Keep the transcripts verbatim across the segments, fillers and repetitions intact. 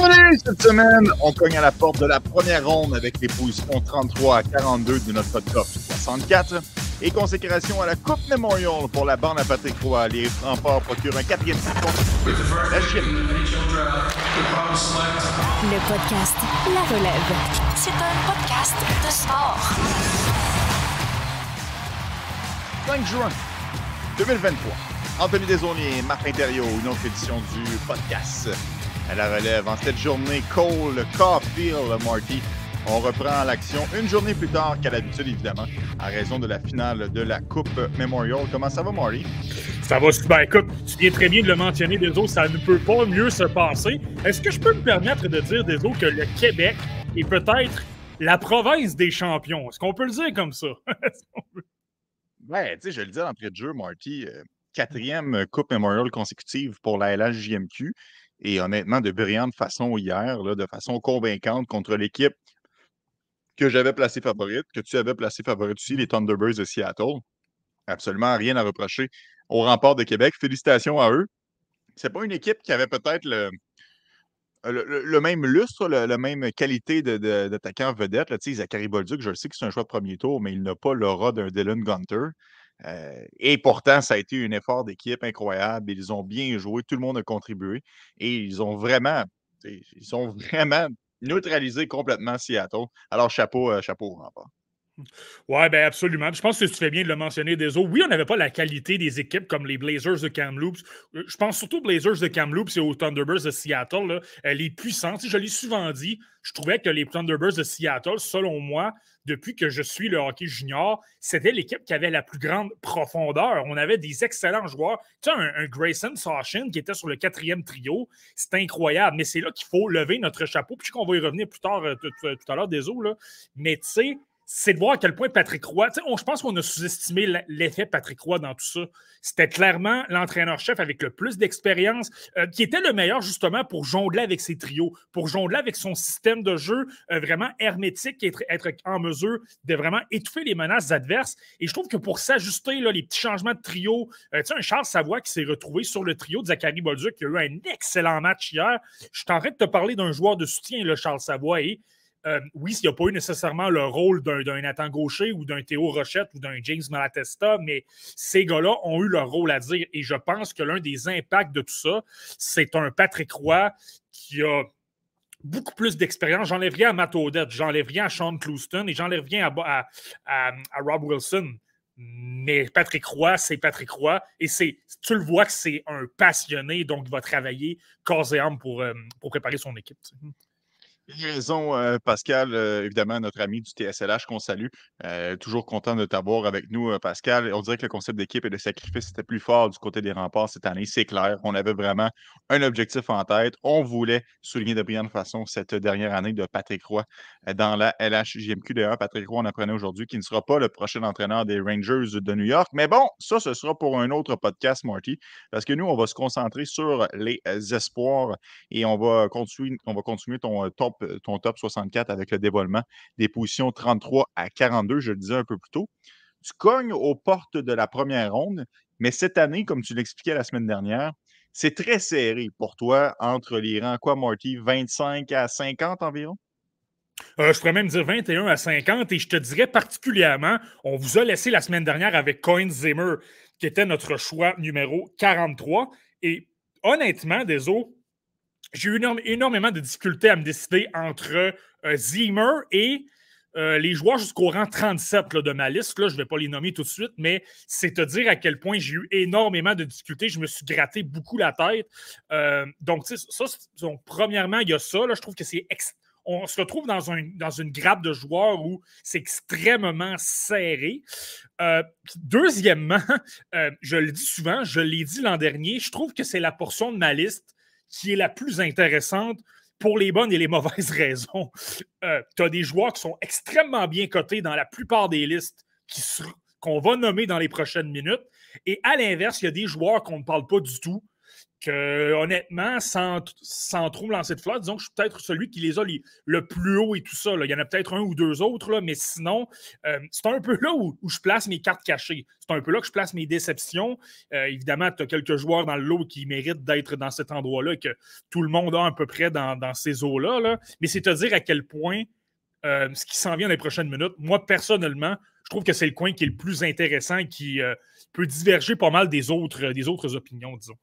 Allez, cette semaine, on cogne à la porte de la première ronde avec les positions trente-trois à quarante-deux de notre top soixante-quatre et consécration à la Coupe Memorial pour la bande à Patrick Roy. Les remparts procurent un quatrième titre contre la Chine. Le podcast La Relève. C'est un podcast de sport. cinq juin deux mille vingt-trois. Anthony Desaulniers et Martin Thériault, une autre édition du podcast à la relève. En cette journée, Cole Caulfield, Marty, on reprend l'action une journée plus tard qu'à l'habitude, évidemment, à raison de la finale de la Coupe Memorial. Comment ça va, Marty? Ça va super. Écoute, tu viens très bien de le mentionner, Deso, ça ne peut pas mieux se passer. Est-ce que je peux me permettre de dire, Deso, que le Québec est peut-être la province des champions? Est-ce qu'on peut le dire comme ça? Ouais, tu sais, je le dis d'entrée de jeu, Marty, euh, quatrième Coupe Memorial consécutive pour la L H J M Q. Et honnêtement, de brillante façon hier, là, de façon convaincante contre l'équipe que j'avais placée favorite, que tu avais placée favorite aussi, les Thunderbirds de Seattle. Absolument rien à reprocher aux Remparts de Québec. Félicitations à eux. C'est pas une équipe qui avait peut-être le, le, le- le même lustre, le- la même qualité de, de- d'attaquant vedette. Là. Tu sais, Zachary Bolduc, je le sais que c'est un choix de premier tour, mais il n'a pas l'aura d'un Dylan Gunter. Euh, et pourtant, ça a été un effort d'équipe incroyable. Ils ont bien joué, tout le monde a contribué. Et ils ont vraiment, tu sais, ils ont vraiment neutralisé complètement Seattle. Alors, chapeau, euh, chapeau aux Remparts. Oui, bien absolument. Je pense que tu fais bien de le mentionner, Deso. Oui, on n'avait pas la qualité des équipes comme les Blazers de Kamloops. Euh, Je pense surtout aux Blazers de Kamloops et aux Thunderbirds de Seattle. Là. Euh, les puissants, je l'ai souvent dit, je trouvais que les Thunderbirds de Seattle, selon moi, depuis que je suis le hockey junior, c'était l'équipe qui avait la plus grande profondeur. On avait des excellents joueurs. Tu sais, un, un Grayson Sawchin qui était sur le quatrième trio, c'est incroyable. Mais c'est là qu'il faut lever notre chapeau. Puis je sais qu'on va y revenir plus tard, euh, tout, tout- tout à l'heure, Deso. Là. Mais tu sais, c'est de voir à quel point Patrick Roy, on, je pense qu'on a sous-estimé l'effet Patrick Roy dans tout ça. C'était clairement l'entraîneur-chef avec le plus d'expérience, euh, qui était le meilleur justement pour jongler avec ses trios, pour jongler avec son système de jeu euh, vraiment hermétique, être, être en mesure de vraiment étouffer les menaces adverses. Et je trouve que pour s'ajuster, là, les petits changements de trio, euh, tu sais, un Charles Savoie qui s'est retrouvé sur le trio de Zachary Bolduc, qui a eu un excellent match hier. Je suis en train de te parler d'un joueur de soutien, là, Charles Savoie, et Euh, oui, il n'a pas eu nécessairement le rôle d'un, d'un Nathan Gaucher ou d'un Théo Rochette ou d'un James Malatesta, mais ces gars-là ont eu leur rôle à dire. Et je pense que l'un des impacts de tout ça, c'est un Patrick Roy qui a beaucoup plus d'expérience. J'enlève rien à Matt O'Dette, j'enlève rien à Sean Clouston et j'enlève rien à, à, à, à Rob Wilson. Mais Patrick Roy, c'est Patrick Roy. Et c'est, tu le vois que c'est un passionné, donc il va travailler corps et âme pour, euh, pour préparer son équipe. Raison, euh, Pascal, euh, évidemment, notre ami du T S L H qu'on salue. Euh, toujours content de t'avoir avec nous, euh, Pascal. On dirait que le concept d'équipe et de sacrifice était plus fort du côté des Remparts cette année, c'est clair. On avait vraiment un objectif en tête. On voulait souligner de brillante façon cette dernière année de Patrick Roy euh, dans la L H J M Q. D'ailleurs, Patrick Roy, on apprenait aujourd'hui qu'il ne sera pas le prochain entraîneur des Rangers de New York. Mais bon, ça, ce sera pour un autre podcast, Marty, parce que nous, on va se concentrer sur les euh, espoirs et on va continuer, on va continuer ton euh, top ton top soixante-quatre avec le dévoilement des positions trente-trois à quarante-deux, je le disais un peu plus tôt. Tu cognes aux portes de la première ronde, mais cette année, comme tu l'expliquais la semaine dernière, c'est très serré pour toi entre les rangs, quoi, Marty, vingt-cinq à cinquante environ? Euh, je pourrais même dire vingt et un à cinquante, et je te dirais particulièrement, on vous a laissé la semaine dernière avec Coin Zimmer, qui était notre choix numéro quarante-trois, et honnêtement, désolé, j'ai eu énorme, énormément de difficultés à me décider entre euh, Zimmer et euh, les joueurs jusqu'au rang trente-sept là, de ma liste. Là, je ne vais pas les nommer tout de suite, mais c'est te dire à quel point j'ai eu énormément de difficultés. Je me suis gratté beaucoup la tête. Euh, donc, ça, donc, premièrement, il y a ça. Là, je trouve que c'est ex- on se retrouve dans, un, dans une grappe de joueurs où c'est extrêmement serré. Euh, deuxièmement, euh, je le dis souvent, je l'ai dit l'an dernier, je trouve que c'est la portion de ma liste qui est la plus intéressante pour les bonnes et les mauvaises raisons. Euh, tu as des joueurs qui sont extrêmement bien cotés dans la plupart des listes qui ser- qu'on va nommer dans les prochaines minutes. Et à l'inverse, il y a des joueurs qu'on ne parle pas du tout, que, honnêtement, sans, sans trop me lancer de fleurs, disons que je suis peut-être celui qui les a les, le plus haut et tout ça. Là. Il y en a peut-être un ou deux autres, là, mais sinon, euh, c'est un peu là où, où je place mes cartes cachées. C'est un peu là que je place mes déceptions. Euh, évidemment, tu as quelques joueurs dans le lot qui méritent d'être dans cet endroit-là et que tout le monde a à peu près dans, dans ces eaux-là. Là. Mais c'est te dire à quel point euh, ce qui s'en vient dans les prochaines minutes, moi, personnellement, je trouve que c'est le coin qui est le plus intéressant et qui euh, peut diverger pas mal des autres, des autres opinions, disons.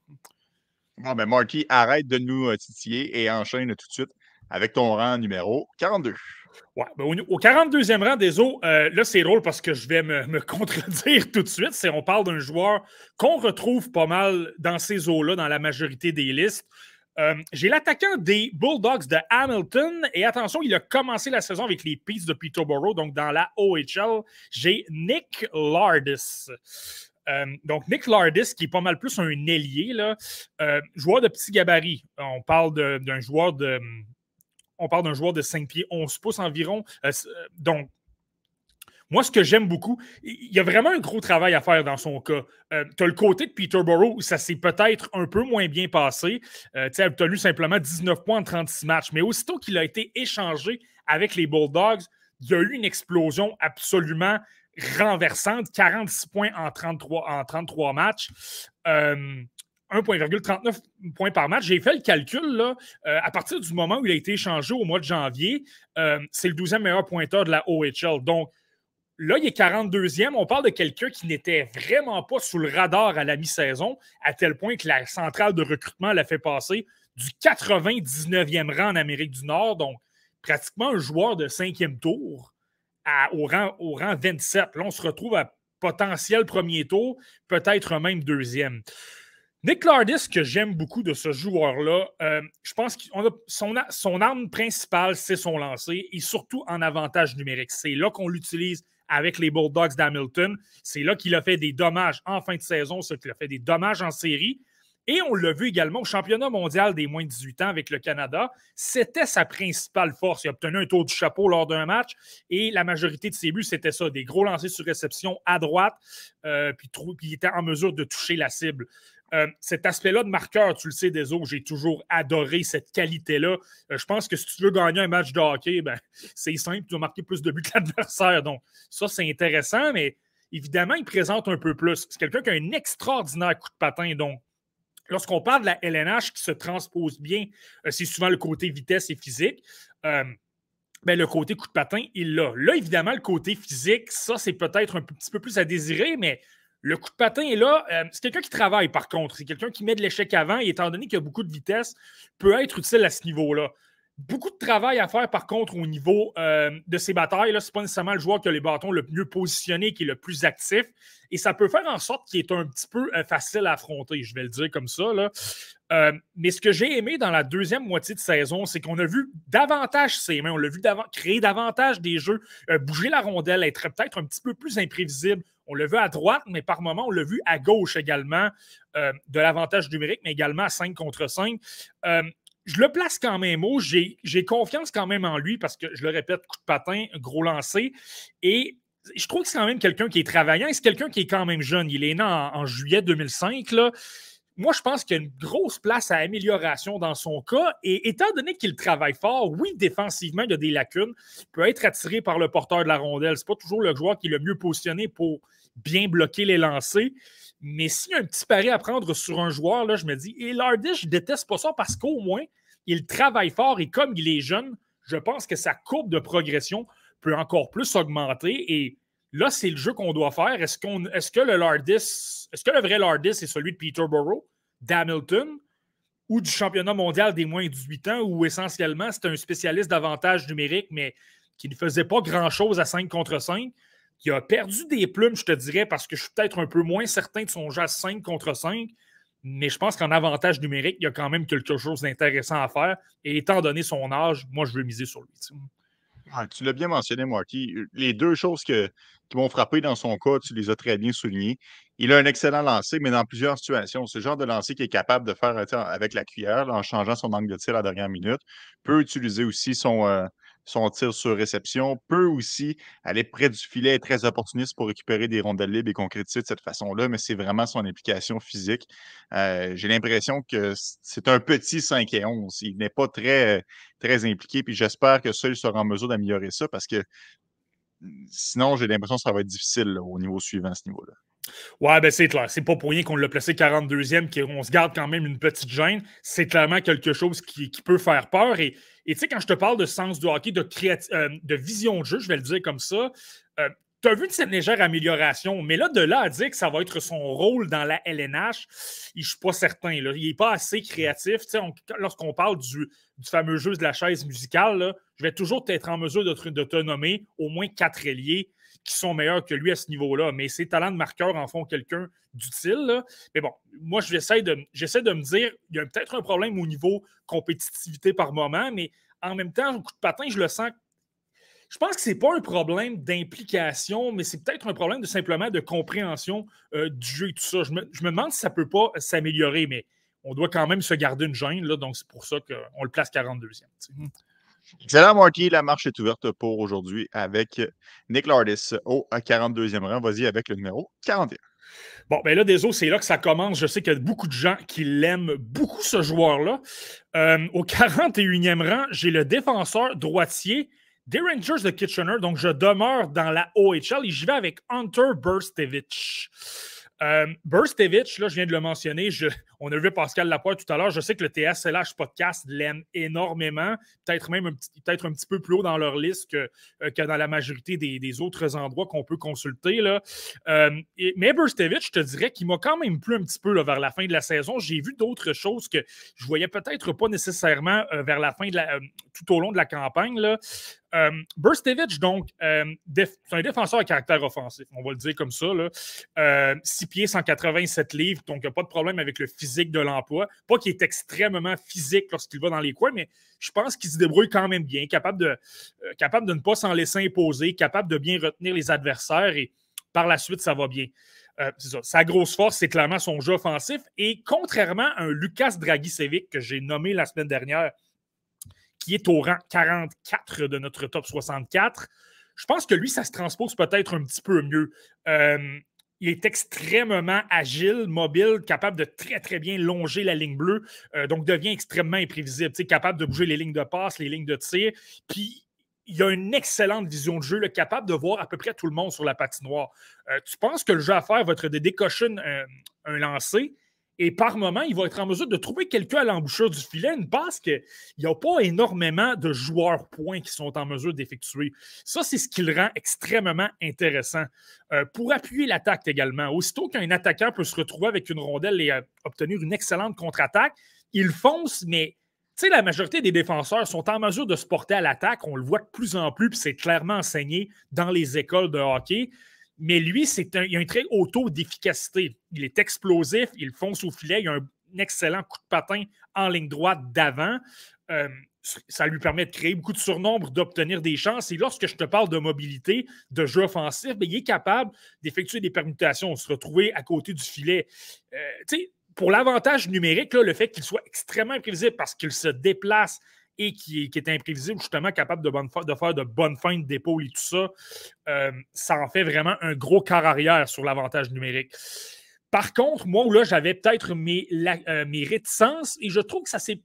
Bon, ben Marky, arrête de nous euh, titiller et enchaîne tout de suite avec ton rang numéro quarante-deux. Ouais, ben au, au quarante-deuxième rang des eaux, euh, là, c'est drôle parce que je vais me, me contredire tout de suite. C'est, on parle d'un joueur qu'on retrouve pas mal dans ces eaux-là, dans la majorité des listes. Euh, j'ai l'attaquant des Bulldogs de Hamilton et attention, il a commencé la saison avec les Peets de Peterborough, donc dans la O H L. J'ai Nick Lardis. Euh, donc, Nick Lardis, qui est pas mal plus un ailier, là, euh, joueur de petit gabarit. On parle de, d'un joueur de. On parle d'un joueur de cinq pieds onze pouces environ. Euh, donc, moi, ce que j'aime beaucoup, il y a vraiment un gros travail à faire dans son cas. Euh, tu as le côté de Peterborough où ça s'est peut-être un peu moins bien passé. Euh, tu as obtenu simplement dix-neuf points en trente-six matchs. Mais aussitôt qu'il a été échangé avec les Bulldogs, il y a eu une explosion absolument renversante. quarante-six points en trente-trois, en trente-trois matchs. Euh, un virgule trente-neuf points par match. J'ai fait le calcul, là, euh, à partir du moment où il a été échangé au mois de janvier, euh, c'est le douzième meilleur pointeur de la O H L. Donc, là, il est quarante-deuxième. On parle de quelqu'un qui n'était vraiment pas sous le radar à la mi-saison, à tel point que la centrale de recrutement l'a fait passer du quatre-vingt-dix-neuvième rang en Amérique du Nord, donc pratiquement un joueur de cinquième tour, à, au, rang, au rang vingt-sept. Là, on se retrouve à potentiel premier tour, peut-être même deuxième. Nick Lardis, que j'aime beaucoup de ce joueur-là, euh, je pense que son, son arme principale, c'est son lancer, et surtout en avantage numérique. C'est là qu'on l'utilise avec les Bulldogs d'Hamilton. C'est là qu'il a fait des dommages en fin de saison, c'est qu'il a fait des dommages en série. Et on l'a vu également au championnat mondial des moins de dix-huit ans avec le Canada. C'était sa principale force. Il a obtenu un tour du chapeau lors d'un match et la majorité de ses buts, c'était ça, des gros lancers sur réception à droite, euh, puis, puis il était en mesure de toucher la cible. Euh, cet aspect-là de marqueur, tu le sais, des autres, j'ai toujours adoré cette qualité-là. Euh, je pense que si tu veux gagner un match de hockey, ben, c'est simple, tu dois marquer plus de buts que l'adversaire. Donc, ça, c'est intéressant, mais évidemment, il présente un peu plus. C'est quelqu'un qui a un extraordinaire coup de patin. Donc, lorsqu'on parle de la L N H qui se transpose bien, euh, c'est souvent le côté vitesse et physique. Euh, ben, le côté coup de patin, il l'a. Là, évidemment, le côté physique, ça, c'est peut-être un petit peu plus à désirer, mais le coup de patin est là. Euh, c'est quelqu'un qui travaille, par contre. C'est quelqu'un qui met de l'échec avant et étant donné qu'il y a beaucoup de vitesse, peut être utile à ce niveau-là. Beaucoup de travail à faire, par contre, au niveau euh, de ses batailles. Ce n'est pas nécessairement le joueur qui a les bâtons le mieux positionné, qui est le plus actif. Et ça peut faire en sorte qu'il est un petit peu euh, facile à affronter, je vais le dire comme ça. Là. Euh, mais ce que j'ai aimé dans la deuxième moitié de saison, c'est qu'on a vu davantage ses mains. On l'a vu dav- créer davantage des jeux, euh, bouger la rondelle, être peut-être un petit peu plus imprévisible. On l'a vu à droite, mais par moments, on l'a vu à gauche également, euh, de l'avantage numérique, mais également à cinq contre cinq. Euh, je le place quand même haut. J'ai, j'ai confiance quand même en lui parce que, je le répète, coup de patin, gros lancer. Et je trouve que c'est quand même quelqu'un qui est travaillant et c'est quelqu'un qui est quand même jeune. Il est né en, en juillet deux mille cinq, là. Moi, je pense qu'il y a une grosse place à amélioration dans son cas. Et étant donné qu'il travaille fort, oui, défensivement, il y a des lacunes. Il peut être attiré par le porteur de la rondelle. Ce n'est pas toujours le joueur qui est le mieux positionné pour bien bloquer les lancers. Mais s'il y a un petit pari à prendre sur un joueur, là, je me dis, et Lardis, je déteste pas ça parce qu'au moins, il travaille fort et comme il est jeune, je pense que sa courbe de progression peut encore plus augmenter. Et là, c'est le jeu qu'on doit faire. Est-ce, qu'on, est-ce que le Lardis, est-ce que le vrai Lardis est celui de Peterborough, d'Hamilton ou du championnat mondial des moins de dix-huit ans où essentiellement c'est un spécialiste d'avantage numérique, mais qui ne faisait pas grand-chose à cinq contre cinq, qui a perdu des plumes, je te dirais, parce que je suis peut-être un peu moins certain de son jeu à cinq contre cinq, mais je pense qu'en avantage numérique, il y a quand même quelque chose d'intéressant à faire. Et étant donné son âge, moi, je veux miser sur lui. Ah, tu l'as bien mentionné, Marty. Les deux choses que, qui m'ont frappé dans son cas, tu les as très bien soulignées. Il a un excellent lancer, mais dans plusieurs situations. C'est le genre de lancer qui est capable de faire avec la cuillère là, en changeant son angle de tir à la dernière minute. Peut utiliser aussi son, euh, son tir sur réception, peut aussi aller près du filet, être très opportuniste pour récupérer des rondelles libres et concrétiser de cette façon-là, mais c'est vraiment son implication physique. Euh, j'ai l'impression que c'est un petit cinq et onze. Il n'est pas très, très impliqué, puis j'espère que ça, il sera en mesure d'améliorer ça parce que sinon, j'ai l'impression que ça va être difficile là, au niveau suivant, à ce niveau-là. Ouais, ben c'est clair. C'est pas pour rien qu'on l'a placé quarante-deuxième, qu'on se garde quand même une petite gêne. C'est clairement quelque chose qui, qui peut faire peur. Et tu sais, quand je te parle de sens du hockey, de, créati- euh, de vision de jeu, je vais le dire comme ça, euh, tu as vu de cette légère amélioration, mais là, de là à dire que ça va être son rôle dans la L N H, je ne suis pas certain. Là. Il n'est pas assez créatif. On, lorsqu'on parle du, du fameux jeu de la chaise musicale, là, je vais toujours être en mesure de te, de te nommer au moins quatre ailiers qui sont meilleurs que lui à ce niveau-là. Mais ses talents de marqueur en font quelqu'un d'utile. Là. Mais bon, moi, j'essaie de, j'essaie de me dire, il y a peut-être un problème au niveau compétitivité par moment, mais en même temps, au coup de patin, je le sens. Je pense que ce n'est pas un problème d'implication, mais c'est peut-être un problème de simplement de compréhension euh, du jeu et tout ça. Je me, je me demande si ça ne peut pas s'améliorer, mais on doit quand même se garder une gêne, là, donc c'est pour ça qu'on le place quarante-deuxième. T'sais. Excellent, Marty. La marche est ouverte pour aujourd'hui avec Nick Lardis au quarante-deuxième rang. Vas-y avec le numéro quarante et un. Bon, ben là, désolé, c'est là que ça commence. Je sais qu'il y a beaucoup de gens qui l'aiment beaucoup, ce joueur-là. Euh, au quarante et unième rang, j'ai le défenseur droitier des Rangers de Kitchener. Donc, je demeure dans la O H L et j'y vais avec Hunter Burstevich. Euh, Burstevich, là, je viens de le mentionner, je, on a vu Pascal Lapointe tout à l'heure, je sais que le T S L H Podcast l'aime énormément, peut-être même un petit, peut-être un petit peu plus haut dans leur liste que, euh, que dans la majorité des, des autres endroits qu'on peut consulter. Là. Euh, et, mais Burstevich, je te dirais qu'il m'a quand même plu un petit peu là, vers la fin de la saison. J'ai vu d'autres choses que je voyais peut-être pas nécessairement euh, vers la fin de la, euh, tout au long de la campagne. Là. Euh, Burstevich, donc, euh, déf- c'est un défenseur à caractère offensif, on va le dire comme ça. Là. Euh, six pieds, cent quatre-vingt-sept livres, donc il n'y a pas de problème avec le physique de l'emploi. Pas qu'il est extrêmement physique lorsqu'il va dans les coins, mais je pense qu'il se débrouille quand même bien, capable de, euh, capable de ne pas s'en laisser imposer, capable de bien retenir les adversaires et par la suite, ça va bien. Euh, c'est ça. Sa grosse force, c'est clairement son jeu offensif et contrairement à un Lukas Dragicevic que j'ai nommé la semaine dernière, qui est au rang quarante-quatre de notre top soixante-quatre, je pense que lui, ça se transpose peut-être un petit peu mieux. Euh, il est extrêmement agile, mobile, capable de très, très bien longer la ligne bleue, euh, donc devient extrêmement imprévisible, capable de bouger les lignes de passe, les lignes de tir, puis il a une excellente vision de jeu, là, capable de voir à peu près tout le monde sur la patinoire. Euh, tu penses que le jeu à faire va être de décocher un, un lancer, et par moment, il va être en mesure de trouver quelqu'un à l'embouchure du filet, une passe qu'il n'y a pas énormément de joueurs points qui sont en mesure d'effectuer. Ça, c'est ce qui le rend extrêmement intéressant. Euh, pour appuyer l'attaque également, aussitôt qu'un attaquant peut se retrouver avec une rondelle et euh, obtenir une excellente contre-attaque, il fonce, mais tu sais, la majorité des défenseurs sont en mesure de se porter à l'attaque. On le voit de plus en plus, puis c'est clairement enseigné dans les écoles de hockey. Mais lui, c'est un, il a un très haut taux d'efficacité. Il est explosif, il fonce au filet, il a un excellent coup de patin en ligne droite d'avant. Euh, ça lui permet de créer beaucoup de surnombre, d'obtenir des chances. Et lorsque je te parle de mobilité, de jeu offensif, bien, il est capable d'effectuer des permutations, se retrouver à côté du filet. Euh, tu sais, pour l'avantage numérique, là, le fait qu'il soit extrêmement imprévisible parce qu'il se déplace et qui est, qui est imprévisible, justement capable de, bonne, de faire de bonnes feintes d'épaule et tout ça, euh, ça en fait vraiment un gros quart arrière sur l'avantage numérique. Par contre, moi, où là, j'avais peut-être mes, la, euh, mes réticences et je trouve que ça s'est...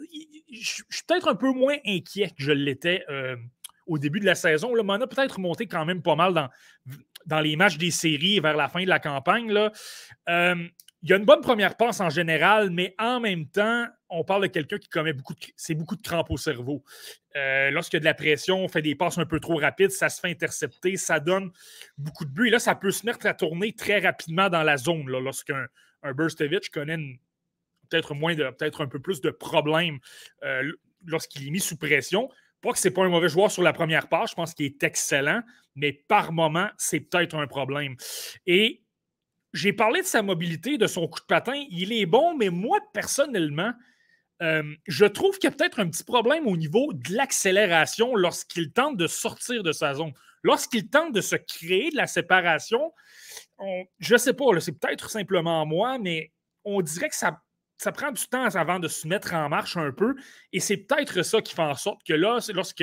Je suis peut-être un peu moins inquiet que je l'étais euh, au début de la saison. Là, m'en a peut-être monté quand même pas mal dans, dans les matchs des séries vers la fin de la campagne. Là. Euh, Il y a une bonne première passe en général, mais en même temps, on parle de quelqu'un qui commet beaucoup de, c'est beaucoup de crampes au cerveau. Euh, lorsqu'il y a de la pression, on fait des passes un peu trop rapides, ça se fait intercepter, ça donne beaucoup de buts. Et là, ça peut se mettre à tourner très rapidement dans la zone. Là, lorsqu'un un Burstevich connaît une, peut-être moins de, peut-être un peu plus de problèmes euh, lorsqu'il est mis sous pression. Pas que ce n'est pas un mauvais joueur sur la première passe, je pense qu'il est excellent, mais par moment, c'est peut-être un problème. Et j'ai parlé de sa mobilité, de son coup de patin. Il est bon, mais moi, personnellement, euh, je trouve qu'il y a peut-être un petit problème au niveau de l'accélération lorsqu'il tente de sortir de sa zone. Lorsqu'il tente de se créer de la séparation, on, je ne sais pas, là, c'est peut-être simplement moi, mais on dirait que ça, ça prend du temps avant de se mettre en marche un peu. Et c'est peut-être ça qui fait en sorte que là, c'est lorsque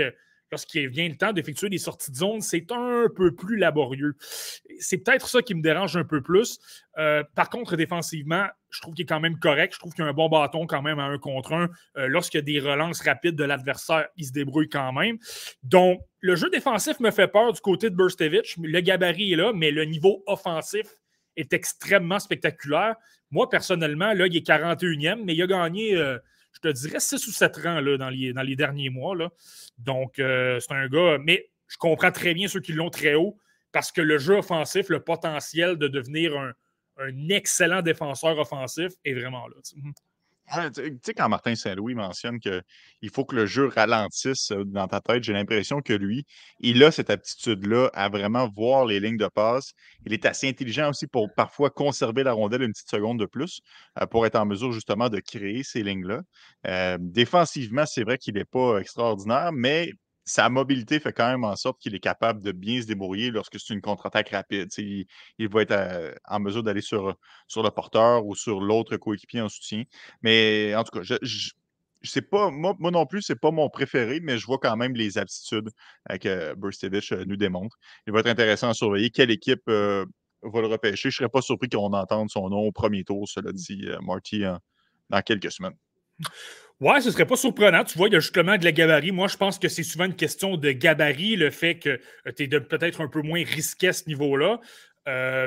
lorsqu'il vient le temps d'effectuer des sorties de zone, c'est un peu plus laborieux. C'est peut-être ça qui me dérange un peu plus. Euh, par contre, défensivement, je trouve qu'il est quand même correct. Je trouve qu'il a un bon bâton quand même à un contre un. Euh, lorsqu'il y a des relances rapides de l'adversaire, il se débrouille quand même. Donc, le jeu défensif me fait peur du côté de Burstevich. Le gabarit est là, mais le niveau offensif est extrêmement spectaculaire. Moi, personnellement, là, il est quarante et unième, mais il a gagné, euh, je te dirais, six ou sept rangs là, dans, les, dans les derniers mois. Là. Donc, euh, c'est un gars... Mais je comprends très bien ceux qui l'ont très haut parce que le jeu offensif, le potentiel de devenir un, un excellent défenseur offensif est vraiment là. Ouais, tu sais, quand Martin Saint-Louis mentionne qu'il faut que le jeu ralentisse euh, dans ta tête, j'ai l'impression que lui, il a cette aptitude-là à vraiment voir les lignes de passe. Il est assez intelligent aussi pour parfois conserver la rondelle une petite seconde de plus euh, pour être en mesure justement de créer ces lignes-là. Euh, défensivement, c'est vrai qu'il n'est pas extraordinaire, mais sa mobilité fait quand même en sorte qu'il est capable de bien se débrouiller lorsque c'est une contre-attaque rapide. Tu sais, Il, il va être à- en mesure d'aller sur, sur le porteur ou sur l'autre coéquipier en soutien. Mais en tout cas, je, je, je sais pas, moi, moi non plus, c'est pas mon préféré, mais je vois quand même les aptitudes euh, que Burstevich euh, nous démontre. Il va être intéressant à surveiller quelle équipe euh, va le repêcher. Je ne serais pas surpris qu'on entende son nom au premier tour, cela dit, euh, Marty, en- dans quelques semaines. Ouais, ce serait pas surprenant. Tu vois, il y a justement de la gabarit. Moi, je pense que c'est souvent une question de gabarit, le fait que tu es peut-être un peu moins risqué à ce niveau-là. Euh,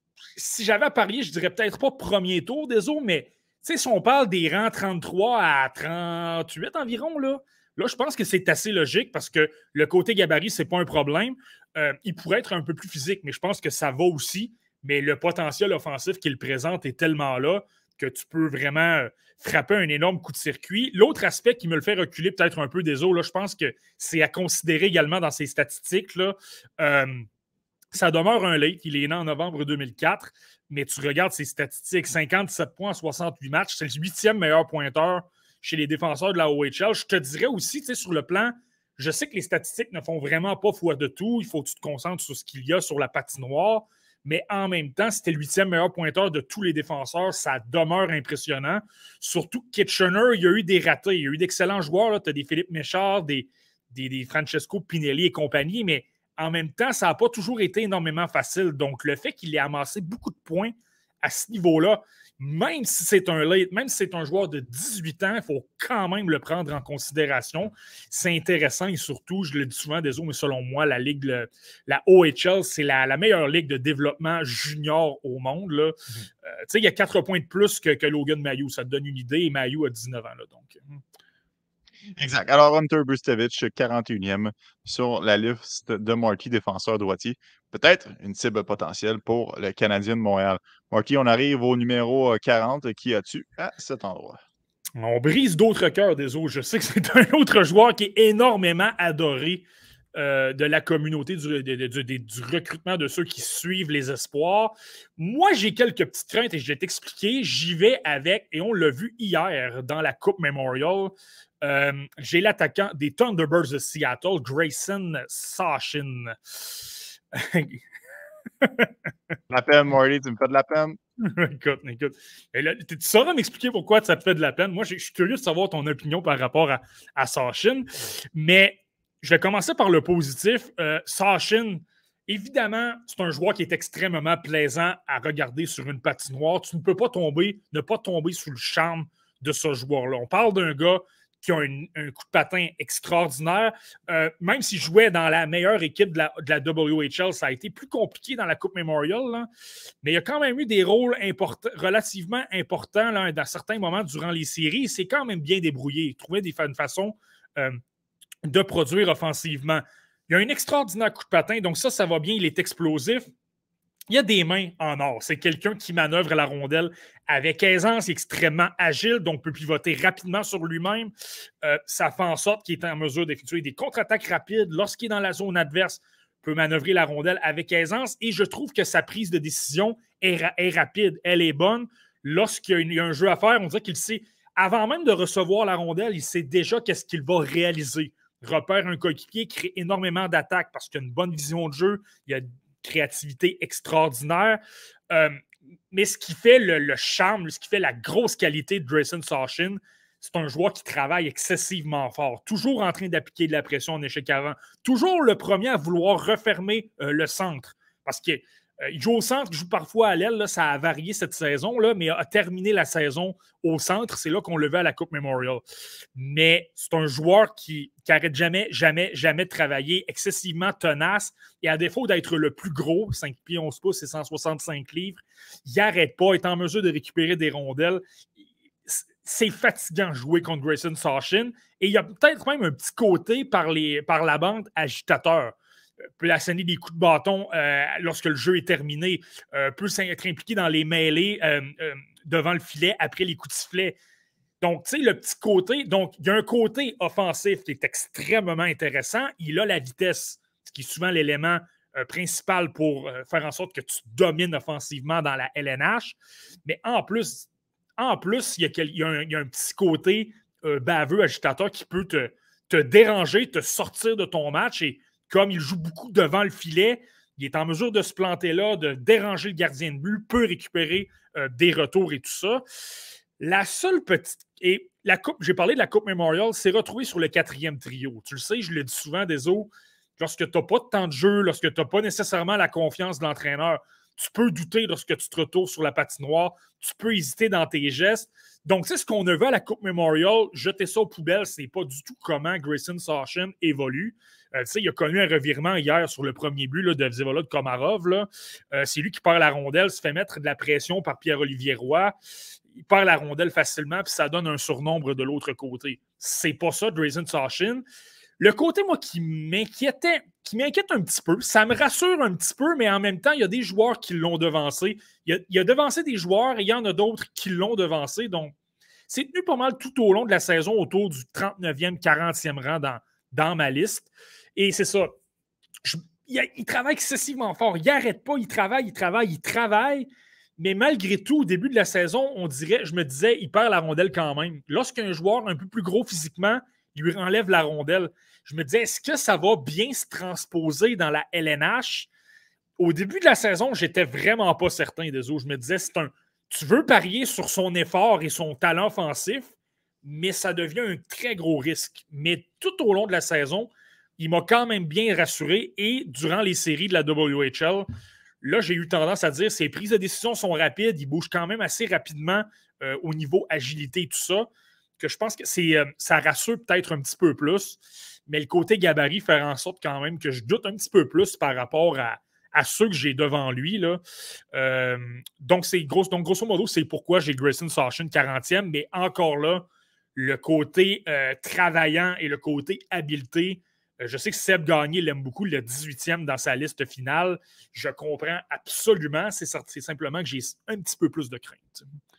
si j'avais à parier, je dirais peut-être pas premier tour des eaux, mais si on parle des rangs trente-trois à trente-huit environ, là, là je pense que c'est assez logique parce que le côté gabarit, c'est pas un problème. Euh, il pourrait être un peu plus physique, mais je pense que ça va aussi. Mais le potentiel offensif qu'il présente est tellement là que tu peux vraiment frapper un énorme coup de circuit. L'autre aspect qui me le fait reculer peut-être un peu des eaux, là, je pense que c'est à considérer également dans ces statistiques. Là. Euh, ça demeure un late. Il est né en novembre deux mille quatre, mais tu regardes ses statistiques, cinquante-sept points en soixante-huit matchs. C'est le huitième meilleur pointeur chez les défenseurs de la O H L. Je te dirais aussi, tu sais, sur le plan, je sais que les statistiques ne font vraiment pas foi de tout. Il faut que tu te concentres sur ce qu'il y a sur la patinoire. Mais en même temps, c'était le huitième meilleur pointeur de tous les défenseurs. Ça demeure impressionnant. Surtout que Kitchener, il y a eu des ratés. Il y a eu d'excellents joueurs. Tu as des Philippe Méchard, des, des, des Francesco Pinelli et compagnie, mais en même temps, ça n'a pas toujours été énormément facile. Donc, le fait qu'il ait amassé beaucoup de points à ce niveau-là, même si c'est un late, même si c'est un joueur de dix-huit ans, il faut quand même le prendre en considération. C'est intéressant et surtout, je le dis souvent, désolé, mais selon moi, la ligue, le, la O H L, c'est la, la meilleure ligue de développement junior au monde. Là. Mm-hmm. Euh, tu sais, il y a quatre points de plus que, que Logan Mailloux. Ça te donne une idée. Et Mailloux a dix-neuf ans. Là, donc. Exact. Alors, Hunter Burstevich, quarante et unième sur la liste de Marty, défenseur droitier. Peut-être une cible potentielle pour le Canadien de Montréal. Marty, on arrive au numéro quarante. Qui as-tu à cet endroit? On brise d'autres cœurs, des autres. Je sais que c'est un autre joueur qui est énormément adoré euh, de la communauté du, de, de, de, du recrutement de ceux qui suivent les espoirs. Moi, j'ai quelques petites craintes et je vais t'expliquer. J'y vais avec, et on l'a vu hier dans la Coupe Memorial, euh, j'ai l'attaquant des Thunderbirds de Seattle, Grayson Sachin. La peine, Marty, tu me fais de la peine? écoute, écoute. Là, tu sauras m'expliquer pourquoi ça te fait de la peine. Moi, je suis curieux de savoir ton opinion par rapport à, à Sachin. Mais je vais commencer par le positif. Euh, Sachin, évidemment, c'est un joueur qui est extrêmement plaisant à regarder sur une patinoire. Tu ne peux pas tomber, ne pas tomber sous le charme de ce joueur-là. On parle d'un gars qui a un, un coup de patin extraordinaire. Euh, même s'il jouait dans la meilleure équipe de la, de la W H L, ça a été plus compliqué dans la Coupe Memorial. Là. Mais il a quand même eu des rôles import- relativement importants là, dans certains moments durant les séries. Il s'est quand même bien débrouillé. Il trouvait des, une façon euh, de produire offensivement. Il a un extraordinaire coup de patin, donc ça, ça va bien. Il est explosif. Il y a des mains en or. C'est quelqu'un qui manœuvre la rondelle avec aisance, extrêmement agile, donc peut pivoter rapidement sur lui-même. Euh, ça fait en sorte qu'il est en mesure d'effectuer des contre-attaques rapides. Lorsqu'il est dans la zone adverse, peut manœuvrer la rondelle avec aisance. Et je trouve que sa prise de décision est, ra- est rapide. Elle est bonne. Lorsqu'il y a un jeu à faire, on dirait qu'il sait, avant même de recevoir la rondelle, il sait déjà qu'est-ce qu'il va réaliser. Repère un coéquipier, crée énormément d'attaques parce qu'il a une bonne vision de jeu. Il y a créativité extraordinaire. Euh, mais ce qui fait le, le charme, ce qui fait la grosse qualité de Grayson Sachin, c'est un joueur qui travaille excessivement fort, toujours en train d'appliquer de la pression en échec avant, toujours le premier à vouloir refermer euh, le centre. Parce qu'il euh, joue au centre, il joue parfois à l'aile, là, ça a varié cette saison, là, mais a terminé la saison au centre. C'est là qu'on le veut à la Coupe Memorial. Mais c'est un joueur qui n'arrête jamais, jamais, jamais de travailler, excessivement tenace. Et à défaut d'être le plus gros, cinq pieds onze pouces et cent soixante-cinq livres, il n'arrête pas, est en mesure de récupérer des rondelles. C'est fatigant jouer contre Grayson Sawchyn. Et il y a peut-être même un petit côté par, les, par la bande agitateur. Peut asséner des coups de bâton euh, lorsque le jeu est terminé. Euh, peut être impliqué dans les mêlées euh, euh, devant le filet après les coups de sifflet. Donc, tu sais, le petit côté. Donc, il y a un côté offensif qui est extrêmement intéressant. Il a la vitesse, ce qui est souvent l'élément euh, principal pour euh, faire en sorte que tu domines offensivement dans la L N H. Mais en plus, En plus, il y a, il y a, un, il y a un petit côté euh, baveux, agitateur qui peut te, te déranger, te sortir de ton match. Et comme il joue beaucoup devant le filet, il est en mesure de se planter là, de déranger le gardien de but, peut récupérer euh, des retours et tout ça. La seule petite... Et la coupe, j'ai parlé de la Coupe Memorial, c'est retrouvé sur le quatrième trio. Tu le sais, je le dis souvent, Deso, lorsque tu n'as pas de temps de jeu, lorsque tu n'as pas nécessairement la confiance de l'entraîneur, tu peux douter lorsque tu te retrouves sur la patinoire. Tu peux hésiter dans tes gestes. Donc, tu sais, ce qu'on a vu à la Coupe Memorial, jeter ça aux poubelles, c'est pas du tout comment Grayson Sawchyn évolue. Euh, tu sais, il a connu un revirement hier sur le premier but là, de Vsevolod Komarov. Là. Euh, c'est lui qui perd la rondelle, se fait mettre de la pression par Pierre-Olivier Roy. Il perd la rondelle facilement, puis ça donne un surnombre de l'autre côté. C'est pas ça, Grayson Sawchyn. Le côté, moi, qui m'inquiétait, qui m'inquiète un petit peu, ça me rassure un petit peu, mais en même temps, il y a des joueurs qui l'ont devancé. Il y a, il y a devancé des joueurs et il y en a d'autres qui l'ont devancé. Donc, c'est tenu pas mal tout au long de la saison autour du trente-neuvième, quarantième rang dans, dans ma liste. Et c'est ça. Je, il, il travaille excessivement fort. Il n'arrête pas. Il travaille, il travaille, il travaille. Mais malgré tout, au début de la saison, on dirait, je me disais, il perd la rondelle quand même. Lorsqu'un joueur un peu plus gros physiquement il lui enlève la rondelle. Je me disais, est-ce que ça va bien se transposer dans la L N H? Au début de la saison, j'étais vraiment pas certain des autres. Je me disais, c'est un, tu veux parier sur son effort et son talent offensif, mais ça devient un très gros risque. Mais tout au long de la saison, il m'a quand même bien rassuré et durant les séries de la W H L, là, j'ai eu tendance à dire ses prises de décision sont rapides, il bouge quand même assez rapidement euh, au niveau agilité et tout ça. Que je pense que c'est, euh, ça rassure peut-être un petit peu plus, mais le côté gabarit fait en sorte quand même que je doute un petit peu plus par rapport à, à ceux que j'ai devant lui. Là. Euh, donc, c'est gros, donc, grosso modo, c'est pourquoi j'ai Grayson Sawchyn quarantième, mais encore là, le côté euh, travaillant et le côté habileté, euh, je sais que Seb Gagné l'aime beaucoup, le dix-huitième dans sa liste finale. Je comprends absolument, c'est, c'est simplement que j'ai un petit peu plus de crainte.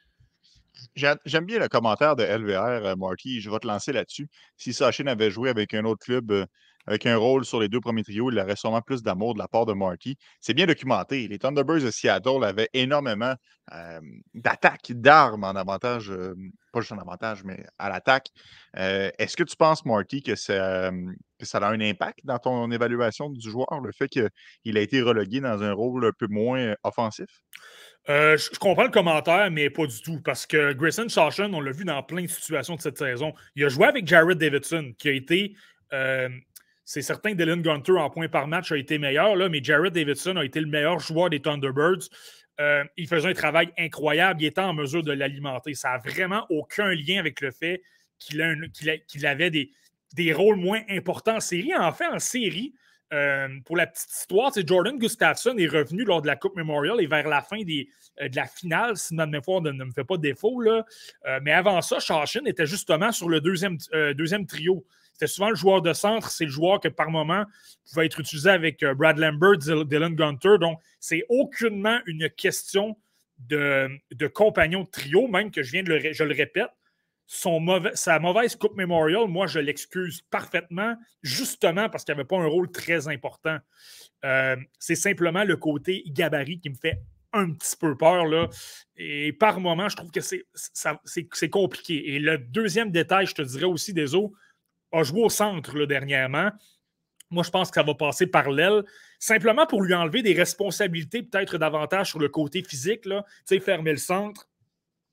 J'aime bien le commentaire de L V R, Marty. Je vais te lancer là-dessus. Si Sawchyn avait joué avec un autre club, euh, avec un rôle sur les deux premiers trios, il aurait sûrement plus d'amour de la part de Marty. C'est bien documenté. Les Thunderbirds de Seattle avaient énormément euh, d'attaques, d'armes en avantage, euh, pas juste en avantage, mais à l'attaque. Euh, est-ce que tu penses, Marty, que, euh, que ça a un impact dans ton évaluation du joueur, le fait qu'il a été relégué dans un rôle un peu moins offensif? Euh, je, je comprends le commentaire, mais pas du tout. Parce que Grayson Sawchyn, on l'a vu dans plein de situations de cette saison. Il a joué avec Jared Davidson, qui a été. Euh, c'est certain que Dylan Gunter en points par match a été meilleur, là, mais Jared Davidson a été le meilleur joueur des Thunderbirds. Euh, il faisait un travail incroyable. Il était en mesure de l'alimenter. Ça n'a vraiment aucun lien avec le fait qu'il, a un, qu'il, a, qu'il avait des, des rôles moins importants en série. En fait, en série, Euh, pour la petite histoire, Jordan Gustafsson est revenu lors de la Coupe Memorial et vers la fin des, euh, de la finale, si ma mémoire ne, ne me fait pas défaut. Là. Euh, mais avant ça, Sawchyn était justement sur le deuxième, euh, deuxième trio. C'était souvent le joueur de centre, c'est le joueur que par moment pouvait être utilisé avec euh, Brad Lambert, Dylan Gunter. Donc, c'est aucunement une question de, de compagnon de trio, même que je viens de le, je le répète. Son mauvais, sa mauvaise Coupe Memorial, moi, je l'excuse parfaitement, justement parce qu'il n'y avait pas un rôle très important. Euh, c'est simplement le côté gabarit qui me fait un petit peu peur. Là. Et par moment, je trouve que c'est, ça, c'est, c'est compliqué. Et le deuxième détail, je te dirais aussi, Deso, a joué au centre là, dernièrement. Moi, je pense que ça va passer par l'aile, simplement pour lui enlever des responsabilités peut-être davantage sur le côté physique. Tu sais, fermer le centre.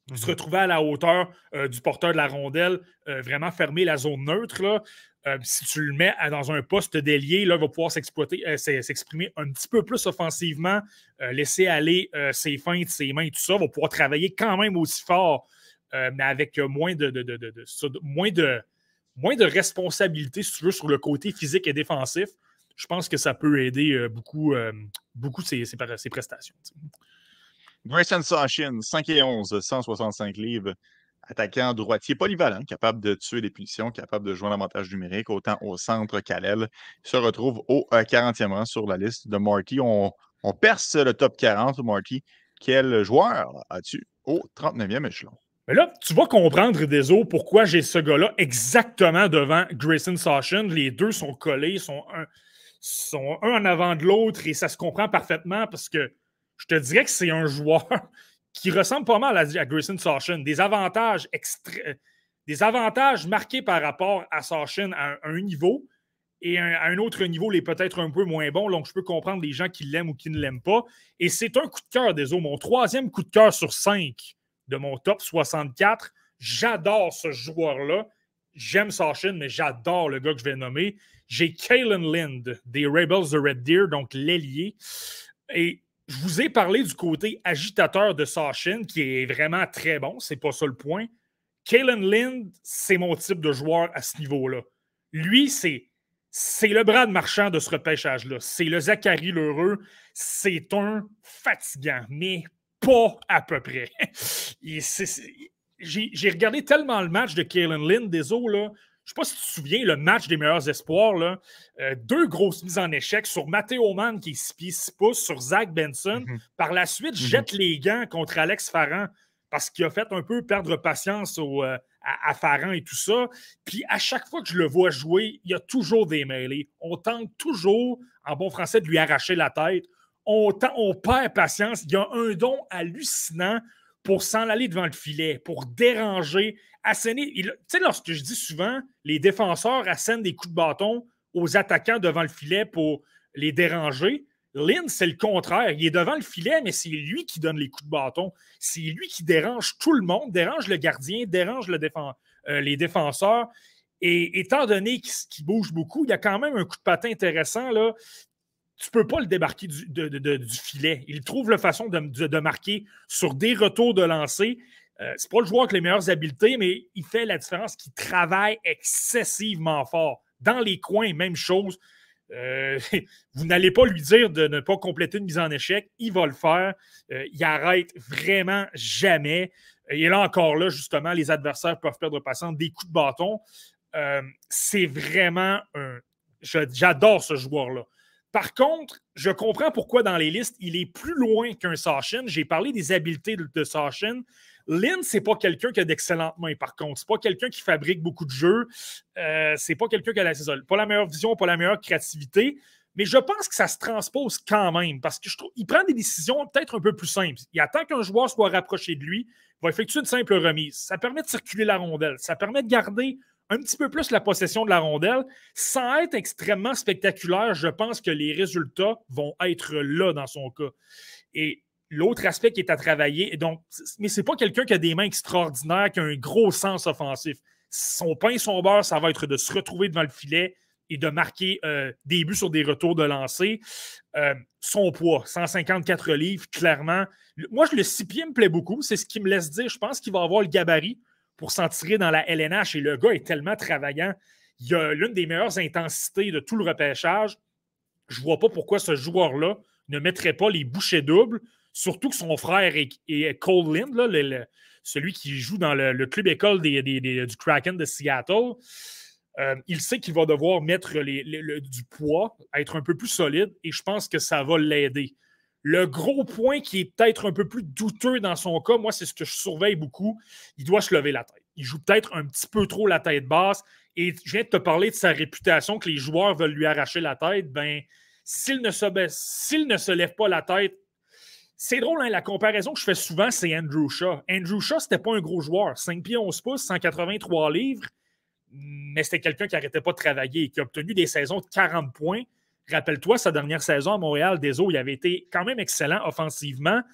Mm-hmm. Se retrouver à la hauteur euh, du porteur de la rondelle, euh, vraiment fermer la zone neutre. Là. Euh, si tu le mets dans un poste d'ailier, là, il va pouvoir s'exploiter, euh, s'exprimer un petit peu plus offensivement, euh, laisser aller euh, ses feintes, ses mains, tout ça, va pouvoir travailler quand même aussi fort, euh, mais avec moins de, de, de, de, de, de moins de moins de responsabilité, si tu veux, sur le côté physique et défensif. Je pense que ça peut aider euh, beaucoup, euh, beaucoup ses, ses, ses prestations. T'sais. Grayson Sawchin, cinq et onze, cent soixante-cinq livres, attaquant droitier polyvalent, capable de tuer des punitions, capable de jouer en avantage numérique, autant au centre qu'à l'aile. Il se retrouve au quarantième rang sur la liste de Marty. On, on perce le top quarante, Marty. Quel joueur as-tu au trente-neuvième échelon? Mais là, tu vas comprendre, Deso, pourquoi j'ai ce gars-là exactement devant Grayson Sawchin. Les deux sont collés, sont un, sont un en avant de l'autre et ça se comprend parfaitement parce que je te dirais que c'est un joueur qui ressemble pas mal à, à Grayson Sawchin. Des avantages extra... des avantages marqués par rapport à Sawchin à un, à un niveau et un, à un autre niveau, il est peut-être un peu moins bon. Donc, je peux comprendre les gens qui l'aiment ou qui ne l'aiment pas. Et c'est un coup de cœur, Deso. Mon troisième coup de cœur sur cinq de mon top soixante-quatre. J'adore ce joueur-là. J'aime Sawchin, mais j'adore le gars que je vais nommer. J'ai Kalen Lind des Rebels de Red Deer, donc l'ailier. Et je vous ai parlé du côté agitateur de Sawchin, qui est vraiment très bon. C'est pas ça le point. Kalen Lind, c'est mon type de joueur à ce niveau-là. Lui, c'est, c'est le Brad Marchand de ce repêchage-là. C'est le Zachary Lheureux. C'est un fatigant, mais pas à peu près. Et c'est, c'est, j'ai, j'ai regardé tellement le match de Kalen Lind, désolé, là. Je ne sais pas si tu te souviens, le match des meilleurs espoirs, là, euh, deux grosses mises en échec sur Matteo Mann qui est six pieds six pouces, sur Zach Benson. Mm-hmm. Par la suite, mm-hmm. jette les gants contre Alex Farran parce qu'il a fait un peu perdre patience au, euh, à, à Farran et tout ça. Puis à chaque fois que je le vois jouer, il y a toujours des mêlées. On tente toujours, en bon français, de lui arracher la tête. On, t- on perd patience. Il y a un don hallucinant pour s'en aller devant le filet, pour déranger, asséner. Tu sais, lorsque je dis souvent, les défenseurs assènent des coups de bâton aux attaquants devant le filet pour les déranger, Lind, c'est le contraire. Il est devant le filet, mais c'est lui qui donne les coups de bâton. C'est lui qui dérange tout le monde, dérange le gardien, dérange le défen- euh, les défenseurs. Et étant donné qu'il, qu'il bouge beaucoup, il y a quand même un coup de patin intéressant, là. Tu ne peux pas le débarquer du, de, de, de, du filet. Il trouve la façon de, de, de marquer sur des retours de lancer. Euh, c'est pas le joueur avec les meilleures habiletés, mais il fait la différence qu'il travaille excessivement fort. Dans les coins, même chose. Euh, vous n'allez pas lui dire de ne pas compléter une mise en échec. Il va le faire. Euh, il arrête vraiment jamais. Et là encore, là, justement, les adversaires peuvent perdre patience des coups de bâton. Euh, c'est vraiment un... Je, j'adore ce joueur-là. Par contre, je comprends pourquoi dans les listes, il est plus loin qu'un Sawchin. J'ai parlé des habiletés de, de Sawchin. Lind, c'est pas quelqu'un qui a d'excellentes mains, par contre. C'est pas quelqu'un qui fabrique beaucoup de jeux. Euh, c'est pas quelqu'un qui a la, c'est ça, pas la meilleure vision, pas la meilleure créativité. Mais je pense que ça se transpose quand même parce que je trouve qu'il prend des décisions peut-être un peu plus simples. Il attend qu'un joueur soit rapproché de lui, il va effectuer une simple remise. Ça permet de circuler la rondelle. Ça permet de garder un petit peu plus la possession de la rondelle. Sans être extrêmement spectaculaire, je pense que les résultats vont être là dans son cas. Et l'autre aspect qui est à travailler, donc, mais ce n'est pas quelqu'un qui a des mains extraordinaires, qui a un gros sens offensif. Son pain et son beurre, ça va être de se retrouver devant le filet et de marquer euh, des buts sur des retours de lancer. Euh, son poids, cent cinquante-quatre livres, clairement. Moi, le six pieds me plaît beaucoup. C'est ce qui me laisse dire, je pense qu'il va avoir le gabarit pour s'en tirer dans la L N H. Et le gars est tellement travaillant. Il a l'une des meilleures intensités de tout le repêchage. Je ne vois pas pourquoi ce joueur-là ne mettrait pas les bouchées doubles, surtout que son frère est, est Cole Lind, là, le, le, celui qui joue dans le, le club école des, des, des, du Kraken de Seattle. Euh, il sait qu'il va devoir mettre les, les, le, du poids, être un peu plus solide, et je pense que ça va l'aider. Le gros point qui est peut-être un peu plus douteux dans son cas, moi, c'est ce que je surveille beaucoup, il doit se lever la tête. Il joue peut-être un petit peu trop la tête basse, et je viens de te parler de sa réputation que les joueurs veulent lui arracher la tête. Ben, s'il ne se baisse, s'il ne se lève pas la tête, c'est drôle, hein, la comparaison que je fais souvent, c'est Andrew Shaw. Andrew Shaw, c'était pas un gros joueur. cinq pieds onze pouces, cent quatre-vingt-trois livres, mais c'était quelqu'un qui n'arrêtait pas de travailler et qui a obtenu des saisons de quarante points. Rappelle-toi, sa dernière saison à Montréal, des Eaux, il avait été quand même excellent offensivement,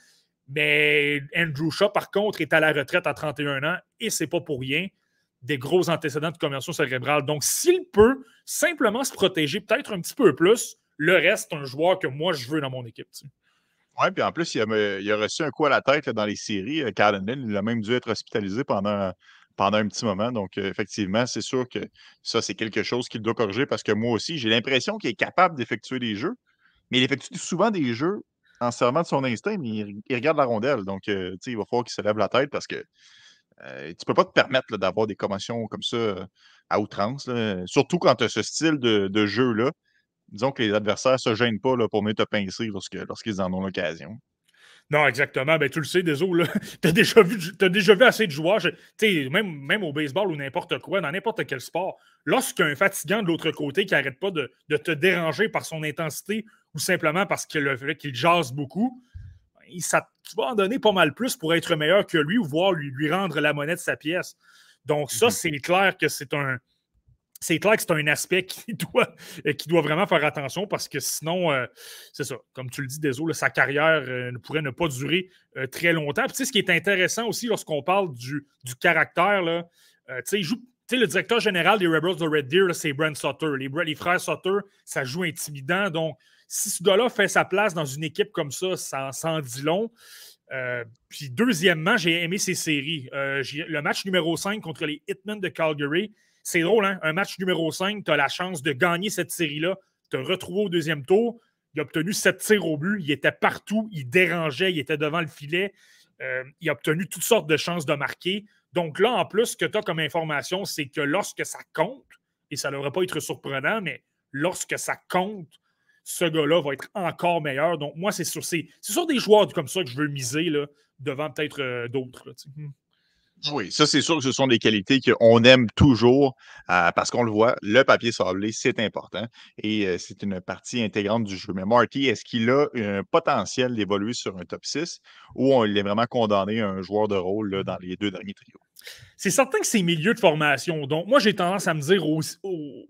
Mais Andrew Shaw, par contre, est à la retraite à trente et un ans et c'est pas pour rien. Des gros antécédents de commotion cérébrale. Donc, s'il peut simplement se protéger peut-être un petit peu plus, le reste, c'est un joueur que moi, je veux dans mon équipe. Oui, puis en plus, il a, il a reçu un coup à la tête là, dans les séries. euh, Kyle Allen, il a même dû être hospitalisé pendant, pendant un petit moment. Donc, euh, effectivement, c'est sûr que ça, c'est quelque chose qu'il doit corriger parce que moi aussi, j'ai l'impression qu'il est capable d'effectuer des jeux, mais il effectue souvent des jeux en servant de son instinct, mais il, il regarde la rondelle. Donc, euh, tu sais, il va falloir qu'il se lève la tête parce que euh, tu ne peux pas te permettre là, d'avoir des commotions comme ça euh, à outrance. Là. Surtout quand tu as ce style de, de jeu-là. Disons que les adversaires ne se gênent pas là, pour venir te pincer lorsque, lorsqu'ils en ont l'occasion. Non, exactement. Ben, tu le sais, désolé, tu as déjà vu, t'as déjà vu assez de joueurs, je- t'sais, même, même au baseball ou n'importe quoi, dans n'importe quel sport, lorsqu'un fatigant de l'autre côté qui n'arrête pas de, de te déranger par son intensité ou simplement parce qu'il le fait qu'il jase beaucoup, il, ça, tu vas en donner pas mal plus pour être meilleur que lui ou voir lui, lui rendre la monnaie de sa pièce. Donc, ça, Mhm. c'est clair que c'est un. C'est clair que c'est un aspect qui doit, euh, qui doit vraiment faire attention parce que sinon, euh, c'est ça, comme tu le dis, désolé, sa carrière euh, ne pourrait ne pas durer euh, très longtemps. Puis, tu sais, ce qui est intéressant aussi lorsqu'on parle du, du caractère, là, euh, tu sais, il joue- tu sais, le directeur général des Rebels de Red Deer, là, c'est Brent Sutter. Les, les frères Sutter, ça joue intimidant. Donc, si ce gars-là fait sa place dans une équipe comme ça, ça, ça en dit long. Euh, puis, deuxièmement, j'ai aimé ces séries. Euh, j'ai- le match numéro cinq contre les Hitmen de Calgary, c'est drôle, hein? Un match numéro cinq, tu as la chance de gagner cette série-là, te retrouver au deuxième tour. Il a obtenu sept tirs au but. Il était partout. Il dérangeait. Il était devant le filet. Euh, il a obtenu toutes sortes de chances de marquer. Donc là, en plus, ce que tu as comme information, c'est que lorsque ça compte, et ça ne devrait pas être surprenant, mais lorsque ça compte, ce gars-là va être encore meilleur. Donc moi, c'est sur, ces, c'est sur des joueurs comme ça que je veux miser là, devant peut-être euh, d'autres. Là, tu sais. Oui, ça, c'est sûr que ce sont des qualités qu'on aime toujours euh, parce qu'on le voit, le papier sablé, c'est important et euh, c'est une partie intégrante du jeu. Mais Marty, est-ce qu'il a un potentiel d'évoluer sur un top six ou on, il est vraiment condamné à un joueur de rôle là, dans les deux derniers trios? C'est certain que c'est milieu de formation. Donc, moi, j'ai tendance à me dire au, au,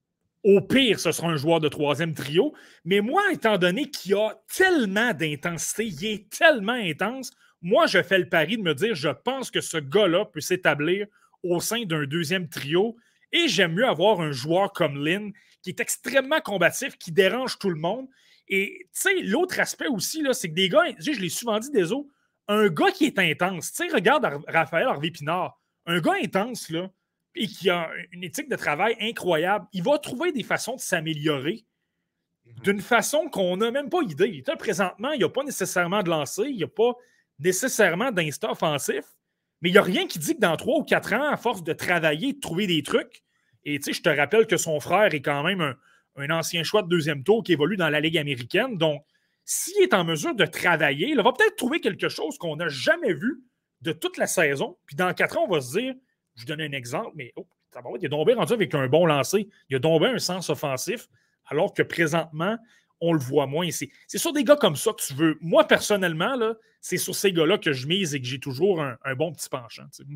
au pire, ce sera un joueur de troisième trio. Mais moi, étant donné qu'il a tellement d'intensité, il est tellement intense, moi, je fais le pari de me dire, je pense que ce gars-là peut s'établir au sein d'un deuxième trio. Et j'aime mieux avoir un joueur comme Lynn qui est extrêmement combatif, qui dérange tout le monde. Et tu sais, l'autre aspect aussi, là, c'est que des gars, je l'ai souvent dit, des autres, un gars qui est intense. Tu sais, regarde Raphaël Harvey-Pinard. Un gars intense, là, et qui a une éthique de travail incroyable, il va trouver des façons de s'améliorer d'une façon qu'on n'a même pas idée. Là, présentement, il n'y a pas nécessairement de lancer, il n'y a pas nécessairement d'instinct offensif, mais il n'y a rien qui dit que dans trois ou quatre ans, à force de travailler, de trouver des trucs, et tu sais, je te rappelle que son frère est quand même un, un ancien choix de deuxième tour qui évolue dans la Ligue américaine, donc s'il est en mesure de travailler, il va peut-être trouver quelque chose qu'on n'a jamais vu de toute la saison, puis dans quatre ans, on va se dire, je vous donne un exemple, mais oh, il a donc bien rendu avec un bon lancer, il a donc bien un sens offensif, alors que présentement, on le voit moins. C'est, c'est sur des gars comme ça que tu veux. Moi, personnellement, là, c'est sur ces gars-là que je mise et que j'ai toujours un, un bon petit penchant. Tu sais.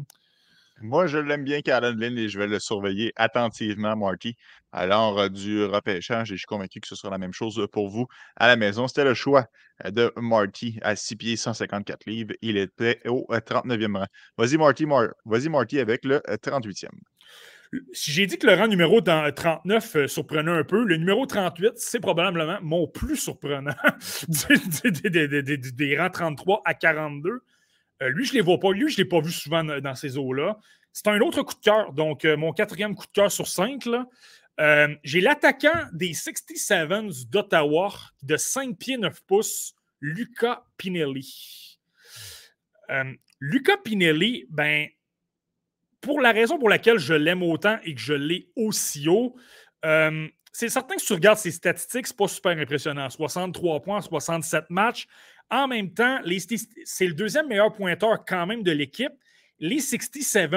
Moi, je l'aime bien, Kalen Lynn, et je vais le surveiller attentivement, Marty. Alors, euh, du repêchage, et je suis convaincu que ce sera la même chose pour vous à la maison. C'était le choix euh, de Marty à six pieds, cent cinquante-quatre livres. Il était au euh, trente-neuvième rang. Vas-y, Marty, Mar- Vas-y, Marty, avec le euh, trente-huitième. Si j'ai dit que le rang numéro trente-neuf euh, surprenait un peu, le numéro trente-huit, c'est probablement mon plus surprenant des, des, des, des, des rangs trente-trois à quarante-deux. Euh, lui, je ne les vois pas. Lui, je ne l'ai pas vu souvent dans ces eaux-là. C'est un autre coup de cœur. Donc, euh, mon quatrième coup de cœur sur cinq. Là. Euh, j'ai l'attaquant des soixante-dix-sept d'Ottawa de cinq pieds neuf pouces, Luca Pinelli. Euh, Luca Pinelli, ben, pour la raison pour laquelle je l'aime autant et que je l'ai aussi haut, euh, c'est certain que si tu regardes ses statistiques, c'est pas super impressionnant. soixante-trois points en soixante-sept matchs. En même temps, les, c'est le deuxième meilleur pointeur quand même de l'équipe. Les soixante-dix-sept,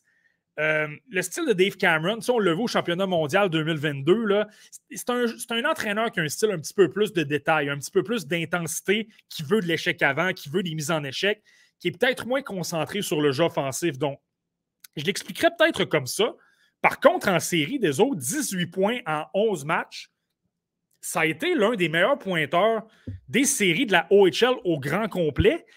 euh, le style de Dave Cameron, on le voit au championnat mondial deux mille vingt-deux, là, c'est, un, c'est un entraîneur qui a un style un petit peu plus de détail, un petit peu plus d'intensité, qui veut de l'échec avant, qui veut des mises en échec, qui est peut-être moins concentré sur le jeu offensif. Donc, je l'expliquerais peut-être comme ça. Par contre, en série, des autres, dix-huit points en onze matchs, ça a été l'un des meilleurs pointeurs des séries de la O H L au grand complet.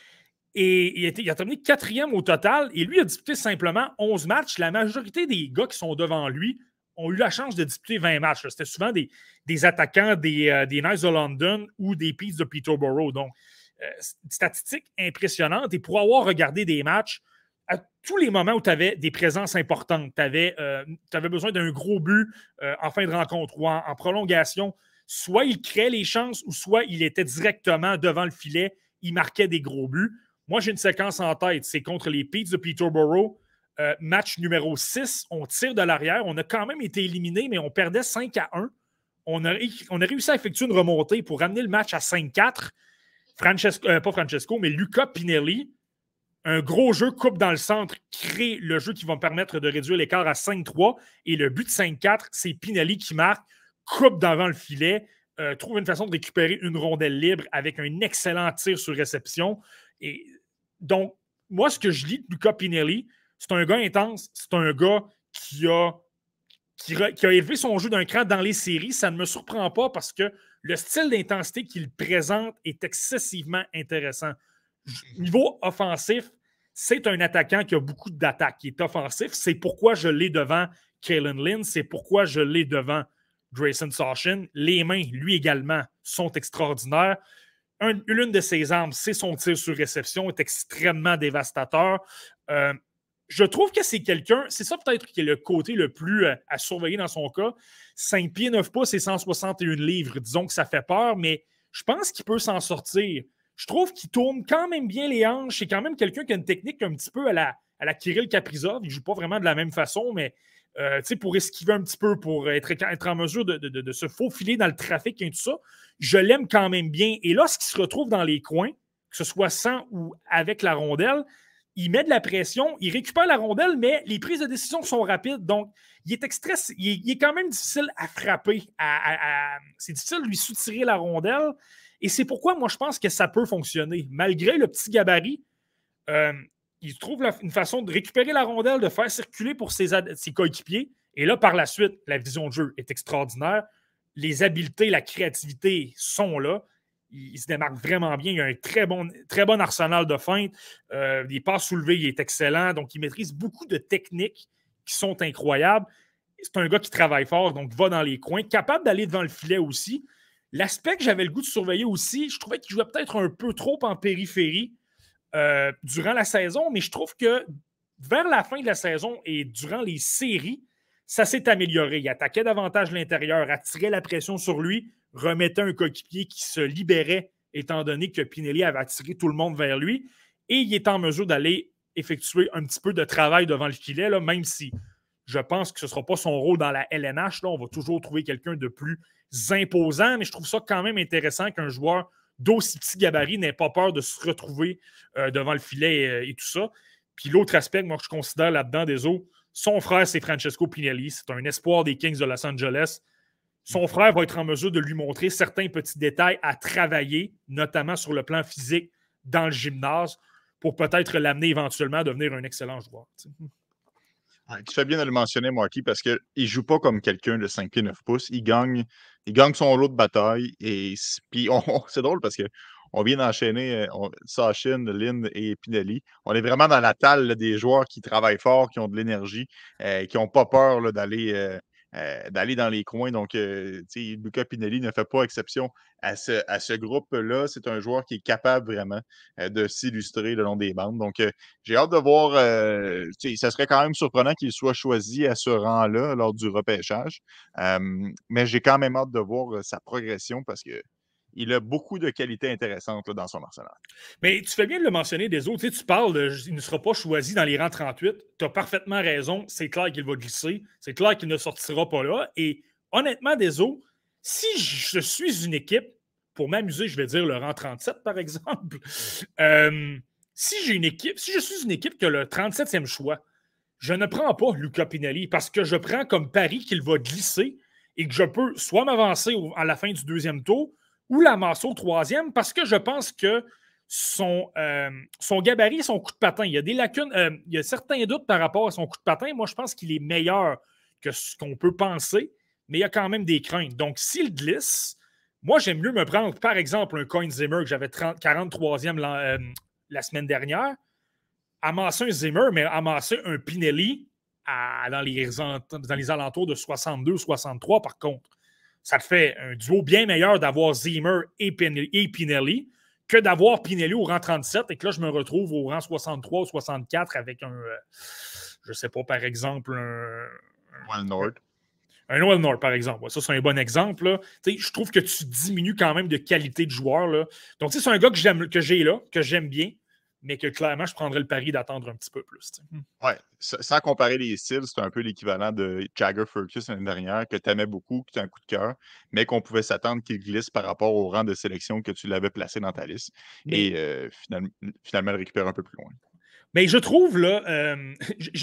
Et il a, été, il a terminé quatrième au total. Et lui a disputé simplement onze matchs. La majorité des gars qui sont devant lui ont eu la chance de disputer vingt matchs. C'était souvent des, des attaquants des, euh, des Knights de London ou des Petes de Peterborough. Donc, euh, statistique impressionnante. Et pour avoir regardé des matchs, à tous les moments où tu avais des présences importantes, tu avais, euh, besoin d'un gros but euh, en fin de rencontre ou en, en prolongation, soit il créait les chances ou soit il était directement devant le filet, il marquait des gros buts. Moi, j'ai une séquence en tête, c'est contre les Petes de Peterborough, euh, match numéro six, on tire de l'arrière, on a quand même été éliminé, mais on perdait cinq à un. On a, on a réussi à effectuer une remontée pour ramener le match à cinq quatre. Francesco, euh, pas Francesco, mais Luca Pinelli, un gros jeu, coupe dans le centre, crée le jeu qui va me permettre de réduire l'écart à cinq trois. Et le but de cinq quatre, c'est Pinelli qui marque, coupe devant le filet, euh, trouve une façon de récupérer une rondelle libre avec un excellent tir sur réception. Et donc, moi, ce que je lis de Luca Pinelli, c'est un gars intense, c'est un gars qui a, qui, re, qui a élevé son jeu d'un cran dans les séries. Ça ne me surprend pas parce que le style d'intensité qu'il présente est excessivement intéressant. Niveau offensif, c'est un attaquant qui a beaucoup d'attaques, qui est offensif. C'est pourquoi je l'ai devant Kalen Lynn, c'est pourquoi je l'ai devant Grayson Sawchin. Les mains, lui également, sont extraordinaires. Un, l'une de ses armes, c'est son tir sur réception, est extrêmement dévastateur. Euh, je trouve que c'est quelqu'un, c'est ça peut-être qui est le côté le plus euh, à surveiller dans son cas. cinq pieds, neuf pouces et cent soixante et un livres. Disons que ça fait peur, mais je pense qu'il peut s'en sortir. Je trouve qu'il tourne quand même bien les hanches. C'est quand même quelqu'un qui a une technique un petit peu à la, à la Kirill Kaprizov. Il ne joue pas vraiment de la même façon, mais euh, pour esquiver un petit peu, pour être, être en mesure de, de, de, de se faufiler dans le trafic et tout ça, je l'aime quand même bien. Et lorsqu'il se retrouve dans les coins, que ce soit sans ou avec la rondelle, il met de la pression, il récupère la rondelle, mais les prises de décision sont rapides. Donc, il est, extra, il est, il est quand même difficile à frapper. À, à, à, c'est difficile de lui soutirer la rondelle. Et c'est pourquoi, moi, je pense que ça peut fonctionner. Malgré le petit gabarit, euh, il trouve la, une façon de récupérer la rondelle, de faire circuler pour ses, ses coéquipiers. Et là, par la suite, la vision de jeu est extraordinaire. Les habiletés, la créativité sont là. Il, il se démarque vraiment bien. Il a un très bon, très bon arsenal de feintes. Euh, les passes soulevées, il est excellent. Donc, il maîtrise beaucoup de techniques qui sont incroyables. C'est un gars qui travaille fort, donc va dans les coins, capable d'aller devant le filet aussi. L'aspect que j'avais le goût de surveiller aussi, je trouvais qu'il jouait peut-être un peu trop en périphérie euh, durant la saison, mais je trouve que vers la fin de la saison et durant les séries, ça s'est amélioré. Il attaquait davantage l'intérieur, attirait la pression sur lui, remettait un coéquipier qui se libérait, étant donné que Pinelli avait attiré tout le monde vers lui, et il est en mesure d'aller effectuer un petit peu de travail devant le filet, là, même si je pense que ce ne sera pas son rôle dans la L N H. Là, on va toujours trouver quelqu'un de plus imposant, mais je trouve ça quand même intéressant qu'un joueur d'aussi petit gabarit n'ait pas peur de se retrouver euh, devant le filet et, et tout ça. Puis l'autre aspect que moi je considère là-dedans des eaux, son frère, c'est Francesco Pinelli. C'est un espoir des Kings de Los Angeles. Son frère va être en mesure de lui montrer certains petits détails à travailler, notamment sur le plan physique dans le gymnase, pour peut-être l'amener éventuellement à devenir un excellent joueur. T'sais. Tu fais bien de le mentionner, Marky, parce qu'il ne joue pas comme quelqu'un de cinq pieds neuf pouces. Il gagne, il gagne son lot de bataille. Et puis, on, c'est drôle parce qu'on vient d'enchaîner Sachin, Lynn et Pinelli. On est vraiment dans la talle là, des joueurs qui travaillent fort, qui ont de l'énergie, euh, qui n'ont pas peur là, d'aller, euh, euh, d'aller dans les coins. Donc, euh, Luca Pinelli ne fait pas exception à ce, à ce groupe-là. C'est un joueur qui est capable vraiment euh, de s'illustrer le long des bandes. Donc, euh, j'ai hâte de voir. Euh, ça serait quand même surprenant qu'il soit choisi à ce rang-là lors du repêchage. Euh, mais j'ai quand même hâte de voir euh, sa progression parce que il a beaucoup de qualités intéressantes là, dans son arsenal. Mais tu fais bien de le mentionner des autres. Tu sais, tu parles, de, il ne sera pas choisi dans les rangs trente-huit. Tu as parfaitement raison. C'est clair qu'il va glisser. C'est clair qu'il ne sortira pas là. Et honnêtement, des autres, si je suis une équipe, pour m'amuser, je vais dire le rang trente-sept, par exemple, euh, si j'ai une équipe, si je suis une équipe qui a le trente-septième choix, je ne prends pas Luca Pinelli parce que je prends comme pari qu'il va glisser et que je peux soit m'avancer à la fin du deuxième tour ou l'amasser au troisième parce que je pense que son, euh, son gabarit et son coup de patin, il y a des lacunes, euh, il y a certains doutes par rapport à son coup de patin. Moi, je pense qu'il est meilleur que ce qu'on peut penser, mais il y a quand même des craintes. Donc, s'il glisse, moi, j'aime mieux me prendre, par exemple, un Coin Zimmer que j'avais quarante-troisième euh, la semaine dernière, amasser un Zimmer, mais amasser un Pinelli à, dans, les, dans les alentours de soixante-deux soixante-trois, par contre. Ça te fait un duo bien meilleur d'avoir Zimmer et Pinelli, et Pinelli que d'avoir Pinelli au rang trente-sept et que là, je me retrouve au rang soixante-trois ou soixante-quatre avec un, euh, je sais pas, par exemple, un... Well Nord. Un Noel Nord, par exemple. Ça, c'est un bon exemple. Là. Je trouve que tu diminues quand même de qualité de joueur. Là. Donc, c'est un gars que, j'aime, que j'ai là, que j'aime bien, mais que clairement, je prendrais le pari d'attendre un petit peu plus. Oui, sans comparer les styles, c'est un peu l'équivalent de Jagger Ferguson l'année dernière, que tu aimais beaucoup, que tu as un coup de cœur, mais qu'on pouvait s'attendre qu'il glisse par rapport au rang de sélection que tu l'avais placé dans ta liste. Mais... Et euh, finalement, finalement, le récupérer un peu plus loin. Mais je trouve, là, euh,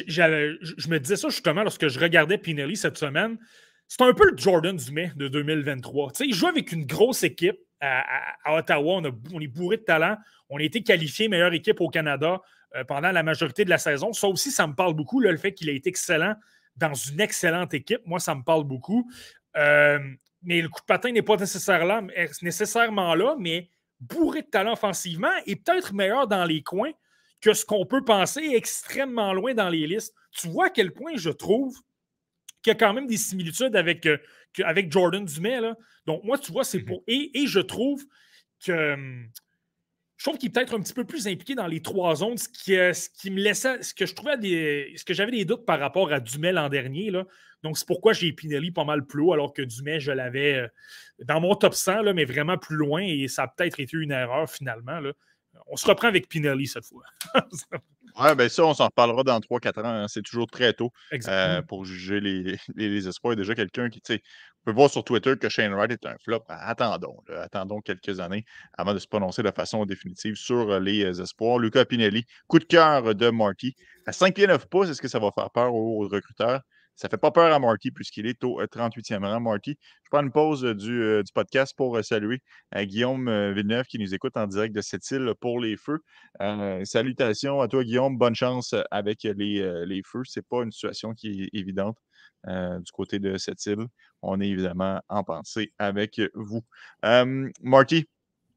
je me disais ça justement lorsque je regardais Pinelli cette semaine. C'est un peu le Jordan Dumais de deux mille vingt-trois. Tu sais, il joue avec une grosse équipe à, à, à Ottawa. On, a, on est bourré de talent. On a été qualifié meilleure équipe au Canada euh, pendant la majorité de la saison. Ça aussi, ça me parle beaucoup, là, le fait qu'il ait été excellent dans une excellente équipe. Moi, ça me parle beaucoup. Euh, mais le coup de patin n'est pas nécessairement, nécessairement là, mais bourré de talent offensivement et peut-être meilleur dans les coins que ce qu'on peut penser extrêmement loin dans les listes. Tu vois à quel point je trouve qu'il y a quand même des similitudes avec, euh, avec Jordan Dumais. Là. Donc, moi, tu vois, c'est pour. Et, et je trouve que. Je trouve qu'il est peut-être un petit peu plus impliqué dans les trois zones, ce qui, ce qui me laissait. Ce que je trouvais des. Ce que j'avais des doutes par rapport à Dumais l'an dernier. Là. Donc, c'est pourquoi j'ai Pinelli pas mal plus haut, alors que Dumais, je l'avais dans mon top cent, là, mais vraiment plus loin, et ça a peut-être été une erreur finalement. Là. On se reprend avec Pinelli cette fois. Oui, bien ça, on s'en reparlera dans trois quatre ans. Hein. C'est toujours très tôt euh, mm. pour juger les, les, les espoirs. Il y a déjà quelqu'un qui, tu sais, on peut voir sur Twitter que Shane Wright est un flop. Attendons, là, attendons quelques années avant de se prononcer de façon définitive sur les espoirs. Luca Pinelli, coup de cœur de Marty. À cinq pieds neuf pouces, est-ce que ça va faire peur aux recruteurs? Ça ne fait pas peur à Marty puisqu'il est au trente-huitième rang. Marty, je prends une pause du, euh, du podcast pour euh, saluer euh, Guillaume Villeneuve qui nous écoute en direct de Sept-Îles pour les Feux. Euh, salutations à toi, Guillaume. Bonne chance avec les, euh, les Feux. Ce n'est pas une situation qui est évidente euh, du côté de Sept-Îles. On est évidemment en pensée avec vous. Euh, Marty,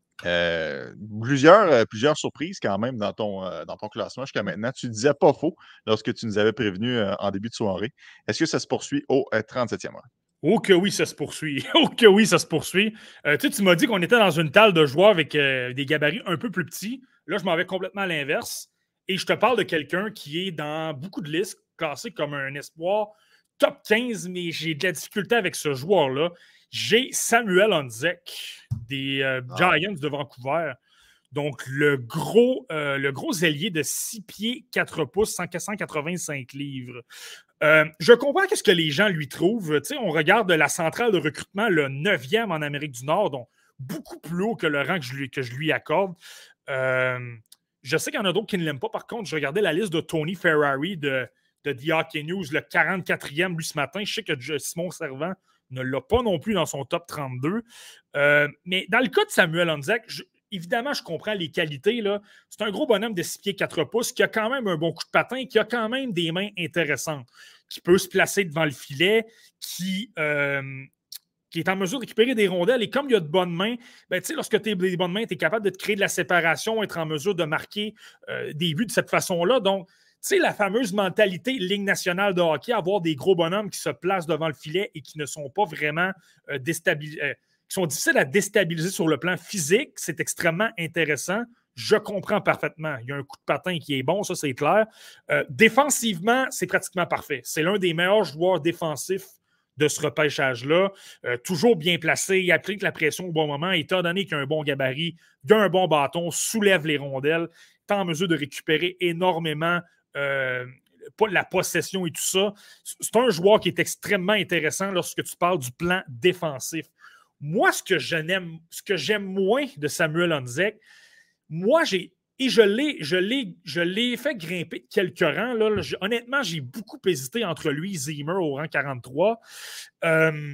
Euh, plusieurs, euh, plusieurs surprises quand même dans ton, euh, dans ton classement jusqu'à maintenant. Tu ne disais pas faux lorsque tu nous avais prévenu euh, en début de soirée. Est-ce que ça se poursuit au euh, trente-septième rang? Oh que oui, ça se poursuit. Oh que oui, ça se poursuit. Euh, tu sais, tu m'as dit qu'on était dans une table de joueurs avec euh, des gabarits un peu plus petits. Là, je m'en vais complètement à l'inverse. Et je te parle de quelqu'un qui est dans beaucoup de listes, classé comme un espoir top quinze, mais j'ai de la difficulté avec ce joueur-là. J'ai Samuel Honzek des euh, ah. Giants de Vancouver. Donc, le gros, euh, le gros ailier de six pieds, quatre pouces, cent quatre-vingt-cinq livres. Euh, je comprends qu'est-ce que les gens lui trouvent. T'sais, on regarde la centrale de recrutement, le neuvième en Amérique du Nord, donc beaucoup plus haut que le rang que je lui, que je lui accorde. Euh, je sais qu'il y en a d'autres qui ne l'aiment pas. Par contre, je regardais la liste de Tony Ferrari de, de The Hockey News, le quarante-quatrième, lui, ce matin. Je sais que Simon Servant ne l'a pas non plus dans son top trente-deux. Euh, mais dans le cas de Samuel Honzek, je, évidemment, je comprends les qualités. Là. C'est un gros bonhomme de six pieds quatre pouces qui a quand même un bon coup de patin, qui a quand même des mains intéressantes, qui peut se placer devant le filet, qui, euh, qui est en mesure de récupérer des rondelles. Et comme il y a de bonnes mains, ben, lorsque tu as des bonnes mains, tu es capable de te créer de la séparation, être en mesure de marquer euh, des buts de cette façon-là. Donc, tu sais, la fameuse mentalité Ligue nationale de hockey, avoir des gros bonhommes qui se placent devant le filet et qui ne sont pas vraiment euh, déstabilisés, euh, qui sont difficiles à déstabiliser sur le plan physique, c'est extrêmement intéressant. Je comprends parfaitement. Il y a un coup de patin qui est bon, ça c'est clair. Euh, défensivement, c'est pratiquement parfait. C'est l'un des meilleurs joueurs défensifs de ce repêchage-là. Euh, toujours bien placé, il applique la pression au bon moment. Étant donné qu'il a un bon gabarit, il a un bon bâton, soulève les rondelles, est en mesure de récupérer énormément Euh, la possession et tout ça. C'est un joueur qui est extrêmement intéressant lorsque tu parles du plan défensif. Moi, ce que j'aime, ce que j'aime moins de Samuel Honzek, moi, j'ai, et je l'ai, je l'ai, je l'ai fait grimper de quelques rangs. Là, là, honnêtement, j'ai beaucoup hésité entre lui et Zimmer au rang quarante-trois. Euh,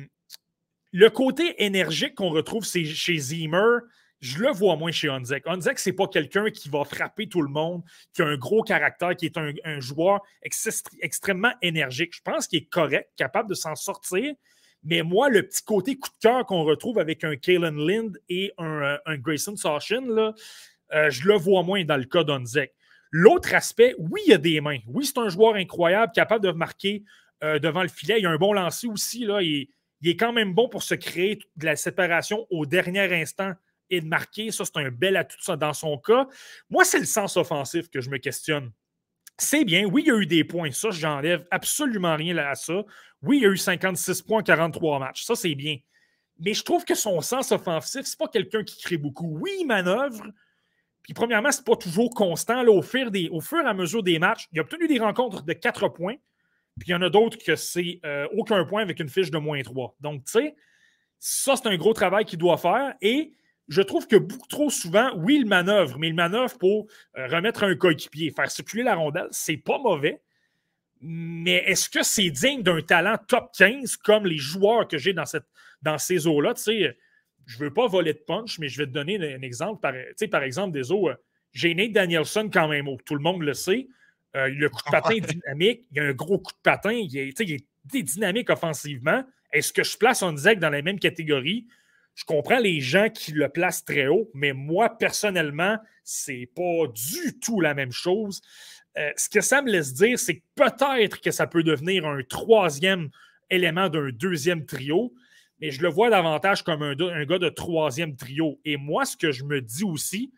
le côté énergique qu'on retrouve chez Zimmer, je le vois moins chez Honzek. Honzek, c'est pas quelqu'un qui va frapper tout le monde, qui a un gros caractère, qui est un, un joueur ex- extrêmement énergique. Je pense qu'il est correct, capable de s'en sortir. Mais moi, le petit côté coup de cœur qu'on retrouve avec un Kalen Lind et un, un Grayson Sawchin, là, Euh, je le vois moins dans le cas d'Onzek. L'autre aspect, oui, il y a des mains. Oui, c'est un joueur incroyable, capable de marquer euh, devant le filet. Il a un bon lancer aussi. Là. Il, il est quand même bon pour se créer de la séparation au dernier instant et de marquer. Ça, c'est un bel atout ça, dans son cas. Moi, c'est le sens offensif que je me questionne. C'est bien, oui, il y a eu des points. Ça, j'enlève absolument rien à ça. Oui, il y a eu cinquante-six points en quarante-trois matchs. Ça, c'est bien. Mais je trouve que son sens offensif, c'est pas quelqu'un qui crée beaucoup. Oui, il manœuvre. Puis, premièrement, c'est pas toujours constant. Là, au, fur des, au fur et à mesure des matchs, il a obtenu des rencontres de quatre points. Puis, il y en a d'autres que c'est euh, aucun point avec une fiche de moins trois. Donc, tu sais, ça, c'est un gros travail qu'il doit faire. Et je trouve que beaucoup trop souvent, oui, il manœuvre, mais il manœuvre pour euh, remettre un coéquipier, faire circuler la rondelle. C'est pas mauvais. Mais est-ce que c'est digne d'un talent top quinze comme les joueurs que j'ai dans, cette, dans ces eaux-là? Tu sais, je ne veux pas voler de punch, mais je vais te donner un exemple. Par, par exemple, des eaux, euh, j'ai Nate Danielson quand même haut. Tout le monde le sait. Euh, le coup de patin est dynamique. Il y a un gros coup de patin. Il est, il est dynamique offensivement. Est-ce que je place Onzek dans la même catégorie? Je comprends les gens qui le placent très haut, mais moi, personnellement, c'est pas du tout la même chose. Euh, ce que ça me laisse dire, c'est que peut-être que ça peut devenir un troisième élément d'un deuxième trio, mais je le vois davantage comme un, un gars de troisième trio. Et moi, ce que je me dis aussi,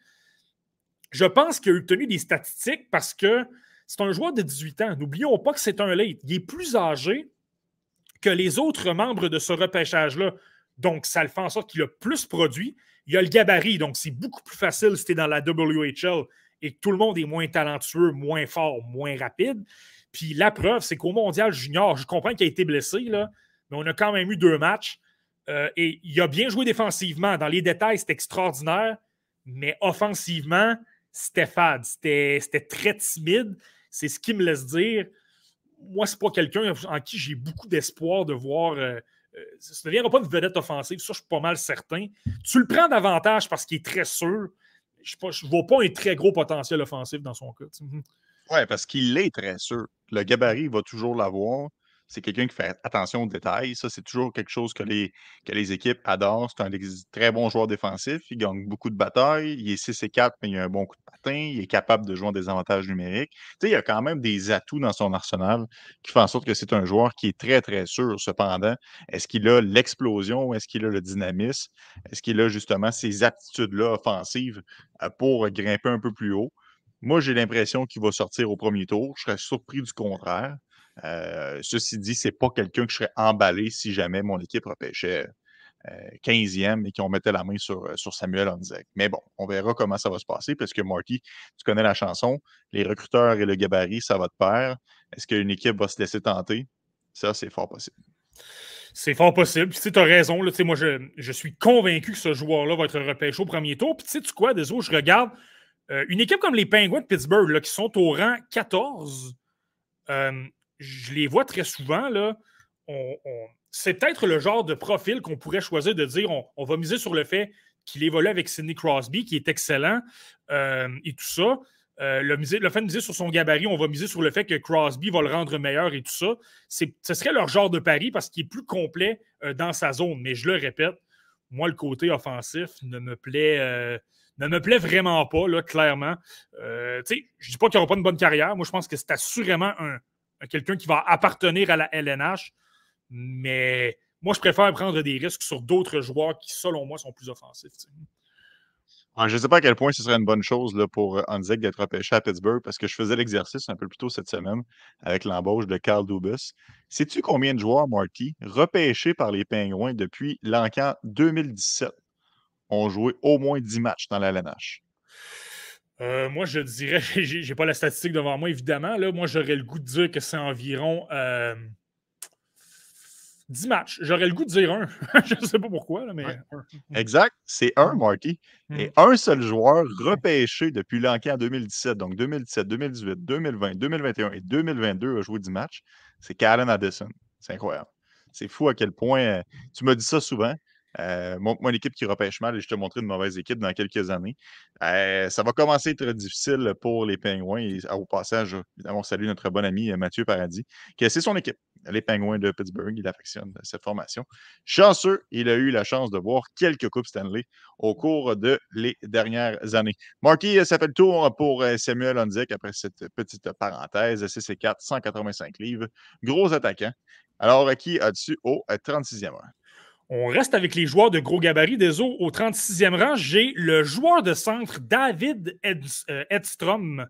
je pense qu'il a obtenu des statistiques parce que c'est un joueur de dix-huit ans. N'oublions pas que c'est un late. Il est plus âgé que les autres membres de ce repêchage-là. Donc, ça le fait en sorte qu'il a plus produit. Il a le gabarit, donc c'est beaucoup plus facile si tu es dans la W H L et que tout le monde est moins talentueux, moins fort, moins rapide. Puis la preuve, c'est qu'au Mondial Junior, je comprends qu'il a été blessé, là, mais on a quand même eu deux matchs. Euh, et il a bien joué défensivement. Dans les détails, c'était extraordinaire, mais offensivement, c'était fade. C'était, c'était très timide. C'est ce qui me laisse dire. Moi, c'est pas quelqu'un en qui j'ai beaucoup d'espoir de voir. Euh, euh, ça ne deviendra pas une vedette offensive, ça, je suis pas mal certain. Tu le prends davantage parce qu'il est très sûr. Je ne vois pas un très gros potentiel offensif dans son cas. Oui, parce qu'il est très sûr. Le gabarit, il va toujours l'avoir. C'est quelqu'un qui fait attention aux détails. Ça, c'est toujours quelque chose que les, que les équipes adorent. C'est un ex- très bon joueur défensif. Il gagne beaucoup de batailles. Il est six et quatre, mais il a un bon coup de patin. Il est capable de jouer en désavantage numérique. Tu sais, il y a quand même des atouts dans son arsenal qui font en sorte que c'est un joueur qui est très, très sûr. Cependant, est-ce qu'il a l'explosion? Est-ce qu'il a le dynamisme? Est-ce qu'il a justement ces aptitudes-là offensives euh, pour grimper un peu plus haut? Moi, j'ai l'impression qu'il va sortir au premier tour. Je serais surpris du contraire. Euh, ceci dit, c'est pas quelqu'un que je serais emballé si jamais mon équipe repêchait euh, quinzième et qu'on mettait la main sur, sur Samuel Honzek. Mais bon, on verra comment ça va se passer parce que Marty, tu connais la chanson. Les recruteurs et le gabarit, ça va de pair. Est-ce qu'une équipe va se laisser tenter? Ça, c'est fort possible. C'est fort possible. Puis, tu as raison. Là, moi, je, je suis convaincu que ce joueur-là va être repêché au premier tour. Puis, tu sais, tu quoi, désolé, je regarde euh, une équipe comme les Penguins de Pittsburgh, là, qui sont au rang quatorze, euh, je les vois très souvent. Là, on, on... C'est peut-être le genre de profil qu'on pourrait choisir de dire on, on va miser sur le fait qu'il évolue avec Sidney Crosby, qui est excellent euh, et tout ça. Euh, le, miser, le fait de miser sur son gabarit, on va miser sur le fait que Crosby va le rendre meilleur et tout ça. C'est, ce serait leur genre de pari parce qu'il est plus complet euh, dans sa zone. Mais je le répète, moi, le côté offensif ne me plaît, euh, ne me plaît vraiment pas, là, clairement. Euh, je ne dis pas qu'il n'aura pas une bonne carrière. Moi, je pense que c'est assurément un, un, quelqu'un qui va appartenir à la L N H. Mais moi, je préfère prendre des risques sur d'autres joueurs qui, selon moi, sont plus offensifs. T'sais. Je ne sais pas à quel point ce serait une bonne chose là, pour Honzek d'être repêché à Pittsburgh parce que je faisais l'exercice un peu plus tôt cette semaine avec l'embauche de Carl Dubas. Sais-tu combien de joueurs, Marty, repêchés par les Pingouins depuis l'encan deux mille dix-sept ont joué au moins dix matchs dans la L N H? Euh, moi, je dirais, j'ai, j'ai pas la statistique devant moi, évidemment. Là, moi, j'aurais le goût de dire que c'est environ euh, dix matchs. J'aurais le goût de dire un. Je ne sais pas pourquoi, là, mais. Ouais. Exact, c'est un, Marty. Mm. Et un seul joueur repêché depuis l'encan deux mille dix-sept, donc deux mille dix-sept, deux mille dix-huit, deux mille vingt, deux mille vingt et un et deux mille vingt-deux a joué dix matchs. C'est Calen Addison. C'est incroyable. C'est fou à quel point. Euh, tu m'as dit ça souvent. Euh, montre-moi une équipe qui repêche mal et je te montrerai une mauvaise équipe dans quelques années. Euh, ça va commencer à être difficile pour les Pingouins. Et au passage, évidemment, on salue notre bon ami Mathieu Paradis, qui c'est son équipe. les Penguins de Pittsburgh. Il affectionne cette formation. Chanceux, il a eu la chance de voir quelques Coupes Stanley au cours de les dernières années. Marty, ça fait le tour pour Samuel Honzek après cette petite parenthèse. six et quatre, cent quatre-vingt-cinq livres. Gros attaquant. Alors, qui as-tu au trente-sixième rang? On reste avec les joueurs de gros gabarit des eaux. Au trente-sixième rang, j'ai le joueur de centre David Ed, euh, Edstrom,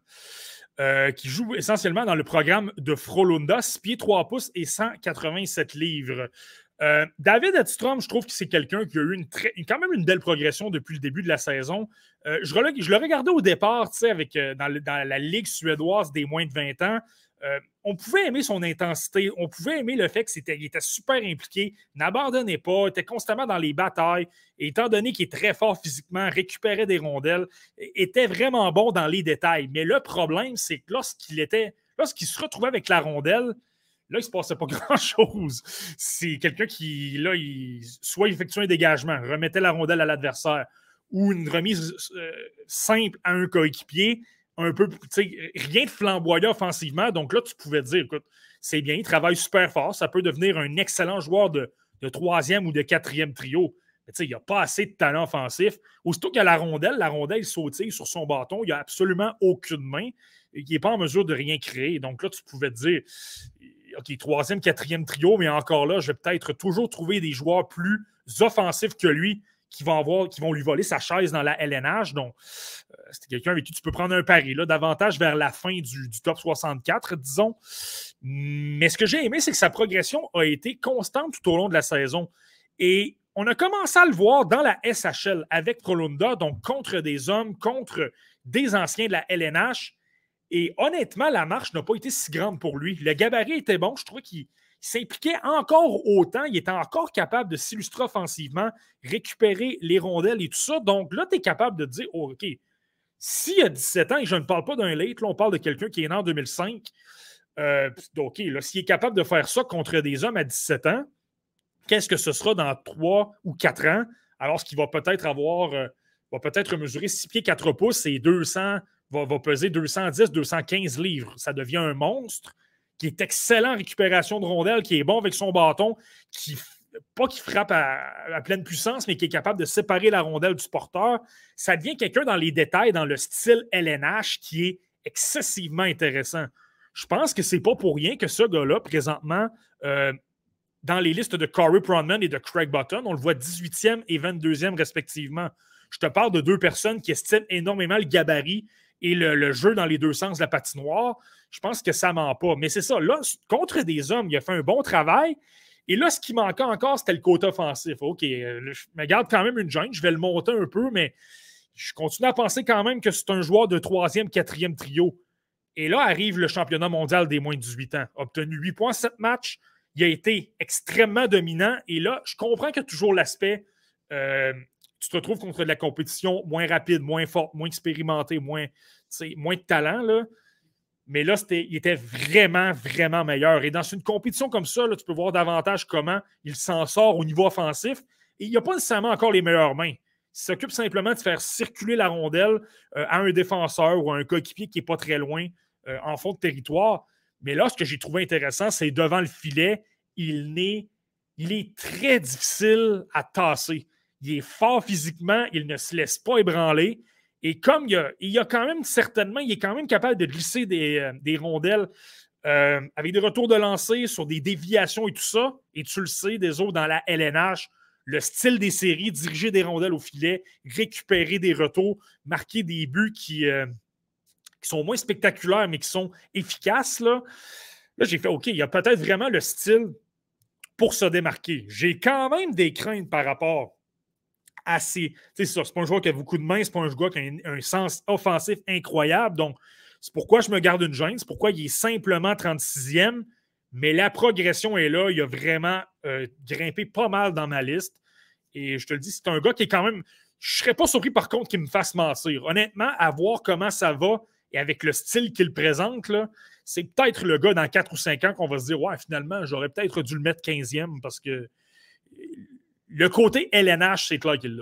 euh, qui joue essentiellement dans le programme de Frolunda, six pieds trois pouces et cent quatre-vingt-sept livres. Euh, David Edstrom, je trouve que c'est quelqu'un qui a eu une très, quand même une belle progression depuis le début de la saison. Euh, je, je le regardais au départ, tu sais, avec, euh, dans, le, dans la ligue suédoise des moins de vingt ans. Euh, on pouvait aimer son intensité, on pouvait aimer le fait qu'il était, était super impliqué, n'abandonnait pas, était constamment dans les batailles, et étant donné qu'il est très fort physiquement, récupérait des rondelles, était vraiment bon dans les détails. Mais le problème, c'est que lorsqu'il était, lorsqu'il se retrouvait avec la rondelle, là, il ne se passait pas grand-chose. C'est quelqu'un qui, là, il, soit il effectuait un dégagement, remettait la rondelle à l'adversaire, ou une remise euh, simple à un coéquipier, un peu, tu sais, rien de flamboyant offensivement. Donc là, tu pouvais te dire, écoute, c'est bien, il travaille super fort, ça peut devenir un excellent joueur de, de troisième ou de quatrième trio. Mais tu sais, il n'y a pas assez de talent offensif. Aussitôt qu'il y a la rondelle, la rondelle sautille sur son bâton, il n'y a absolument aucune main. Il n'est pas en mesure de rien créer. Donc là, tu pouvais te dire, OK, troisième, quatrième trio, mais encore là, je vais peut-être toujours trouver des joueurs plus offensifs que lui qui vont, avoir, qui vont lui voler sa chaise dans la L N H. Donc, euh, c'est quelqu'un avec qui tu peux prendre un pari, là, davantage vers la fin du, du top soixante-quatre, disons. Mais ce que j'ai aimé, c'est que sa progression a été constante tout au long de la saison. Et on a commencé à le voir dans la S H L avec Frolunda, donc contre des hommes, contre des anciens de la L N H. Et honnêtement, la marche n'a pas été si grande pour lui. Le gabarit était bon. Je trouvais qu'il s'impliquait encore autant. Il était encore capable de s'illustrer offensivement, récupérer les rondelles et tout ça. Donc là, tu es capable de te dire, oh, OK, s'il a dix-sept ans, et je ne parle pas d'un late, là, on parle de quelqu'un qui est né en deux mille cinq, euh, OK, là, s'il est capable de faire ça contre des hommes à dix-sept ans, qu'est-ce que ce sera dans trois ou quatre ans, alors qu'il va peut-être avoir, euh, va peut-être mesurer six pieds quatre pouces et deux cents, va, va peser deux cent dix, deux cent quinze livres. Ça devient un monstre qui est excellent en récupération de rondelles, qui est bon avec son bâton, qui, pas qui frappe à, à pleine puissance, mais qui est capable de séparer la rondelle du porteur. Ça devient quelqu'un dans les détails, dans le style L N H, qui est excessivement intéressant. Je pense que c'est pas pour rien que ce gars-là, présentement, euh, dans les listes de Corey Pronman et de Craig Button, on le voit dix-huitième et vingt-deuxième respectivement. Je te parle de deux personnes qui estiment énormément le gabarit et le, le jeu dans les deux sens de la patinoire. Je pense que ça ne ment pas. Mais c'est ça, là, contre des hommes, il a fait un bon travail. Et là, ce qui manquait encore, c'était le côté offensif. OK, je me garde quand même une gêne, je vais le monter un peu, mais je continue à penser quand même que c'est un joueur de troisième, quatrième trio. Et là arrive le championnat mondial des moins de dix-huit ans. Obtenu huit points, sept matchs. Il a été extrêmement dominant. Et là, je comprends qu'il y a toujours l'aspect euh, tu te retrouves contre de la compétition moins rapide, moins forte, moins expérimentée, moins, moins de talent. Là. Mais là, il était vraiment, vraiment meilleur. Et dans une compétition comme ça, là, tu peux voir davantage comment il s'en sort au niveau offensif. Et il n'a pas nécessairement encore les meilleures mains. Il s'occupe simplement de faire circuler la rondelle euh, à un défenseur ou à un coéquipier qui n'est pas très loin euh, en fond de territoire. Mais là, ce que j'ai trouvé intéressant, c'est devant le filet, il est, il est très difficile à tasser. Il est fort physiquement, il ne se laisse pas ébranler. Et comme il y a, il y a quand même certainement, il est quand même capable de glisser des, euh, des rondelles euh, avec des retours de lancer sur des déviations et tout ça. Et tu le sais, des autres dans la L N H, le style des séries, diriger des rondelles au filet, récupérer des retours, marquer des buts qui, euh, qui sont moins spectaculaires, mais qui sont efficaces. Là, là j'ai fait OK, il y a peut-être vraiment le style pour se démarquer. J'ai quand même des craintes par rapport assez. C'est ça, c'est pas un joueur qui a beaucoup de mains, c'est pas un joueur qui a un, un sens offensif incroyable. Donc, c'est pourquoi je me garde une gêne, c'est pourquoi il est simplement trente-sixième, mais la progression est là. Il a vraiment euh, grimpé pas mal dans ma liste. Et je te le dis, c'est un gars qui est quand même. Je serais pas surpris par contre qu'il me fasse mentir. Honnêtement, à voir comment ça va et avec le style qu'il présente, là, c'est peut-être le gars dans quatre ou cinq ans qu'on va se dire ouais, finalement, j'aurais peut-être dû le mettre quinzième parce que. Le côté L N H, c'est clair qu'il l'a.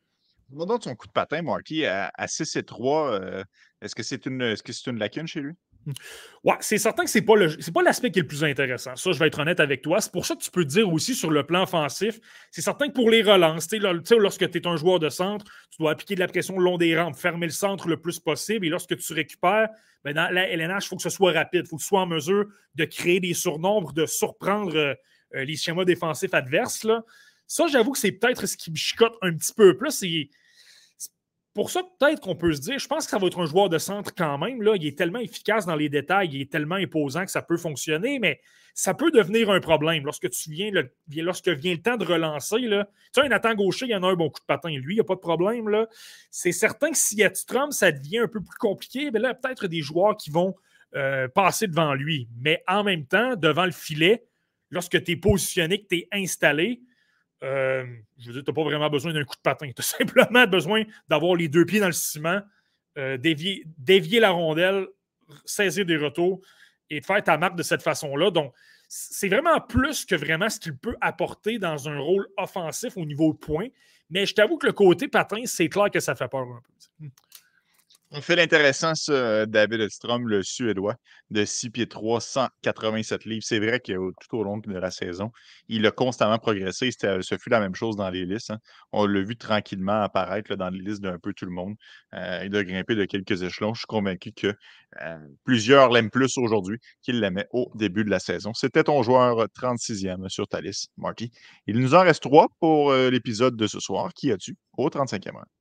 Demandons son coup de patin, Marty, à, à six et trois. Euh, est-ce que c'est une, est-ce que c'est une lacune chez lui? Ouais, c'est certain que c'est pas le, c'est pas l'aspect qui est le plus intéressant. Ça, je vais être honnête avec toi. C'est pour ça que tu peux te dire aussi sur le plan offensif, c'est certain que pour les relances, tu sais, lorsque tu es un joueur de centre, tu dois appliquer de la pression le long des rampes, fermer le centre le plus possible. Et lorsque tu récupères, ben dans la L N H, il faut que ce soit rapide. Il faut que tu sois en mesure de créer des surnombres, de surprendre euh, les schémas défensifs adverses. Là. Ça, j'avoue que c'est peut-être ce qui me chicote un petit peu plus. C'est pour ça, peut-être qu'on peut se dire, je pense que ça va être un joueur de centre quand même. Là. Il est tellement efficace dans les détails, il est tellement imposant que ça peut fonctionner, mais ça peut devenir un problème lorsque tu viens, le, lorsque vient le temps de relancer. Là. Tu sais, un attaquant gaucher, il y en a un bon coup de patin. Lui, il n'y a pas de problème. Là. C'est certain que si à Trump, ça devient un peu plus compliqué, bien là, peut-être des joueurs qui vont euh, passer devant lui. Mais en même temps, devant le filet, lorsque tu es positionné, que tu es installé, Euh, je veux dire, tu n'as pas vraiment besoin d'un coup de patin. Tu as simplement besoin d'avoir les deux pieds dans le ciment, euh, dévier, dévier la rondelle, saisir des retours et faire ta marque de cette façon-là. Donc, c'est vraiment plus que vraiment ce qu'il peut apporter dans un rôle offensif au niveau de points. Mais je t'avoue que le côté patin, c'est clair que ça fait peur un peu. On fait l'intéressant, ça, David Edstrom, le Suédois, de six pieds trois, cent quatre-vingt-sept livres. C'est vrai que tout au long de la saison, il a constamment progressé. C'était, ce fut la même chose dans les listes. Hein. On l'a vu tranquillement apparaître là, dans les listes d'un peu tout le monde. Euh, il a grimpé de quelques échelons. Je suis convaincu que euh, plusieurs l'aiment plus aujourd'hui qu'ils l'aimaient au début de la saison. C'était ton joueur trente-sixième sur ta liste, Marty. Il nous en reste trois pour euh, l'épisode de ce soir. Qui as-tu au trente-cinquième rang?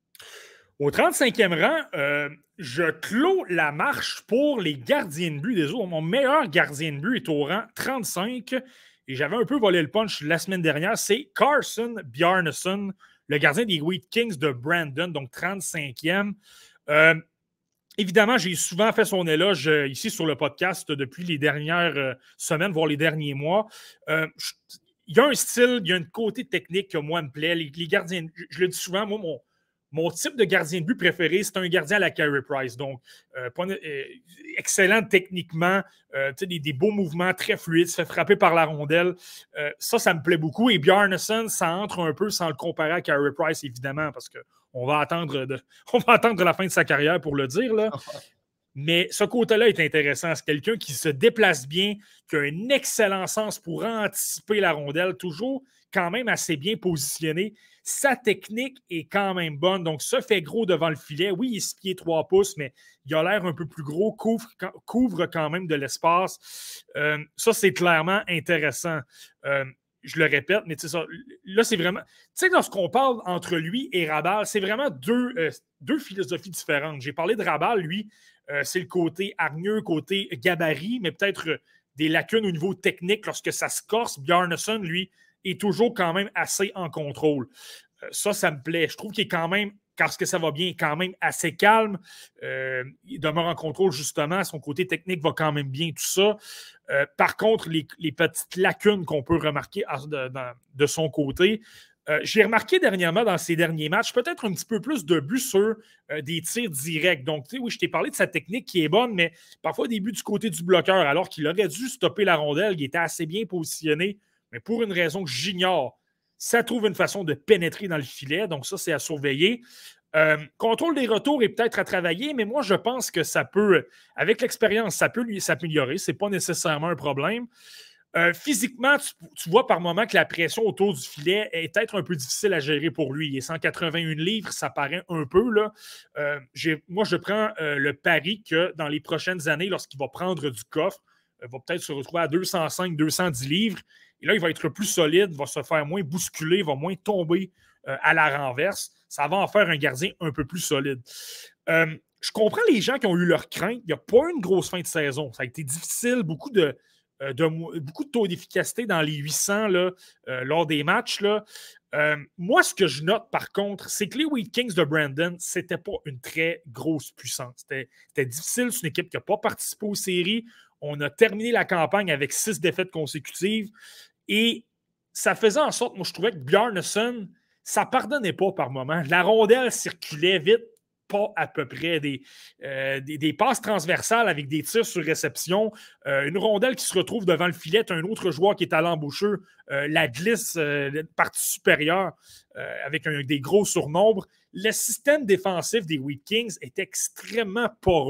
Au trente-cinquième rang, euh, je clôt la marche pour les gardiens de but des autres. Mon meilleur gardien de but est au rang trente-cinq et j'avais un peu volé le punch la semaine dernière. C'est Carson Bjarnason, le gardien des Wheat Kings de Brandon, donc trente-cinquième. Euh, évidemment, j'ai souvent fait son éloge euh, ici sur le podcast depuis les dernières euh, semaines, voire les derniers mois. Euh, je, il y a un style, il y a un côté technique que moi me plaît. Les, les gardiens, je, je le dis souvent, moi, mon Mon type de gardien de but préféré, c'est un gardien à la Carey Price. Donc, euh, pas, euh, excellent techniquement, euh, des, des beaux mouvements très fluides, se fait frapper par la rondelle. Euh, ça, ça me plaît beaucoup. Et Bjarnason, ça entre un peu sans le comparer à Carey Price, évidemment, parce qu'on va attendre de, on va attendre la fin de sa carrière pour le dire. Là. Mais ce côté-là est intéressant. C'est quelqu'un qui se déplace bien, qui a un excellent sens pour anticiper la rondelle, toujours quand même assez bien positionné. Sa technique est quand même bonne. Donc, ça fait gros devant le filet. Oui, il est six pieds trois pouces, mais il a l'air un peu plus gros, couvre, couvre quand même de l'espace. Euh, ça, c'est clairement intéressant. Euh, je le répète, mais tu sais, ça, là, c'est vraiment. Tu sais, lorsqu'on parle entre lui et Rabal, c'est vraiment deux, euh, deux philosophies différentes. J'ai parlé de Rabal, lui, euh, c'est le côté hargneux, côté gabarit, mais peut-être euh, des lacunes au niveau technique lorsque ça se corse. Bjarnason, lui, est toujours quand même assez en contrôle. Euh, ça, ça me plaît. Je trouve qu'il est quand même, parce que ça va bien, quand même assez calme. Euh, il demeure en contrôle, justement. Son côté technique va quand même bien, tout ça. Euh, par contre, les, les petites lacunes qu'on peut remarquer à, de, dans, de son côté, euh, j'ai remarqué dernièrement dans ses derniers matchs, peut-être un petit peu plus de buts sur euh, des tirs directs. Donc, tu sais, oui, je t'ai parlé de sa technique qui est bonne, mais parfois des buts du côté du bloqueur, alors qu'il aurait dû stopper la rondelle. Il était assez bien positionné. Mais pour une raison que j'ignore, ça trouve une façon de pénétrer dans le filet. Donc, ça, c'est à surveiller. Euh, contrôle des retours est peut-être à travailler, mais moi, je pense que ça peut, avec l'expérience, ça peut lui s'améliorer. Ce n'est pas nécessairement un problème. Euh, physiquement, tu, tu vois par moment que la pression autour du filet est peut-être un peu difficile à gérer pour lui. Il est cent quatre-vingt-un livres, ça paraît un peu. Là. Euh, moi, je prends euh, le pari que dans les prochaines années, lorsqu'il va prendre du coffre, il va peut-être se retrouver à deux cent cinq, deux cent dix livres. Et là, il va être plus solide, va se faire moins bousculer, va moins tomber euh, à la renverse. Ça va en faire un gardien un peu plus solide. Euh, je comprends les gens qui ont eu leur crainte. Il n'y a pas eu une grosse fin de saison. Ça a été difficile, beaucoup de, euh, de, beaucoup de taux d'efficacité dans les huit cents là, euh, lors des matchs. Là. Euh, moi, ce que je note, par contre, c'est que les Wheat Kings de Brandon, c'était pas une très grosse puissance. C'était, c'était difficile. C'est une équipe qui n'a pas participé aux séries. On a terminé la campagne avec six défaites consécutives. Et ça faisait en sorte, moi, je trouvais que Bjarnason, ça ne pardonnait pas par moment. La rondelle circulait vite, pas à peu près. Des, euh, des, des passes transversales avec des tirs sur réception. Euh, une rondelle qui se retrouve devant le filet, un autre joueur qui est à l'embouchure, euh, la glisse, euh, partie supérieure, euh, avec un, des gros surnombres. Le système défensif des Wheat Kings est extrêmement poreux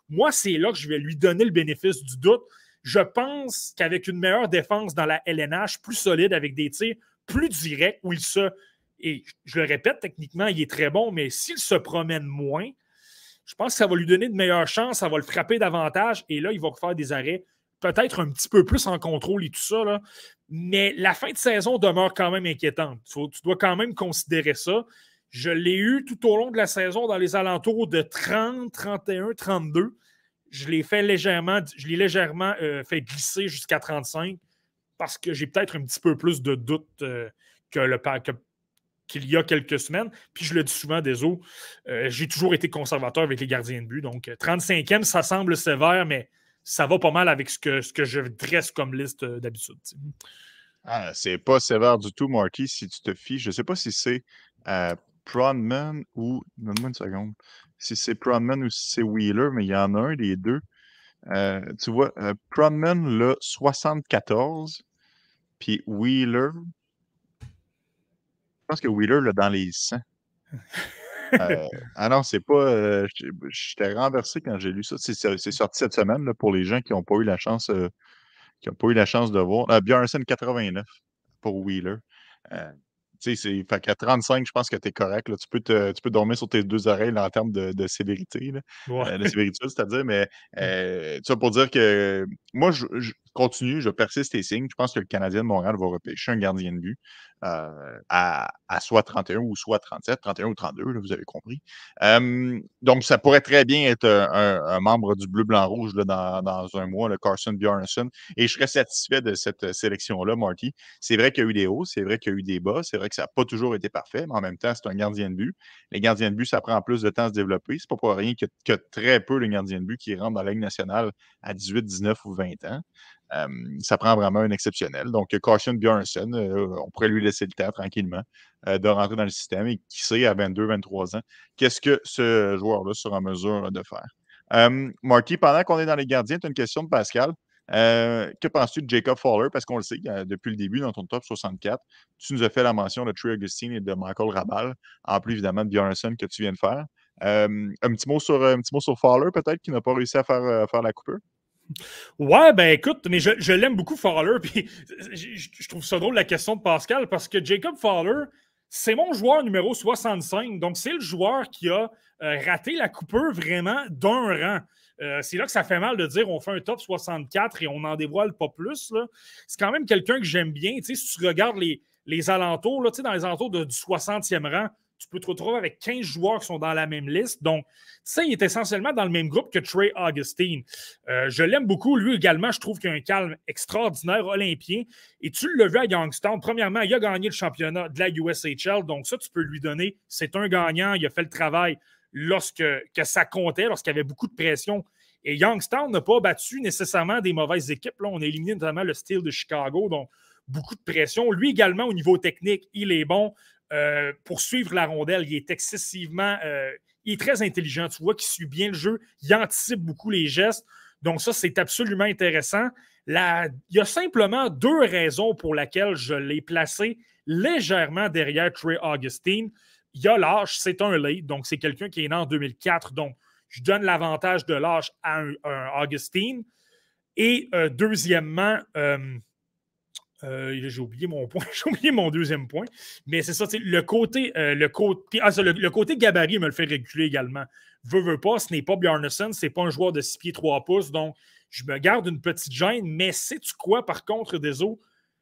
Moi, c'est là que je vais lui donner le bénéfice du doute. Je pense qu'avec une meilleure défense dans la L N H, plus solide, avec des tirs plus directs, où il se... Et je le répète, techniquement, il est très bon, mais s'il se promène moins, je pense que ça va lui donner de meilleures chances, ça va le frapper davantage, et là, il va faire des arrêts peut-être un petit peu plus en contrôle et tout ça, là. Mais la fin de saison demeure quand même inquiétante. Faut, tu dois quand même considérer ça. Je l'ai eu tout au long de la saison dans les alentours de trente, trente et un, trente-deux. Je l'ai fait légèrement, je l'ai légèrement euh, fait glisser jusqu'à trente-cinq parce que j'ai peut-être un petit peu plus de doute euh, que le que, qu'il y a quelques semaines. Puis je le dis souvent, désolé, euh, j'ai toujours été conservateur avec les gardiens de but. Donc trente-cinquième, ça semble sévère, mais ça va pas mal avec ce que, ce que je dresse comme liste euh, d'habitude. Ah, c'est pas sévère du tout, Marty, si tu te fies. Je sais pas si c'est euh, Prodman ou... Donne-moi une seconde. Si c'est Prodman ou si c'est Wheeler, mais il y en a un des deux. Euh, tu vois, euh, Prodman, là, soixante-quatorze, puis Wheeler... Je pense que Wheeler, là, dans les cent. Euh, ah non, c'est pas... Euh, J'étais renversé quand j'ai lu ça. C'est sorti cette semaine, là, pour les gens qui n'ont pas eu la chance... Euh, qui n'ont pas eu la chance de voir. Euh, Bjornsson, quatre-vingt-neuf pour Wheeler. Euh, tu sais, c'est fait qu'à trente-cinq, je pense que tu es correct. Là. Tu, peux te, tu peux dormir sur tes deux oreilles là, en termes de, de sévérité, là. Ouais. Euh, de sévérité, c'est-à-dire, mais euh, ça pour dire que moi, je, je continue, je persiste et signe. Je pense que le Canadien de Montréal va repêcher un gardien de but euh, à, à soit trente et un ou soit trente-sept, trente et un ou trente-deux, là, vous avez compris. Euh, donc, ça pourrait très bien être un, un membre du bleu-blanc-rouge là, dans, dans un mois, le Carson Bjornsson. Et je serais satisfait de cette sélection-là, Marty. C'est vrai qu'il y a eu des hauts, c'est vrai qu'il y a eu des bas, c'est vrai que ça n'a pas toujours été parfait, mais en même temps, c'est un gardien de but. Les gardiens de but, ça prend plus de temps à se développer. C'est pas pour rien que, que très peu de gardiens de but qui rentrent dans la Ligue nationale à dix-huit, dix-neuf ou vingt ans. Euh, ça prend vraiment un exceptionnel. Donc, Carson Bjornsson, euh, on pourrait lui laisser le temps tranquillement euh, de rentrer dans le système et qui sait, à vingt-deux, vingt-trois ans, qu'est-ce que ce joueur-là sera en mesure de faire. Euh, Marty, pendant qu'on est dans les gardiens, tu as une question de Pascal. Euh, que penses-tu de Jacob Fowler? Parce qu'on le sait, euh, depuis le début, dans ton top soixante-quatre, tu nous as fait la mention de Trey Augustine et de Michael Rabal, en plus évidemment de Bjornsson que tu viens de faire. Euh, un, petit mot sur, un petit mot sur Fowler, peut-être, qui n'a pas réussi à faire, à faire la coupure? Ouais, ben écoute, mais je, je l'aime beaucoup, Fowler, puis je, je trouve ça drôle la question de Pascal, parce que Jacob Fowler, c'est mon joueur numéro soixante-cinq, donc c'est le joueur qui a euh, raté la coupure vraiment d'un rang. Euh, c'est là que ça fait mal de dire on fait un top soixante-quatre et on n'en dévoile pas plus. C'est quand même quelqu'un que j'aime bien. Tu sais, si tu regardes les, les alentours, là, tu sais, dans les alentours de, du soixantième rang, tu peux te retrouver avec quinze joueurs qui sont dans la même liste. Donc, ça, il est essentiellement dans le même groupe que Trey Augustine. Euh, je l'aime beaucoup. Lui également, je trouve qu'il a un calme extraordinaire, olympien. Et tu l'as vu à Youngstown. Premièrement, il a gagné le championnat de la U S H L. Donc, ça, tu peux lui donner. C'est un gagnant. Il a fait le travail lorsque que ça comptait, lorsqu'il y avait beaucoup de pression. Et Youngstown n'a pas battu nécessairement des mauvaises équipes. Là, on a éliminé notamment le Steel de Chicago. Donc, beaucoup de pression. Lui également, au niveau technique, il est bon. Euh, pour suivre la rondelle, il est excessivement... Euh, il est très intelligent. Tu vois qu'il suit bien le jeu. Il anticipe beaucoup les gestes. Donc ça, c'est absolument intéressant. La... Il y a simplement deux raisons pour lesquelles je l'ai placé légèrement derrière Trey Augustine. Il y a l'âge, c'est un late. Donc c'est quelqu'un qui est né en deux mille quatre. Donc je donne l'avantage de l'âge à un, un Augustine. Et euh, deuxièmement... Euh, Euh, j'ai oublié mon point, j'ai oublié mon deuxième point. Mais c'est ça, le côté, euh, le, côté ah, ça, le, le côté gabarit me le fait reculer également. Veux, veux pas, ce n'est pas Bjarnason, c'est pas un joueur de six pieds trois pouces, donc je me garde une petite gêne. Mais sais-tu quoi, par contre, des autres?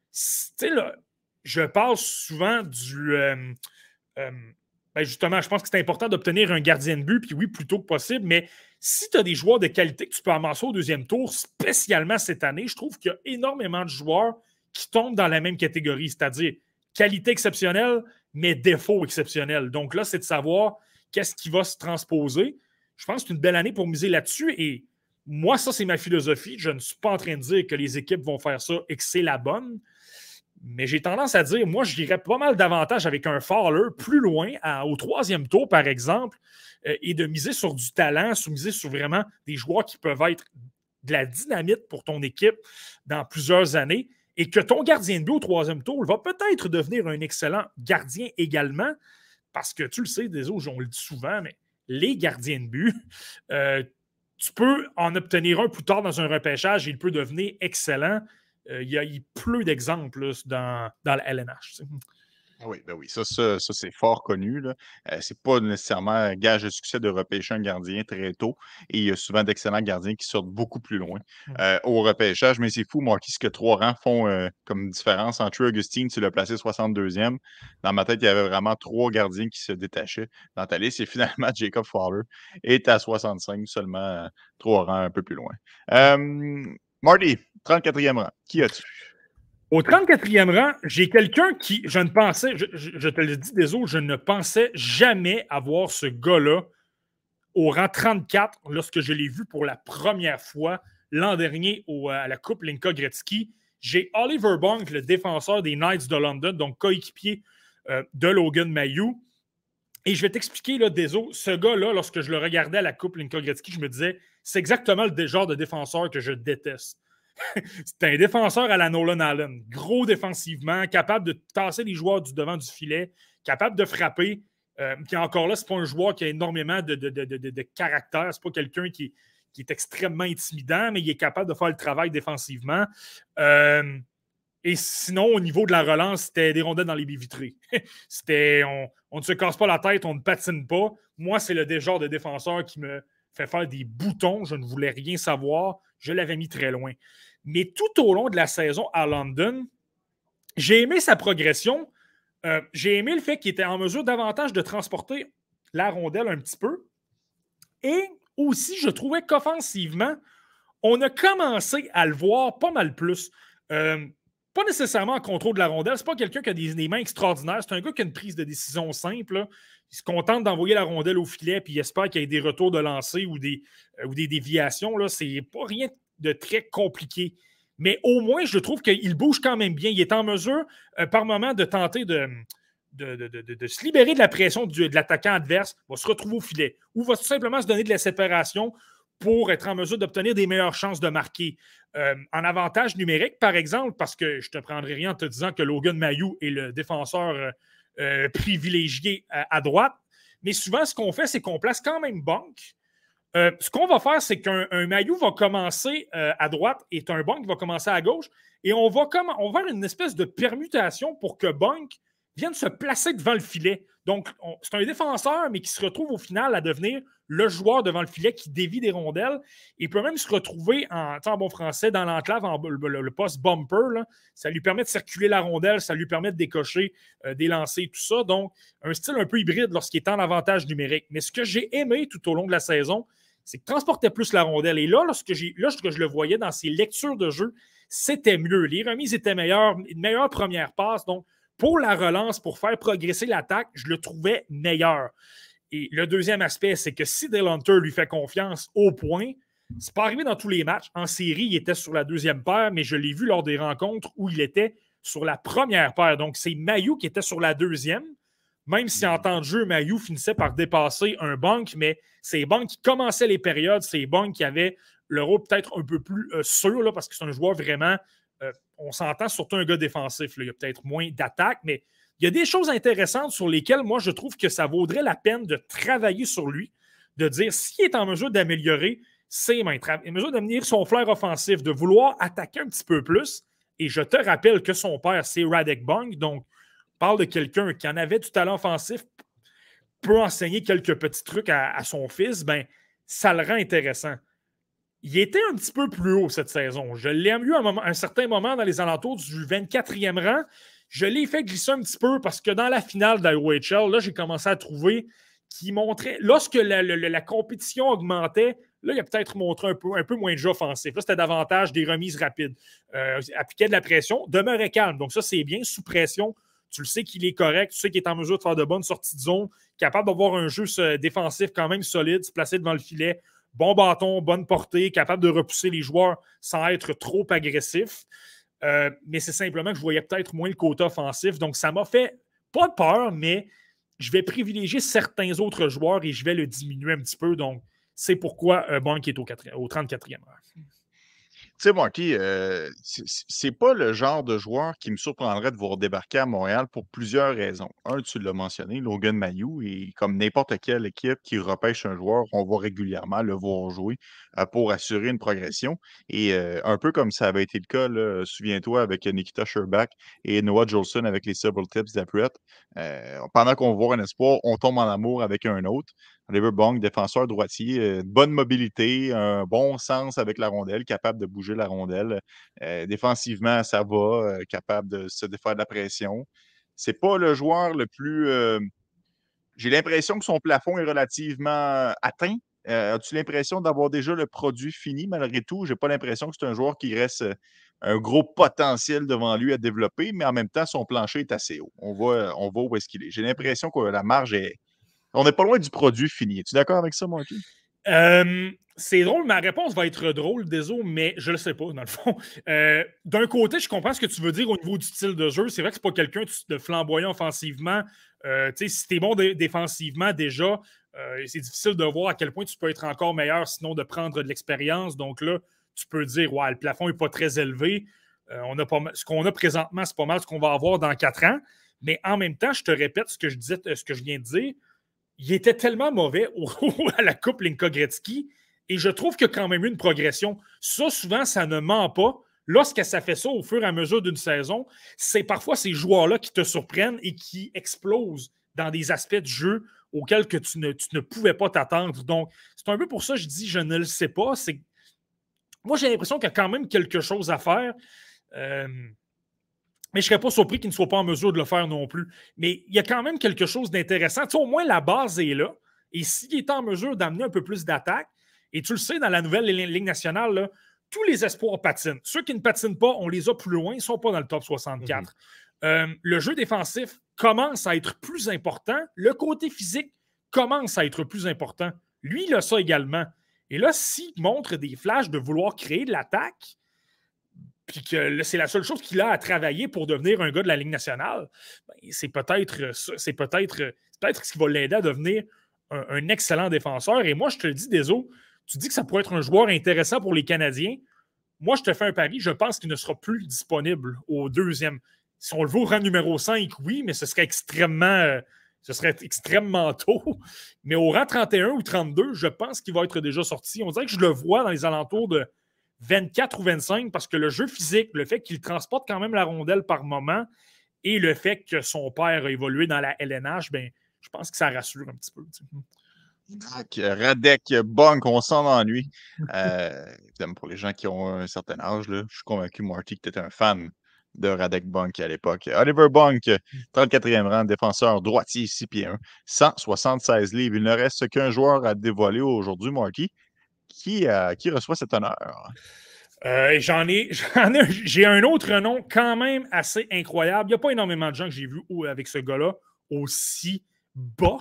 Là, je parle souvent du. Euh, euh, ben justement, je pense que c'est important d'obtenir un gardien de but, puis oui, plus tôt que possible, mais si tu as des joueurs de qualité que tu peux amasser au deuxième tour, spécialement cette année, je trouve qu'il y a énormément de joueurs qui tombent dans la même catégorie, c'est-à-dire qualité exceptionnelle, mais défaut exceptionnel. Donc là, c'est de savoir qu'est-ce qui va se transposer. Je pense que c'est une belle année pour miser là-dessus et moi, ça, c'est ma philosophie. Je ne suis pas en train de dire que les équipes vont faire ça et que c'est la bonne, mais j'ai tendance à dire, moi, je dirais pas mal davantage avec un Fowler plus loin, à, au troisième tour, par exemple, euh, et de miser sur du talent, sur miser sur vraiment des joueurs qui peuvent être de la dynamite pour ton équipe dans plusieurs années. Et que ton gardien de but au troisième tour va peut-être devenir un excellent gardien également, parce que tu le sais, désolé, on le dit souvent, mais les gardiens de but, euh, tu peux en obtenir un plus tard dans un repêchage et il peut devenir excellent. Euh, il, y a, il pleut d'exemples là, dans, dans la L N H. Tu sais. Ah oui, ben oui, ça, ça, ça c'est fort connu, là. Euh, c'est pas nécessairement un gage de succès de repêcher un gardien très tôt. Et il y a souvent d'excellents gardiens qui sortent beaucoup plus loin Mm. euh, au repêchage. Mais c'est fou, Marquis, ce que trois rangs font euh, comme différence. En True Augustine, tu l'as placé soixante-deuxième. Dans ma tête, il y avait vraiment trois gardiens qui se détachaient dans ta liste. Et finalement, Jacob Fowler est à soixante-cinq, seulement euh, trois rangs un peu plus loin. Euh, Marty, trente-quatrième rang. Qui as-tu? Au trente-quatrième rang, j'ai quelqu'un qui, je ne pensais, je, je, je te le dis, désolé, je ne pensais jamais avoir ce gars-là au rang trente-quatre lorsque je l'ai vu pour la première fois l'an dernier au, à la Coupe Linka Gretzky. J'ai Oliver Bonk, le défenseur des Knights de London, donc coéquipier euh, de Logan Mailloux. Et je vais t'expliquer, là, désolé, ce gars-là, lorsque je le regardais à la Coupe Linka Gretzky, je me disais, c'est exactement le genre de défenseur que je déteste. C'est un défenseur à la Nolan Allen, gros défensivement, capable de tasser les joueurs du devant du filet, capable de frapper. Euh, puis encore là, c'est pas un joueur qui a énormément de, de, de, de, de caractère. C'est pas quelqu'un qui, qui est extrêmement intimidant, mais il est capable de faire le travail défensivement. Euh, et sinon, au niveau de la relance, c'était des rondelles dans les baies vitrées. C'était on, on ne se casse pas la tête, on ne patine pas. Moi, c'est le genre de défenseur qui me fait faire des boutons. Je ne voulais rien savoir. Je l'avais mis très loin. Mais tout au long de la saison à London, j'ai aimé sa progression. Euh, j'ai aimé le fait qu'il était en mesure davantage de transporter la rondelle un petit peu. Et aussi, je trouvais qu'offensivement, on a commencé à le voir pas mal plus. Euh, pas nécessairement en contrôle de la rondelle. C'est pas quelqu'un qui a des, des mains extraordinaires. C'est un gars qui a une prise de décision simple. Là. Il se contente d'envoyer la rondelle au filet puis il espère qu'il y ait des retours de lancer ou des, euh, ou des déviations. Là. C'est pas rien de très compliqué. Mais au moins, je trouve qu'il bouge quand même bien. Il est en mesure, euh, par moment, de tenter de, de, de, de, de se libérer de la pression du, de l'attaquant adverse, va se retrouver au filet ou va tout simplement se donner de la séparation pour être en mesure d'obtenir des meilleures chances de marquer. Euh, en avantage numérique, par exemple, parce que je ne te prendrai rien en te disant que Logan Mailloux est le défenseur euh, euh, privilégié à, à droite, mais souvent, ce qu'on fait, c'est qu'on place quand même Bonk. Euh, ce qu'on va faire, c'est qu'un Mailloux va commencer euh, à droite et un Bonk va commencer à gauche. Et on va, comme, on va faire une espèce de permutation pour que Bonk vienne se placer devant le filet. Donc, c'est un défenseur, mais qui se retrouve au final à devenir le joueur devant le filet qui dévie des rondelles. Il peut même se retrouver, en, en bon français, dans l'enclave, en, le, le, le poste bumper. Là. Ça lui permet de circuler la rondelle, ça lui permet de décocher, euh, des lancers, tout ça. Donc, un style un peu hybride lorsqu'il est en avantage numérique. Mais ce que j'ai aimé tout au long de la saison, c'est qu'il transportait plus la rondelle. Et là, lorsque, lorsque je le voyais dans ses lectures de jeu, c'était mieux. Les remises étaient meilleures, une meilleure première passe. Donc, pour la relance, pour faire progresser l'attaque, je le trouvais meilleur. Et le deuxième aspect, c'est que si Dale Hunter lui fait confiance au point, c'est pas arrivé dans tous les matchs. En série, il était sur la deuxième paire, mais je l'ai vu lors des rencontres où il était sur la première paire. Donc, c'est Mailloux qui était sur la deuxième. Même si en temps de jeu, Mailloux finissait par dépasser un Bonk, mais c'est Bonk qui commençait les périodes, c'est Bonk qui avait le rôle peut-être un peu plus euh, sûr, là, parce que c'est un joueur vraiment, euh, on s'entend surtout un gars défensif, là. Il y a peut-être moins d'attaque, mais il y a des choses intéressantes sur lesquelles moi je trouve que ça vaudrait la peine de travailler sur lui, de dire s'il est en mesure d'améliorer ses mains, en mesure d'amener son flair offensif, de vouloir attaquer un petit peu plus. Et je te rappelle que son père, c'est Radek Bonk, donc parle de quelqu'un qui en avait du talent offensif, peut enseigner quelques petits trucs à, à son fils, ben, ça le rend intéressant. Il était un petit peu plus haut cette saison. Je l'ai eu à un, moment, un certain moment dans les alentours du vingt-quatrième rang. Je l'ai fait glisser un petit peu parce que dans la finale de la O H L, là, j'ai commencé à trouver qu'il montrait, lorsque la, la, la compétition augmentait, là, il a peut-être montré un peu, un peu moins de jeu offensif. Là, c'était davantage des remises rapides. Euh, appliquait de la pression, demeurait calme. Donc ça, c'est bien. Sous pression, tu le sais qu'il est correct, tu sais qu'il est en mesure de faire de bonnes sorties de zone, capable d'avoir un jeu défensif quand même solide, se placer devant le filet, bon bâton, bonne portée, capable de repousser les joueurs sans être trop agressif. Euh, mais c'est simplement que je voyais peut-être moins le côté offensif. Donc, ça m'a fait pas peur, mais je vais privilégier certains autres joueurs et je vais le diminuer un petit peu. Donc, c'est pourquoi euh, Bonk est au, au trente-quatrième rang. sais, Marty, euh, c'est c'est pas le genre de joueur qui me surprendrait de voir débarquer à Montréal pour plusieurs raisons. Un, tu l'as mentionné, Logan Mailloux, et comme n'importe quelle équipe qui repêche un joueur, on va régulièrement le voir jouer euh, pour assurer une progression. Et euh, un peu comme ça avait été le cas, là, souviens-toi, avec Nikita Sherbak et Noah Jolson avec les Tips d'Aprette. Euh, pendant qu'on voit un espoir, on tombe en amour avec un autre. Oliver Bong, défenseur droitier, euh, bonne mobilité, un bon sens avec la rondelle, capable de bouger la rondelle. Euh, défensivement, ça va, euh, capable de se défaire de la pression. C'est pas le joueur le plus. euh, J'ai l'impression que son plafond est relativement atteint. Euh, As-tu l'impression d'avoir déjà le produit fini malgré tout? J'ai pas l'impression que c'est un joueur qui reste euh, un gros potentiel devant lui à développer, mais en même temps, son plancher est assez haut. On va, on va où est-ce qu'il est. J'ai l'impression que la marge est, on n'est pas loin du produit fini. Es-tu d'accord avec ça, Marky? Euh, c'est drôle, ma réponse va être drôle, désolé, mais je le sais pas, dans le fond. Euh, D'un côté, je comprends ce que tu veux dire au niveau du style de jeu. C'est vrai que c'est pas quelqu'un de flamboyant offensivement. Euh, si t'es bon dé défensivement, déjà, euh, c'est difficile de voir à quel point tu peux être encore meilleur, sinon de prendre de l'expérience. Donc là, tu peux dire, ouais, le plafond n'est pas très élevé. Euh, on a pas mal, ce qu'on a présentement, c'est pas mal ce qu'on va avoir dans quatre ans. Mais en même temps, je te répète ce que je disais, ce que je viens de dire. Il était tellement mauvais au, à la Coupe Linka-Gretzky et je trouve qu'il y a quand même eu une progression. Ça, souvent, ça ne ment pas. Lorsque ça fait ça au fur et à mesure d'une saison, c'est parfois ces joueurs-là qui te surprennent et qui explosent dans des aspects de jeu auxquels que tu, ne, tu ne pouvais pas t'attendre. Donc, c'est un peu pour ça que je dis je ne le sais pas. Moi, j'ai l'impression qu'il y a quand même quelque chose à faire. Euh, Mais je ne serais pas surpris qu'il ne soit pas en mesure de le faire non plus. Mais il y a quand même quelque chose d'intéressant. Tu sais, au moins, la base est là. Et s'il est en mesure d'amener un peu plus d'attaque, et tu le sais, dans la nouvelle Ligue nationale, là, tous les espoirs patinent. Ceux qui ne patinent pas, on les a plus loin, ils ne sont pas dans le top soixante-quatre. Mm-hmm. euh, le jeu défensif commence à être plus important. Le côté physique commence à être plus important. Lui, il a ça également. Et là, s'il montre des flashs de vouloir créer de l'attaque, puis que c'est la seule chose qu'il a à travailler pour devenir un gars de la Ligue nationale, ben, c'est peut-être c'est peut-être peut-être ce qui va l'aider à devenir un, un excellent défenseur. Et moi, je te le dis, Désolé, tu dis que ça pourrait être un joueur intéressant pour les Canadiens. Moi, je te fais un pari, je pense qu'il ne sera plus disponible au deuxième. Si on le veut au rang numéro cinq, oui, mais ce serait extrêmement, ce serait extrêmement tôt. Mais au rang trente et un ou trente-deux, je pense qu'il va être déjà sorti. On dirait que je le vois dans les alentours de vingt-quatre ou vingt-cinq parce que le jeu physique, le fait qu'il transporte quand même la rondelle par moment et le fait que son père a évolué dans la L N H, ben, je pense que ça rassure un petit peu. Tu sais. Radek Bunk, on s'en ennuie. Euh, évidemment, pour les gens qui ont un certain âge, là, je suis convaincu, Marty, que tu étais un fan de Radek Bunk à l'époque. Oliver Bunk, trente-quatrième rang, défenseur droitier, six pieds un, cent soixante-seize livres. Il ne reste qu'un joueur à dévoiler aujourd'hui, Marty. Qui, euh, qui reçoit cet honneur? Euh, j'en ai, j'en ai, j'ai un autre nom quand même assez incroyable. Il n'y a pas énormément de gens que j'ai vus avec ce gars-là aussi bas.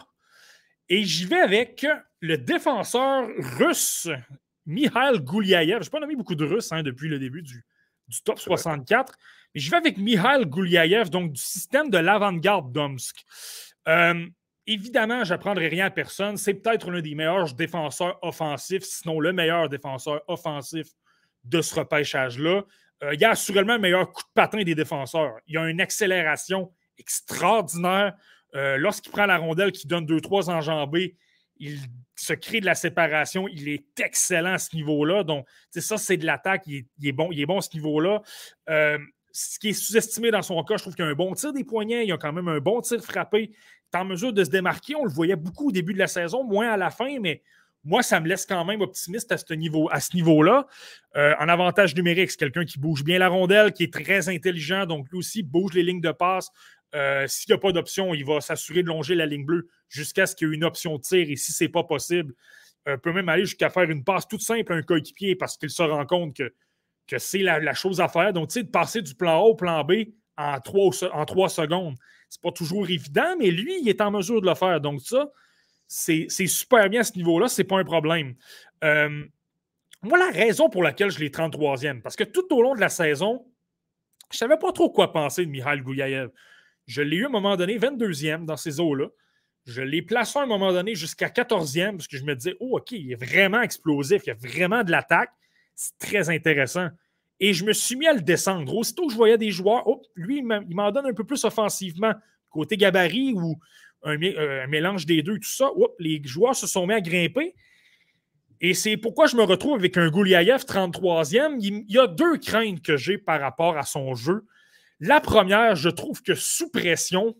Et j'y vais avec le défenseur russe, Mikhail Gouliaev. Je n'ai pas nommé beaucoup de Russes hein, depuis le début du, du top soixante-quatre. Mais j'y vais avec Mikhail Gouliaev, donc du système de l'avant-garde d'Omsk. Euh, Évidemment, je n'apprendrai rien à personne. C'est peut-être l'un des meilleurs défenseurs offensifs, sinon le meilleur défenseur offensif de ce repêchage-là. Euh, il y a assurément le meilleur coup de patin des défenseurs. Il y a une accélération extraordinaire. Euh, Lorsqu'il prend la rondelle, qui donne deux trois enjambées, il se crée de la séparation. Il est excellent à ce niveau-là. Donc, ça, c'est de l'attaque. Il, il, est bon, il est bon à ce niveau-là. Euh, ce qui est sous-estimé dans son cas, je trouve qu'il a un bon tir des poignets. Il a quand même un bon tir frappé. Il est en mesure de se démarquer. On le voyait beaucoup au début de la saison, moins à la fin, mais moi, ça me laisse quand même optimiste à ce, niveau, à ce niveau-là. Euh, en avantage numérique, c'est quelqu'un qui bouge bien la rondelle, qui est très intelligent, donc lui aussi bouge les lignes de passe. Euh, S'il n'y a pas d'option, il va s'assurer de longer la ligne bleue jusqu'à ce qu'il y ait une option de tir. Et si ce n'est pas possible, euh, peut même aller jusqu'à faire une passe toute simple à un coéquipier parce qu'il se rend compte que, que c'est la, la chose à faire. Donc, tu sais, de passer du plan A au plan B en trois, en trois secondes, c'est pas toujours évident, mais lui, il est en mesure de le faire. Donc, ça, c'est super bien à ce niveau-là. C'est pas un problème. Euh, moi, la raison pour laquelle je l'ai trente-troisième, parce que tout au long de la saison, je savais pas trop quoi penser de Mikhail Gouliaev. Je l'ai eu à un moment donné vingt-deuxième dans ces eaux-là. Je l'ai placé à un moment donné jusqu'à quatorzième parce que je me disais, oh, OK, il est vraiment explosif, il y a vraiment de l'attaque. C'est très intéressant. Et je me suis mis à le descendre. Aussitôt que je voyais des joueurs, oh, lui, il m'en donne un peu plus offensivement. Côté gabarit ou un, un mélange des deux, tout ça, oh, les joueurs se sont mis à grimper. Et c'est pourquoi je me retrouve avec un Gouliaïev trente-troisième. Il, il y a deux craintes que j'ai par rapport à son jeu. La première, je trouve que sous pression,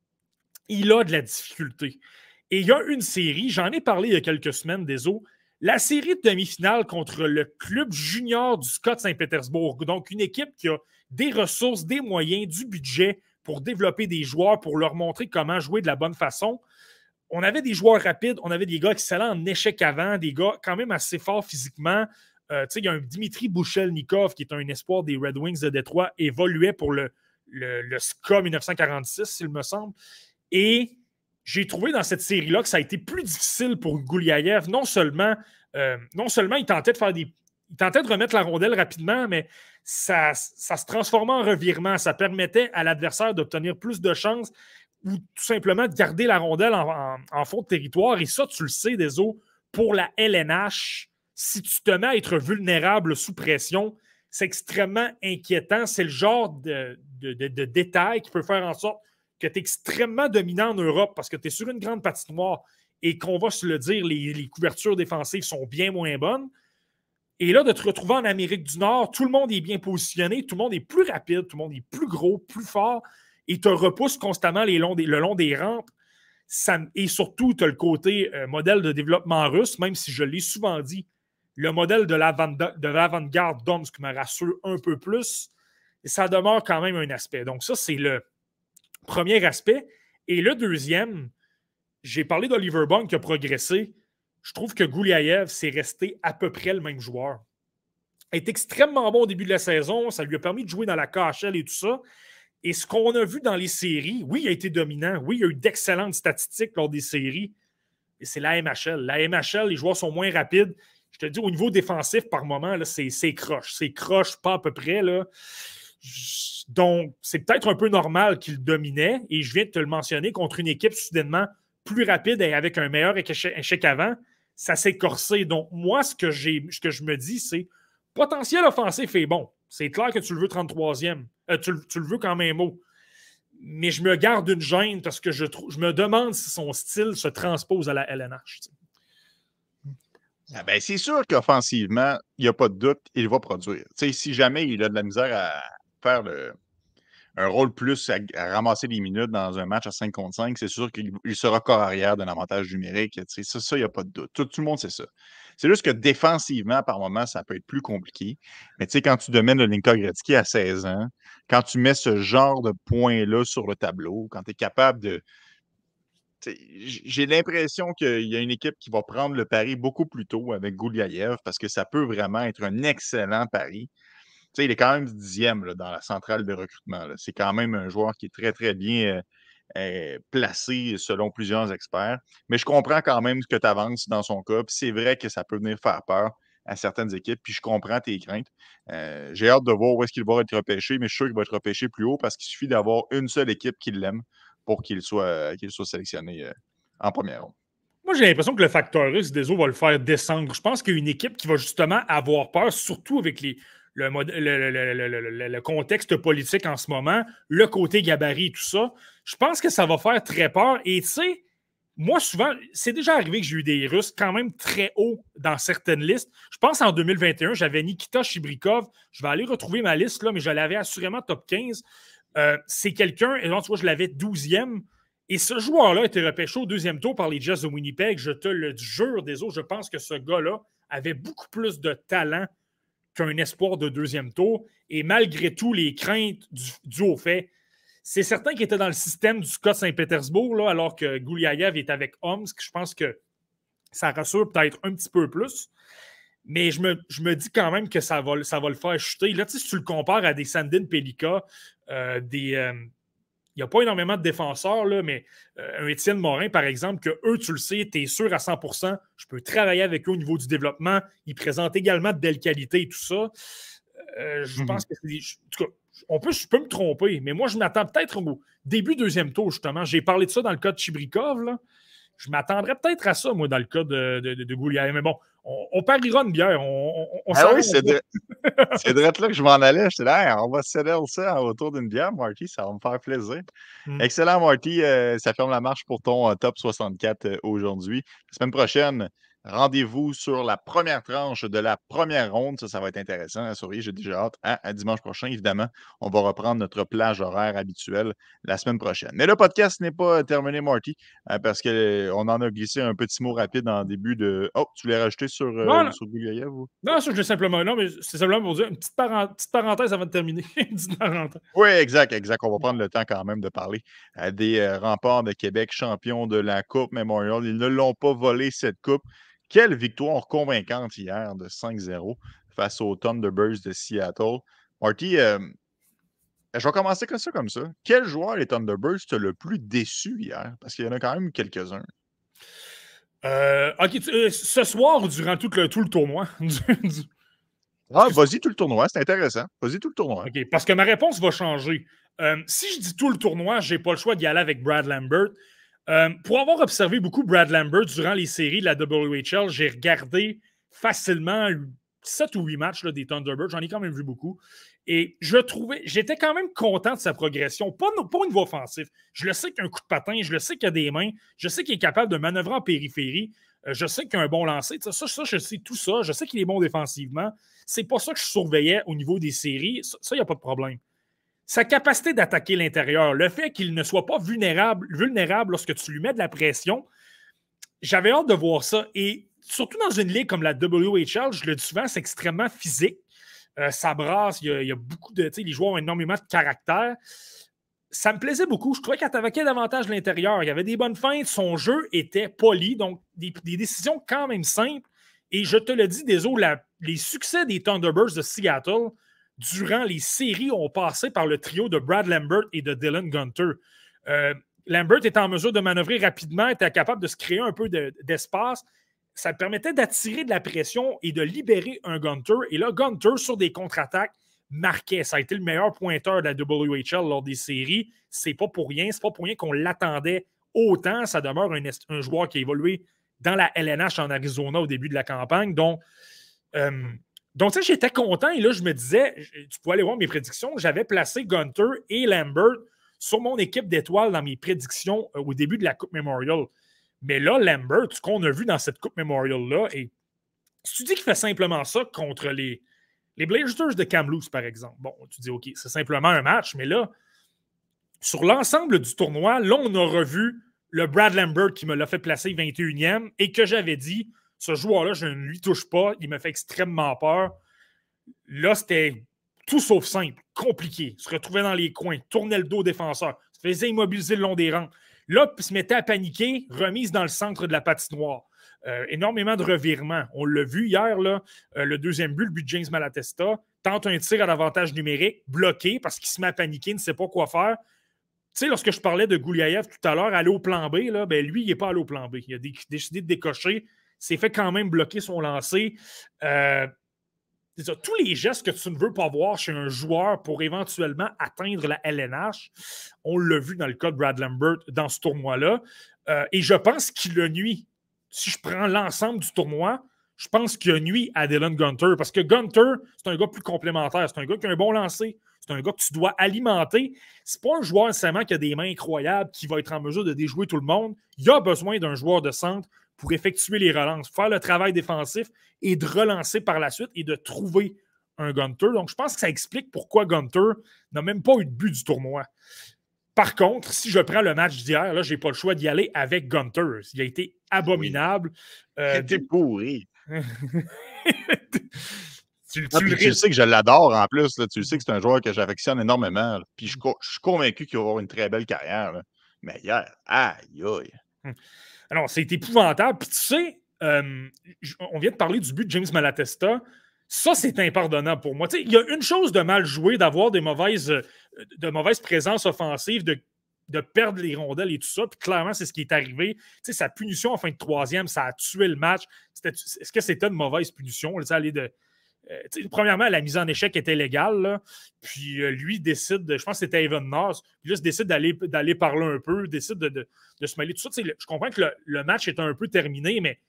il a de la difficulté. Et il y a une série, j'en ai parlé il y a quelques semaines, désolé, la série de demi-finale contre le club junior du S K A Saint-Pétersbourg. Donc, une équipe qui a des ressources, des moyens, du budget pour développer des joueurs, pour leur montrer comment jouer de la bonne façon. On avait des joueurs rapides, on avait des gars excellents en échec avant, des gars quand même assez forts physiquement. Euh, il y a un Dimitri Bouchelnikov, qui est un espoir des Red Wings de Détroit, évoluait pour le, le, le S K A dix-neuf cent quarante-six, s'il me semble. Et j'ai trouvé dans cette série-là que ça a été plus difficile pour Gouliaïev. Non seulement, euh, non seulement il tentait de faire des. Il tentait de remettre la rondelle rapidement, mais ça, ça se transformait en revirement. Ça permettait à l'adversaire d'obtenir plus de chances ou tout simplement de garder la rondelle en, en, en fond de territoire. Et ça, tu le sais, Deso, pour la L N H, si tu te mets à être vulnérable sous pression, c'est extrêmement inquiétant. C'est le genre de, de, de, de détail qui peut faire en sorte que tu es extrêmement dominant en Europe parce que tu es sur une grande patinoire et qu'on va se le dire, les, les couvertures défensives sont bien moins bonnes. Et là, de te retrouver en Amérique du Nord, tout le monde est bien positionné, tout le monde est plus rapide, tout le monde est plus gros, plus fort et te repousse constamment les longs des, le long des rampes. Ça, et surtout, tu as le côté euh, modèle de développement russe, même si je l'ai souvent dit, le modèle de l'avant-garde Domsk me rassure un peu plus. Et ça demeure quand même un aspect. Donc ça, c'est le premier aspect. Et le deuxième, j'ai parlé d'Oliver Bong qui a progressé. Je trouve que Gouliaïev, c'est resté à peu près le même joueur. Il est extrêmement bon au début de la saison. Ça lui a permis de jouer dans la K H L et tout ça. Et ce qu'on a vu dans les séries, oui, il a été dominant. Oui, il y a eu d'excellentes statistiques lors des séries. Et c'est la M H L. La M H L, les joueurs sont moins rapides. Je te dis, au niveau défensif, par moment, là, c'est, c'est croche. C'est croche, pas à peu près. Là. Donc, c'est peut-être un peu normal qu'il dominait. Et je viens de te le mentionner, contre une équipe soudainement plus rapide et avec un meilleur échec avant, ça s'est corsé. Donc, moi, ce que, j'ai, ce que je me dis, c'est potentiel offensif est bon. C'est clair que tu le veux trente-troisième. Euh, tu, tu le veux quand même haut. Mais je me garde une gêne parce que je, trou- je me demande si son style se transpose à la L N H. T'sais. Ah ben, c'est sûr qu'offensivement, il n'y a pas de doute, il va produire. T'sais, si jamais il a de la misère à faire le, un rôle plus à, à ramasser des minutes dans un match à cinq contre cinq, c'est sûr qu'il il sera corps arrière d'un avantage numérique. Ça, ça, il n'y a pas de doute. Tout, tout le monde sait ça. C'est juste que défensivement, par moment, ça peut être plus compliqué. Mais tu sais, quand tu domines le Linka Gretzky à seize ans, quand tu mets ce genre de points-là sur le tableau, quand tu es capable de. J'ai l'impression qu'il y a une équipe qui va prendre le pari beaucoup plus tôt avec Gouliaïev parce que ça peut vraiment être un excellent pari. Tu sais, il est quand même dixième là, dans la centrale de recrutement. C'est quand même un joueur qui est très, très bien euh, euh, placé selon plusieurs experts. Mais je comprends quand même ce que tu avances dans son cas. Puis c'est vrai que ça peut venir faire peur à certaines équipes. Puis je comprends tes craintes. Euh, j'ai hâte de voir où est-ce qu'il va être repêché, mais je suis sûr qu'il va être repêché plus haut parce qu'il suffit d'avoir une seule équipe qui l'aime pour qu'il soit, qu'il soit sélectionné euh, en première ronde. Moi, j'ai l'impression que le facteur russe des eaux va le faire descendre. Je pense qu'il y a une équipe qui va justement avoir peur, surtout avec les, le, le, le, le, le contexte politique en ce moment, le côté gabarit et tout ça. Je pense que ça va faire très peur. Et tu sais, moi, souvent, c'est déjà arrivé que j'ai eu des Russes quand même très hauts dans certaines listes. Je pense en deux mille vingt et un, j'avais Nikita Chibrikov. Je vais aller retrouver ma liste, là, mais je l'avais assurément top quinze. Euh, c'est quelqu'un, et là, tu vois, je l'avais douzième. Et ce joueur-là a été repêché au deuxième tour par les Jets de Winnipeg. Je te le jure, des autres, je pense que ce gars-là avait beaucoup plus de talent qu'un espoir de deuxième tour. Et malgré tout, les craintes du, du au fait, c'est certain qu'il était dans le système du S K A de Saint-Pétersbourg, là, alors que Gouliaïev est avec Omsk. Je pense que ça rassure peut-être un petit peu plus. Mais je me, je me dis quand même que ça va, ça va le faire chuter. Là, tu sais, si tu le compares à des Sandin Pelika, euh, des... Euh, il n'y a pas énormément de défenseurs, là, mais euh, un Étienne Morin, par exemple, que eux, tu le sais, tu es sûr à cent pour cent, je peux travailler avec eux au niveau du développement. Ils présentent également de belles qualités et tout ça. Euh, je mm-hmm. pense que c'est des, en tout cas, on peut, je peux me tromper, mais moi, je m'attends peut-être au début deuxième tour, justement. J'ai parlé de ça dans le cas de Chibrikov. Là. Je m'attendrais peut-être à ça, moi, dans le cas de, de, de, de Gouliaïev. Mais bon, on, on pariera une bière. On, on, on ah oui, c'est de... c'est direct là que je m'en allais. J'étais là, hey, on va settle ça autour d'une bière, Marty, ça va me faire plaisir. Mm. Excellent, Marty. Euh, ça ferme la marche pour ton euh, top soixante-quatre euh, aujourd'hui. La semaine prochaine, rendez-vous sur la première tranche de la première ronde. Ça, ça va être intéressant. Hein, souriez, j'ai déjà hâte. Hein? À dimanche prochain, évidemment, on va reprendre notre plage horaire habituelle la semaine prochaine. Mais le podcast n'est pas terminé, Marty, hein, parce qu'on en a glissé un petit mot rapide en début de... Oh, tu l'as rajouté sur, euh, non, non. sur Gouliaïev ou? Non, ça, je l'ai simplement... Non, mais c'est simplement pour dire une petite, parent... petite parenthèse avant de terminer. Une petite parenthèse. Oui, exact, exact. On va prendre le temps quand même de parler euh, des euh, Remparts de Québec, champions de la Coupe Memorial. Ils ne l'ont pas volé, cette coupe. Quelle victoire convaincante hier de cinq zéro face aux Thunderbirds de Seattle. Marty, euh, je vais commencer comme ça, comme ça. Quel joueur les Thunderbirds t'a le plus déçu hier? Parce qu'il y en a quand même quelques-uns. Euh, OK, tu, euh, ce soir, durant tout le, tout le tournoi. ah, vas-y tout le tournoi, c'est intéressant. Vas-y tout le tournoi. OK, parce que ma réponse va changer. Euh, si je dis tout le tournoi, je n'ai pas le choix d'y aller avec Brad Lambert. Euh, pour avoir observé beaucoup Brad Lambert durant les séries de la W H L, j'ai regardé facilement sept ou huit matchs là, des Thunderbirds. J'en ai quand même vu beaucoup. Et je trouvais, j'étais quand même content de sa progression, pas, pas au niveau offensif. Je le sais qu'il y a un coup de patin, je le sais qu'il a des mains, je sais qu'il est capable de manœuvrer en périphérie, euh, je sais qu'il a un bon lancer. Ça, ça, je sais tout ça. Je sais qu'il est bon défensivement. C'est pas ça que je surveillais au niveau des séries. Ça, il n'y a pas de problème. Sa capacité d'attaquer l'intérieur, le fait qu'il ne soit pas vulnérable, vulnérable lorsque tu lui mets de la pression, j'avais hâte de voir ça. Et surtout dans une ligue comme la W H L, je le dis souvent, c'est extrêmement physique. Euh, ça brasse, il y, a, il y a beaucoup de... Les joueurs ont énormément de caractère. Ça me plaisait beaucoup. Je trouvais qu'il attaquait davantage l'intérieur. Il y avait des bonnes feintes. Son jeu était poli, donc des, des décisions quand même simples. Et je te le dis, désolé, la, les succès des Thunderbirds de Seattle durant les séries ont passé par le trio de Brad Lambert et de Dylan Gunter. Euh, Lambert était en mesure de manœuvrer rapidement, était capable de se créer un peu de, d'espace. Ça permettait d'attirer de la pression et de libérer un Gunter. Et là, Gunter, sur des contre-attaques, marquait. Ça a été le meilleur pointeur de la W H L lors des séries. C'est pas pour rien. C'est pas pour rien qu'on l'attendait autant. Ça demeure un, un joueur qui a évolué dans la L N H en Arizona au début de la campagne. Donc, euh, donc tu sais, j'étais content. Et là, je me disais, tu peux aller voir mes prédictions. J'avais placé Gunter et Lambert sur mon équipe d'étoiles dans mes prédictions euh, au début de la Coupe Memorial. Mais là, Lambert, ce qu'on a vu dans cette Coupe Memorial-là, et si tu dis qu'il fait simplement ça contre les, les Blazers de Kamloops, par exemple, bon, tu dis, OK, c'est simplement un match, mais là, sur l'ensemble du tournoi, là, on a revu le Brad Lambert qui me l'a fait placer vingt et unième et que j'avais dit, ce joueur-là, je ne lui touche pas, il me fait extrêmement peur. Là, c'était tout sauf simple, compliqué. Il se retrouvait dans les coins, tournait le dos au défenseur, se faisait immobiliser le long des rangs. Là, il se mettait à paniquer, remise dans le centre de la patinoire. Euh, énormément de revirements. On l'a vu hier, là, euh, le deuxième but, le but de James Malatesta, tente un tir à l'avantage numérique, bloqué parce qu'il se met à paniquer, ne sait pas quoi faire. Tu sais, lorsque je parlais de Gouliaïev tout à l'heure, aller au plan B, là, ben lui, il n'est pas allé au plan B. Il a dé- décidé de décocher, s'est fait quand même bloquer son lancer. Euh, c'est ça, tous les gestes que tu ne veux pas voir chez un joueur pour éventuellement atteindre la L N H, on l'a vu dans le cas de Brad Lambert dans ce tournoi-là. Euh, et je pense qu'il a nuit. Si je prends l'ensemble du tournoi, je pense qu'il a nuit à Dylan Gunter. Parce que Gunter, c'est un gars plus complémentaire. C'est un gars qui a un bon lancer. C'est un gars que tu dois alimenter. C'est pas un joueur nécessairement qui a des mains incroyables, qui va être en mesure de déjouer tout le monde. Il a besoin d'un joueur de centre pour effectuer les relances, faire le travail défensif et de relancer par la suite et de trouver un Gunter. Donc, je pense que ça explique pourquoi Gunter n'a même pas eu de but du tournoi. Par contre, si je prends le match d'hier, là, je n'ai pas le choix d'y aller avec Gunter. Il a été abominable. Oui. Euh, T'es pourri. tu, ah, tu, tu sais que je l'adore en plus. Là. Tu sais que c'est un joueur que j'affectionne énormément. Là. Puis je, je suis convaincu qu'il va avoir une très belle carrière. Là. Mais hier, aïe, aïe. Alors, c'est épouvantable. Puis tu sais, euh, on vient de parler du but de James Malatesta. Ça, c'est impardonnable pour moi. Il y a une chose de mal joué, d'avoir des mauvaises, de mauvaises présences offensives, de, de perdre les rondelles et tout ça. Puis clairement, c'est ce qui est arrivé. T'sais, sa punition en fin de troisième, ça a tué le match. C'était, est-ce que c'était une mauvaise punition? Là, aller de, euh, premièrement, la mise en échec était légale. Là. Puis euh, lui décide, de, je pense que c'était Evan Nars, puis là, il décide d'aller, d'aller parler un peu, décide de, de, de se mêler tout ça. T'sais, le, je comprends que le, le match est un peu terminé, mais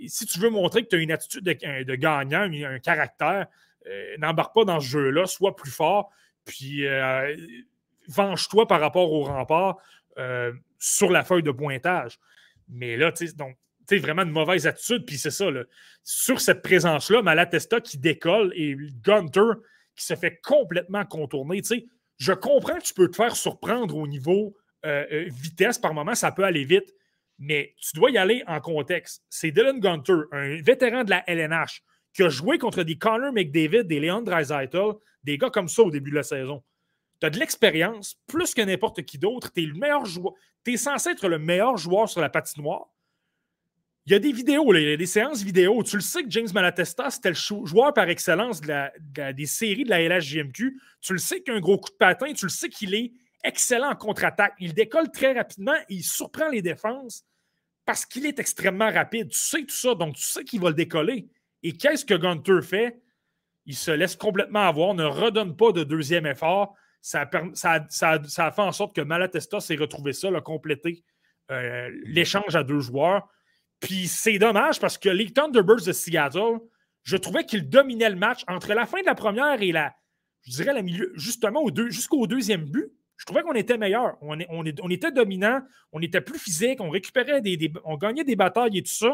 si tu veux montrer que tu as une attitude de, de gagnant, un caractère, euh, n'embarque pas dans ce jeu-là, sois plus fort, puis euh, venge-toi par rapport au rempart euh, sur la feuille de pointage. Mais là, tu sais, donc, tu sais, vraiment une mauvaise attitude, puis c'est ça, là. Sur cette présence-là, Malatesta qui décolle et Gunter qui se fait complètement contourner, tu sais, je comprends que tu peux te faire surprendre au niveau euh, euh, vitesse par moment, ça peut aller vite, mais tu dois y aller en contexte. C'est Dylan Gunter, un vétéran de la L N H, qui a joué contre des Connor McDavid, des Leon Draisaitl, des gars comme ça au début de la saison. Tu as de l'expérience, plus que n'importe qui d'autre. Tu es le meilleur joueur. Tu es censé être le meilleur joueur sur la patinoire. Il y a des vidéos, là, il y a des séances vidéo. Tu le sais que James Malatesta, c'était le joueur par excellence de la, de la, des séries de la L H J M Q. Tu le sais qu'il a un gros coup de patin. Tu le sais qu'il est excellent en contre-attaque. Il décolle très rapidement et il surprend les défenses parce qu'il est extrêmement rapide. Tu sais tout ça, donc tu sais qu'il va le décoller. Et qu'est-ce que Gunter fait? Il se laisse complètement avoir, ne redonne pas de deuxième effort. Ça a, ça, ça, ça a fait en sorte que Malatesta s'est retrouvé ça, a complété euh, l'échange à deux joueurs. Puis c'est dommage parce que les Thunderbirds de Seattle, je trouvais qu'ils dominaient le match entre la fin de la première et la, je dirais, la milieu, justement au deux, jusqu'au deuxième but. Je trouvais qu'on était meilleurs. On, est, on, est, on était dominants, on était plus physique, on récupérait des, des on gagnait des batailles et tout ça.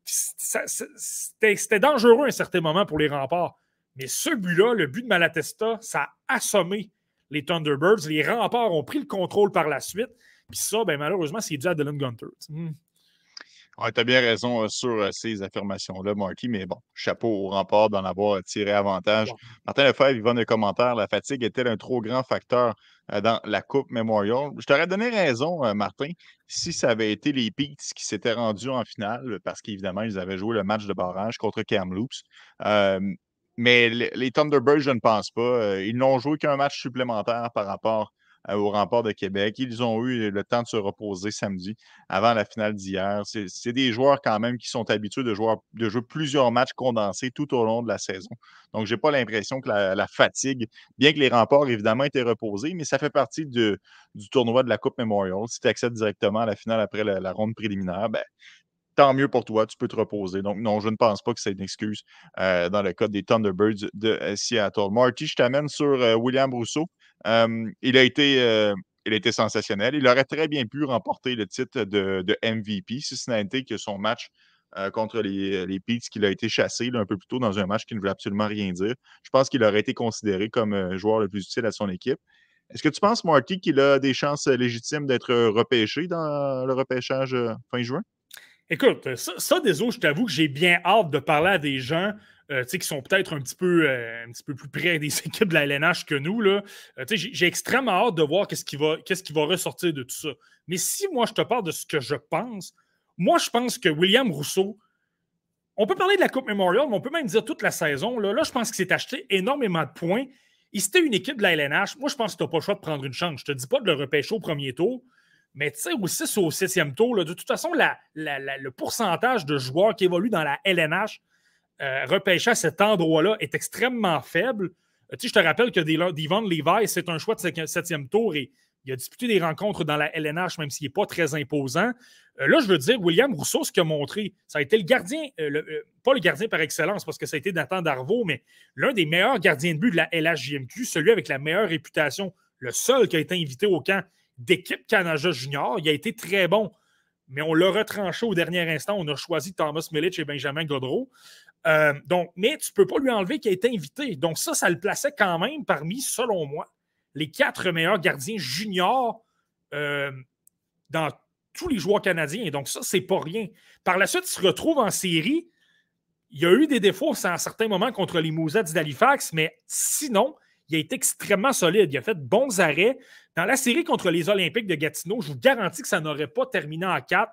ça, ça c'était, c'était dangereux à un certain moment pour les remparts. Mais ce but-là, le but de Malatesta, ça a assommé les Thunderbirds. Les remparts ont pris le contrôle par la suite. Puis ça, ben, malheureusement, c'est dû à Dylan Gunter. Hmm. Ouais, tu as bien raison euh, sur euh, ces affirmations-là, Marky, mais bon, chapeau au rempart d'en avoir tiré avantage. Wow. Martin Lefebvre, il va dans les commentaires, la fatigue est-elle un trop grand facteur euh, dans la Coupe Memorial? Je t'aurais donné raison, euh, Martin, si ça avait été les Peets qui s'étaient rendus en finale, parce qu'évidemment, ils avaient joué le match de barrage contre Kamloops. Euh, mais les, les Thunderbirds, je ne pense pas. Euh, ils n'ont joué qu'un match supplémentaire par rapport au Rempart de Québec. Ils ont eu le temps de se reposer samedi avant la finale d'hier. C'est, c'est des joueurs quand même qui sont habitués de jouer, de jouer plusieurs matchs condensés tout au long de la saison. Donc, je n'ai pas l'impression que la, la fatigue, bien que les remparts, évidemment, étaient reposés, mais ça fait partie de, du tournoi de la Coupe Memorial. Si tu accèdes directement à la finale après la, la ronde préliminaire, ben, tant mieux pour toi, tu peux te reposer. Donc, non, je ne pense pas que c'est une excuse euh, dans le cas des Thunderbirds de euh, Seattle. Marty, je t'amène sur euh, William Rousseau. Euh, il, a été, euh, il a été sensationnel. Il aurait très bien pu remporter le titre de, de M V P si ce n'a été que son match euh, contre les, les Peets qu'il a été chassé là, un peu plus tôt dans un match qui ne voulait absolument rien dire. Je pense qu'il aurait été considéré comme euh, joueur le plus utile à son équipe. Est-ce que tu penses, Marty, qu'il a des chances légitimes d'être repêché dans le repêchage euh, fin juin? Écoute, ça, ça désolé, je t'avoue que j'ai bien hâte de parler à des gens euh, qui sont peut-être un petit peu euh, un petit peu plus près des équipes de la L N H que nous. Là. Euh, j'ai, j'ai extrêmement hâte de voir qu'est-ce qui, va, qu'est-ce qui va ressortir de tout ça. Mais si moi, je te parle de ce que je pense, moi, je pense que William Rousseau, on peut parler de la Coupe Memorial, mais on peut même dire toute la saison. Là, là je pense qu'il s'est acheté énormément de points. Et si c'était une équipe de la L N H, moi, je pense que tu n'as pas le choix de prendre une chance. Je ne te dis pas de le repêcher au premier tour, mais tu sais, au six ou au septième tour, là, de toute façon, la, la, la, le pourcentage de joueurs qui évoluent dans la L N H euh, repêchés à cet endroit-là est extrêmement faible. Euh, tu sais, je te rappelle que Devon Levi, c'est un choix de septième tour et il a disputé des rencontres dans la L N H, même s'il n'est pas très imposant. Euh, là, je veux dire, William Rousseau, ce qu'il a montré, ça a été le gardien, euh, le, euh, pas le gardien par excellence, parce que ça a été Nathan Darvaux, mais l'un des meilleurs gardiens de but de la L H J M Q, celui avec la meilleure réputation, le seul qui a été invité au camp d'équipe Canada Junior. Il a été très bon, mais on l'a retranché au dernier instant. On a choisi Thomas Milic et Benjamin Gaudreau. Euh, donc, mais tu ne peux pas lui enlever qu'il a été invité. Donc ça, ça le plaçait quand même parmi, selon moi, les quatre meilleurs gardiens juniors euh, dans tous les joueurs canadiens. Donc ça, c'est pas rien. Par la suite, il se retrouve en série. Il y a eu des défauts à un certain moment contre les Mousets d'Halifax, mais sinon, il a été extrêmement solide. Il a fait de bons arrêts. Dans la série contre les Olympiques de Gatineau, je vous garantis que ça n'aurait pas terminé en quatre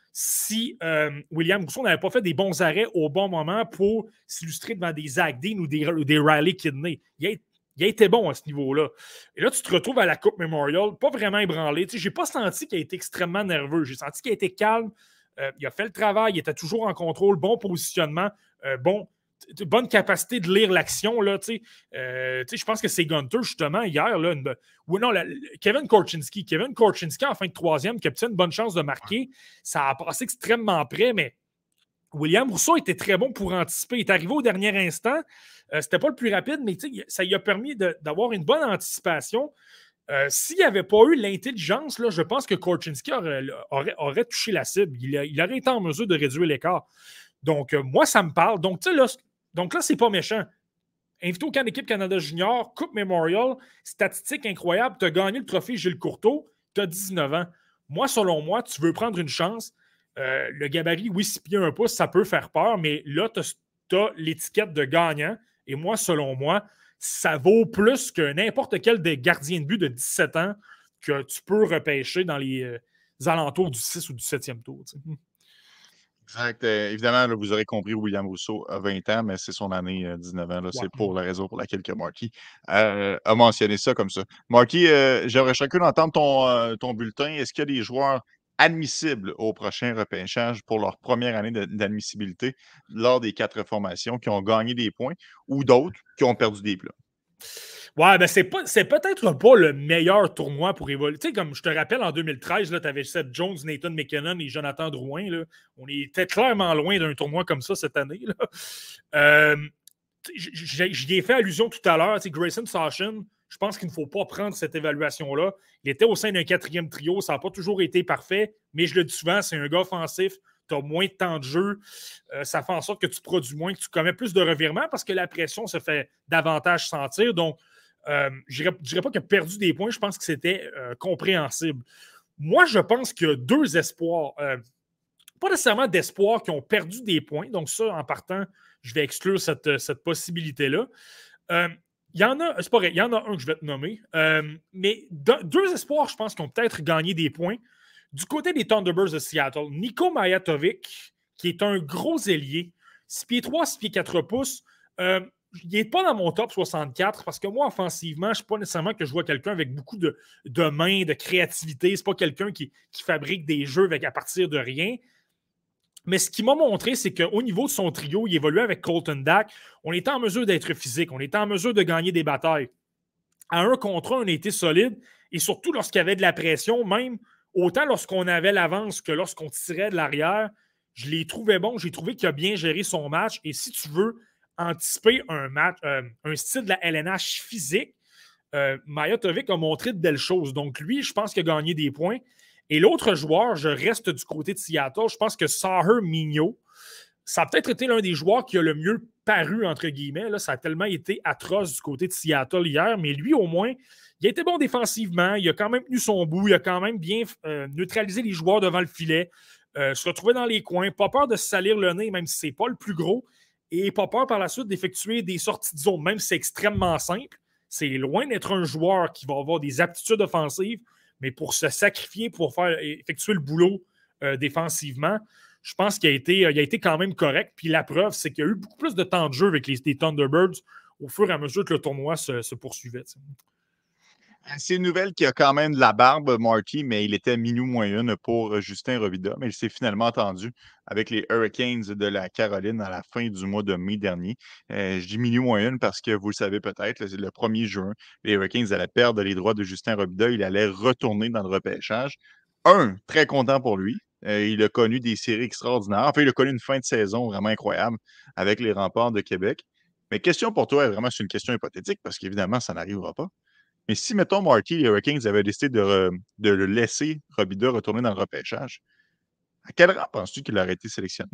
si euh, William Rousseau n'avait pas fait des bons arrêts au bon moment pour s'illustrer devant des Zach Dean ou des, ou des Riley Kidney. Il a, il a été bon à ce niveau-là. Et là, tu te retrouves à la Coupe Memorial, pas vraiment ébranlé. Je n'ai pas senti qu'il a été extrêmement nerveux. J'ai senti qu'il a été calme. Euh, il a fait le travail. Il était toujours en contrôle. Bon positionnement. Euh, bon... bonne capacité de lire l'action. Là, euh, je pense que c'est Gunter, justement, hier. Là, une, ou non, la, Kevin Korchinski. Kevin Korchinski, en fin de troisième, qui a peut-être une bonne chance de marquer. Ça a passé extrêmement près, mais William Rousseau était très bon pour anticiper. Il est arrivé au dernier instant. Euh, C'était pas le plus rapide, mais ça lui a permis d'avoir une bonne anticipation. Euh, S'il n'y avait pas eu l'intelligence, je pense que Korchinski aurait, aurait, aurait touché la cible. Il, il aurait été en mesure de réduire l'écart. Donc, euh, moi, ça me parle. Donc, tu sais, là, donc là, c'est pas méchant. Invité au camp d'équipe Canada Junior, Coupe Memorial, statistique incroyable. Tu as gagné le trophée Gilles Courteau, tu as dix-neuf ans. Moi, selon moi, tu veux prendre une chance. Euh, le gabarit, oui, six pieds un pouce, ça peut faire peur, mais là, tu as l'étiquette de gagnant. Et moi, selon moi, ça vaut plus que n'importe quel des gardiens de but de dix-sept ans que tu peux repêcher dans les, euh, les alentours du six ou du septième tour. Tu sais. Exact. Euh, évidemment, là, vous aurez compris, William Rousseau a vingt ans, mais c'est son année euh, dix-neuf ans. Ouais. C'est pour la raison pour laquelle que Marky euh, a mentionné ça comme ça. Marky, euh, j'aimerais chacun entendre ton, euh, ton bulletin. Est-ce qu'il y a des joueurs admissibles au prochain repêchage pour leur première année d'admissibilité lors des quatre formations qui ont gagné des points ou d'autres qui ont perdu des plats? Ouais, ben c'est peut-être pas le meilleur tournoi pour évoluer. Tu sais, comme je te rappelle, en deux mille treize, tu avais Seth Jones, Nathan McKinnon et Jonathan Drouin. Là. On était clairement loin d'un tournoi comme ça cette année. Euh, J'y ai fait allusion tout à l'heure. Grayson Sawson, je pense qu'il ne faut pas prendre cette évaluation-là. Il était au sein d'un quatrième trio. Ça n'a pas toujours été parfait, mais je le dis souvent, c'est un gars offensif. Tu as moins de temps de jeu. Euh, ça fait en sorte que tu produis moins, que tu commets plus de revirements parce que la pression se fait davantage sentir. Donc, euh, je ne dirais pas qu'il a perdu des points. Je pense que c'était euh, compréhensible. Moi, je pense qu'il y a deux espoirs. Euh, pas nécessairement d'espoirs qui ont perdu des points. Donc, ça, en partant, je vais exclure cette, cette possibilité-là. Euh, il y en a, c'est pas vrai, il y en a un que je vais te nommer. Euh, mais deux, deux espoirs, je pense, qui ont peut-être gagné des points. Du côté des Thunderbirds de Seattle, Nico Majatovic, qui est un gros ailier, six pieds trois, six pieds quatre pouces. Euh, il n'est pas dans mon top soixante-quatre parce que moi, offensivement, je ne suis pas nécessairement que je vois quelqu'un avec beaucoup de, de mains, de créativité. Ce n'est pas quelqu'un qui, qui fabrique des jeux avec, à partir de rien. Mais ce qui m'a montré, c'est qu'au niveau de son trio, il évoluait avec Colton Dack. On était en mesure d'être physique. On était en mesure de gagner des batailles. À un contre un, on a été solide. Et surtout lorsqu'il y avait de la pression, même autant lorsqu'on avait l'avance que lorsqu'on tirait de l'arrière, je l'ai trouvé bon. J'ai trouvé qu'il a bien géré son match. Et si tu veux anticiper un match, euh, un style de la L N H physique, euh, Majatovic a montré de belles choses. Donc lui, je pense qu'il a gagné des points. Et l'autre joueur, je reste du côté de Seattle, je pense que Saher Mignot, ça a peut-être été l'un des joueurs qui a le mieux paru, entre guillemets. Là, ça a tellement été atroce du côté de Seattle hier, mais lui, au moins, il a été bon défensivement, il a quand même tenu son bout, il a quand même bien euh, neutralisé les joueurs devant le filet, euh, se retrouvait dans les coins, pas peur de se salir le nez, même si c'est pas le plus gros, et pas peur par la suite d'effectuer des sorties de zone, même si c'est extrêmement simple. C'est loin d'être un joueur qui va avoir des aptitudes offensives, mais pour se sacrifier, pour faire effectuer le boulot euh, défensivement, je pense qu'il a été, euh, il a été quand même correct. Puis la preuve, c'est qu'il y a eu beaucoup plus de temps de jeu avec les, les Thunderbirds au fur et à mesure que le tournoi se, se poursuivait. T'sais. C'est une nouvelle qui a quand même de la barbe, Marty, mais il était minou moins une pour Justin Robida. Mais il s'est finalement entendu avec les Hurricanes de la Caroline à la fin du mois de mai dernier. Euh, je dis minou moins une parce que vous le savez peut-être, c'est le premier juin. Les Hurricanes allaient perdre les droits de Justin Robida. Il allait retourner dans le repêchage. Un, très content pour lui. Euh, il a connu des séries extraordinaires. Enfin, il a connu une fin de saison vraiment incroyable avec les Remparts de Québec. Mais question pour toi, vraiment, c'est une question hypothétique parce qu'évidemment, ça n'arrivera pas. Mais si, mettons, Marty, les Hurricanes avaient décidé de, de le laisser Robida retourner dans le repêchage, à quel rang penses-tu qu'il aurait été sélectionné?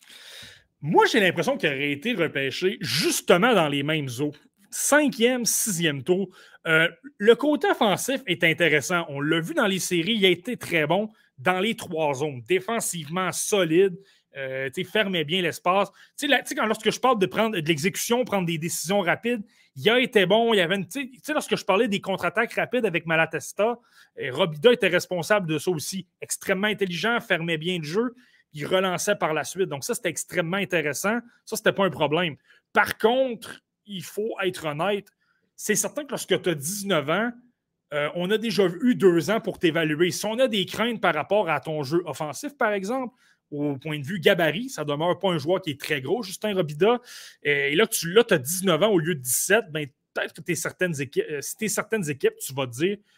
Moi, j'ai l'impression qu'il aurait été repêché justement dans les mêmes eaux. Cinquième, sixième tour. Euh, le côté offensif est intéressant. On l'a vu dans les séries, il a été très bon dans les trois zones. Défensivement solide, euh, fermait bien l'espace. Quand, lorsque je parle de prendre de l'exécution, prendre des décisions rapides, il a été bon. Il y avait une, lorsque je parlais des contre-attaques rapides avec Malatesta, euh, Robida était responsable de ça aussi. Extrêmement intelligent, fermait bien le jeu. Il relançait par la suite. Donc ça, c'était extrêmement intéressant. Ça, c'était pas un problème. Par contre, il faut être honnête. C'est certain que lorsque tu as dix-neuf ans, euh, on a déjà eu deux ans pour t'évaluer. Si on a des craintes par rapport à ton jeu offensif, par exemple, au point de vue gabarit, ça ne demeure pas un joueur qui est très gros, Justin Robida. Et là, tu as dix-neuf ans au lieu de dix-sept, ben, peut-être que t'es certaines équipes, euh, si tu es certaines équipes, tu vas te dire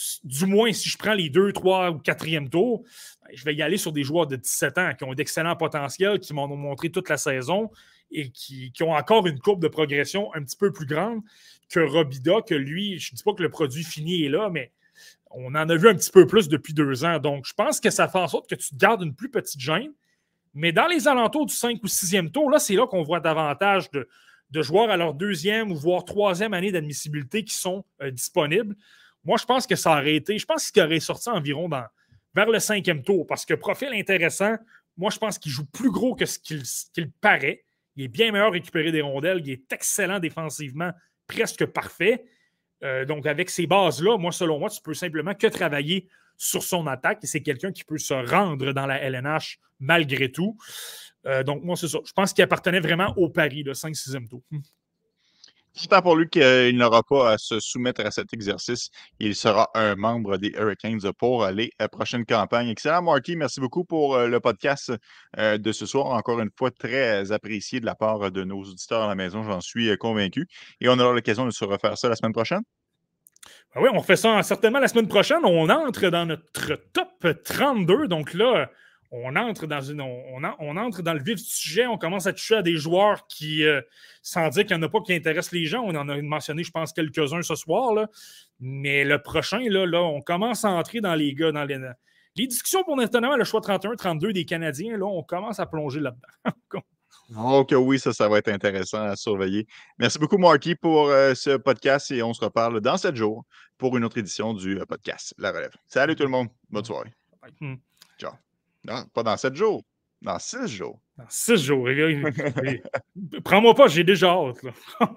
du moins, si je prends les deux, trois ou quatrième tours, je vais y aller sur des joueurs de dix-sept ans qui ont d'excellents potentiels, qui m'en ont montré toute la saison et qui, qui ont encore une courbe de progression un petit peu plus grande que Robida, que lui, je ne dis pas que le produit fini est là, mais on en a vu un petit peu plus depuis deux ans. Donc, je pense que ça fait en sorte que tu te gardes une plus petite gêne. Mais dans les alentours du cinq ou sixième tour, là, c'est là qu'on voit davantage de, de joueurs à leur deuxième ou voire troisième année d'admissibilité qui sont euh, disponibles. Moi, je pense que ça aurait été, je pense qu'il aurait sorti environ dans, vers le cinquième tour parce que profil intéressant, moi, je pense qu'il joue plus gros que ce qu'il, qu'il paraît. Il est bien meilleur à récupérer des rondelles. Il est excellent défensivement, presque parfait. Euh, donc, avec ces bases-là, moi, selon moi, tu peux simplement que travailler sur son attaque et c'est quelqu'un qui peut se rendre dans la L N H malgré tout. Euh, donc, moi, c'est ça. Je pense qu'il appartenait vraiment au pari, le cinq sixième tour. C'est temps pour lui qu'il n'aura pas à se soumettre à cet exercice. Il sera un membre des Hurricanes pour les prochaines campagnes. Excellent, Marky. Merci beaucoup pour le podcast de ce soir. Encore une fois, très apprécié de la part de nos auditeurs à la maison. J'en suis convaincu. Et on aura l'occasion de se refaire ça la semaine prochaine. Ben oui, on fait ça certainement la semaine prochaine. On entre dans notre top trente-deux. Donc là, on entre dans une, on, on entre dans le vif du sujet. On commence à toucher à des joueurs qui, euh, sans dire qu'il n'y en a pas qui intéressent les gens, on en a mentionné, je pense, quelques-uns ce soir. Là. Mais le prochain, là, là, on commence à entrer dans les gars, dans les, les discussions pour notamment le choix trente et un trente-deux des Canadiens. Là, on commence à plonger là-dedans. Oh que oui, ça, ça va être intéressant à surveiller. Merci beaucoup, Marky, pour euh, ce podcast et on se reparle dans sept jours pour une autre édition du euh, podcast La Relève. Salut tout le monde. Bonne soirée. Hmm. Ciao. Non, pas dans sept jours. Dans six jours. Dans six jours. Prends-moi pas, j'ai déjà hâte. Là.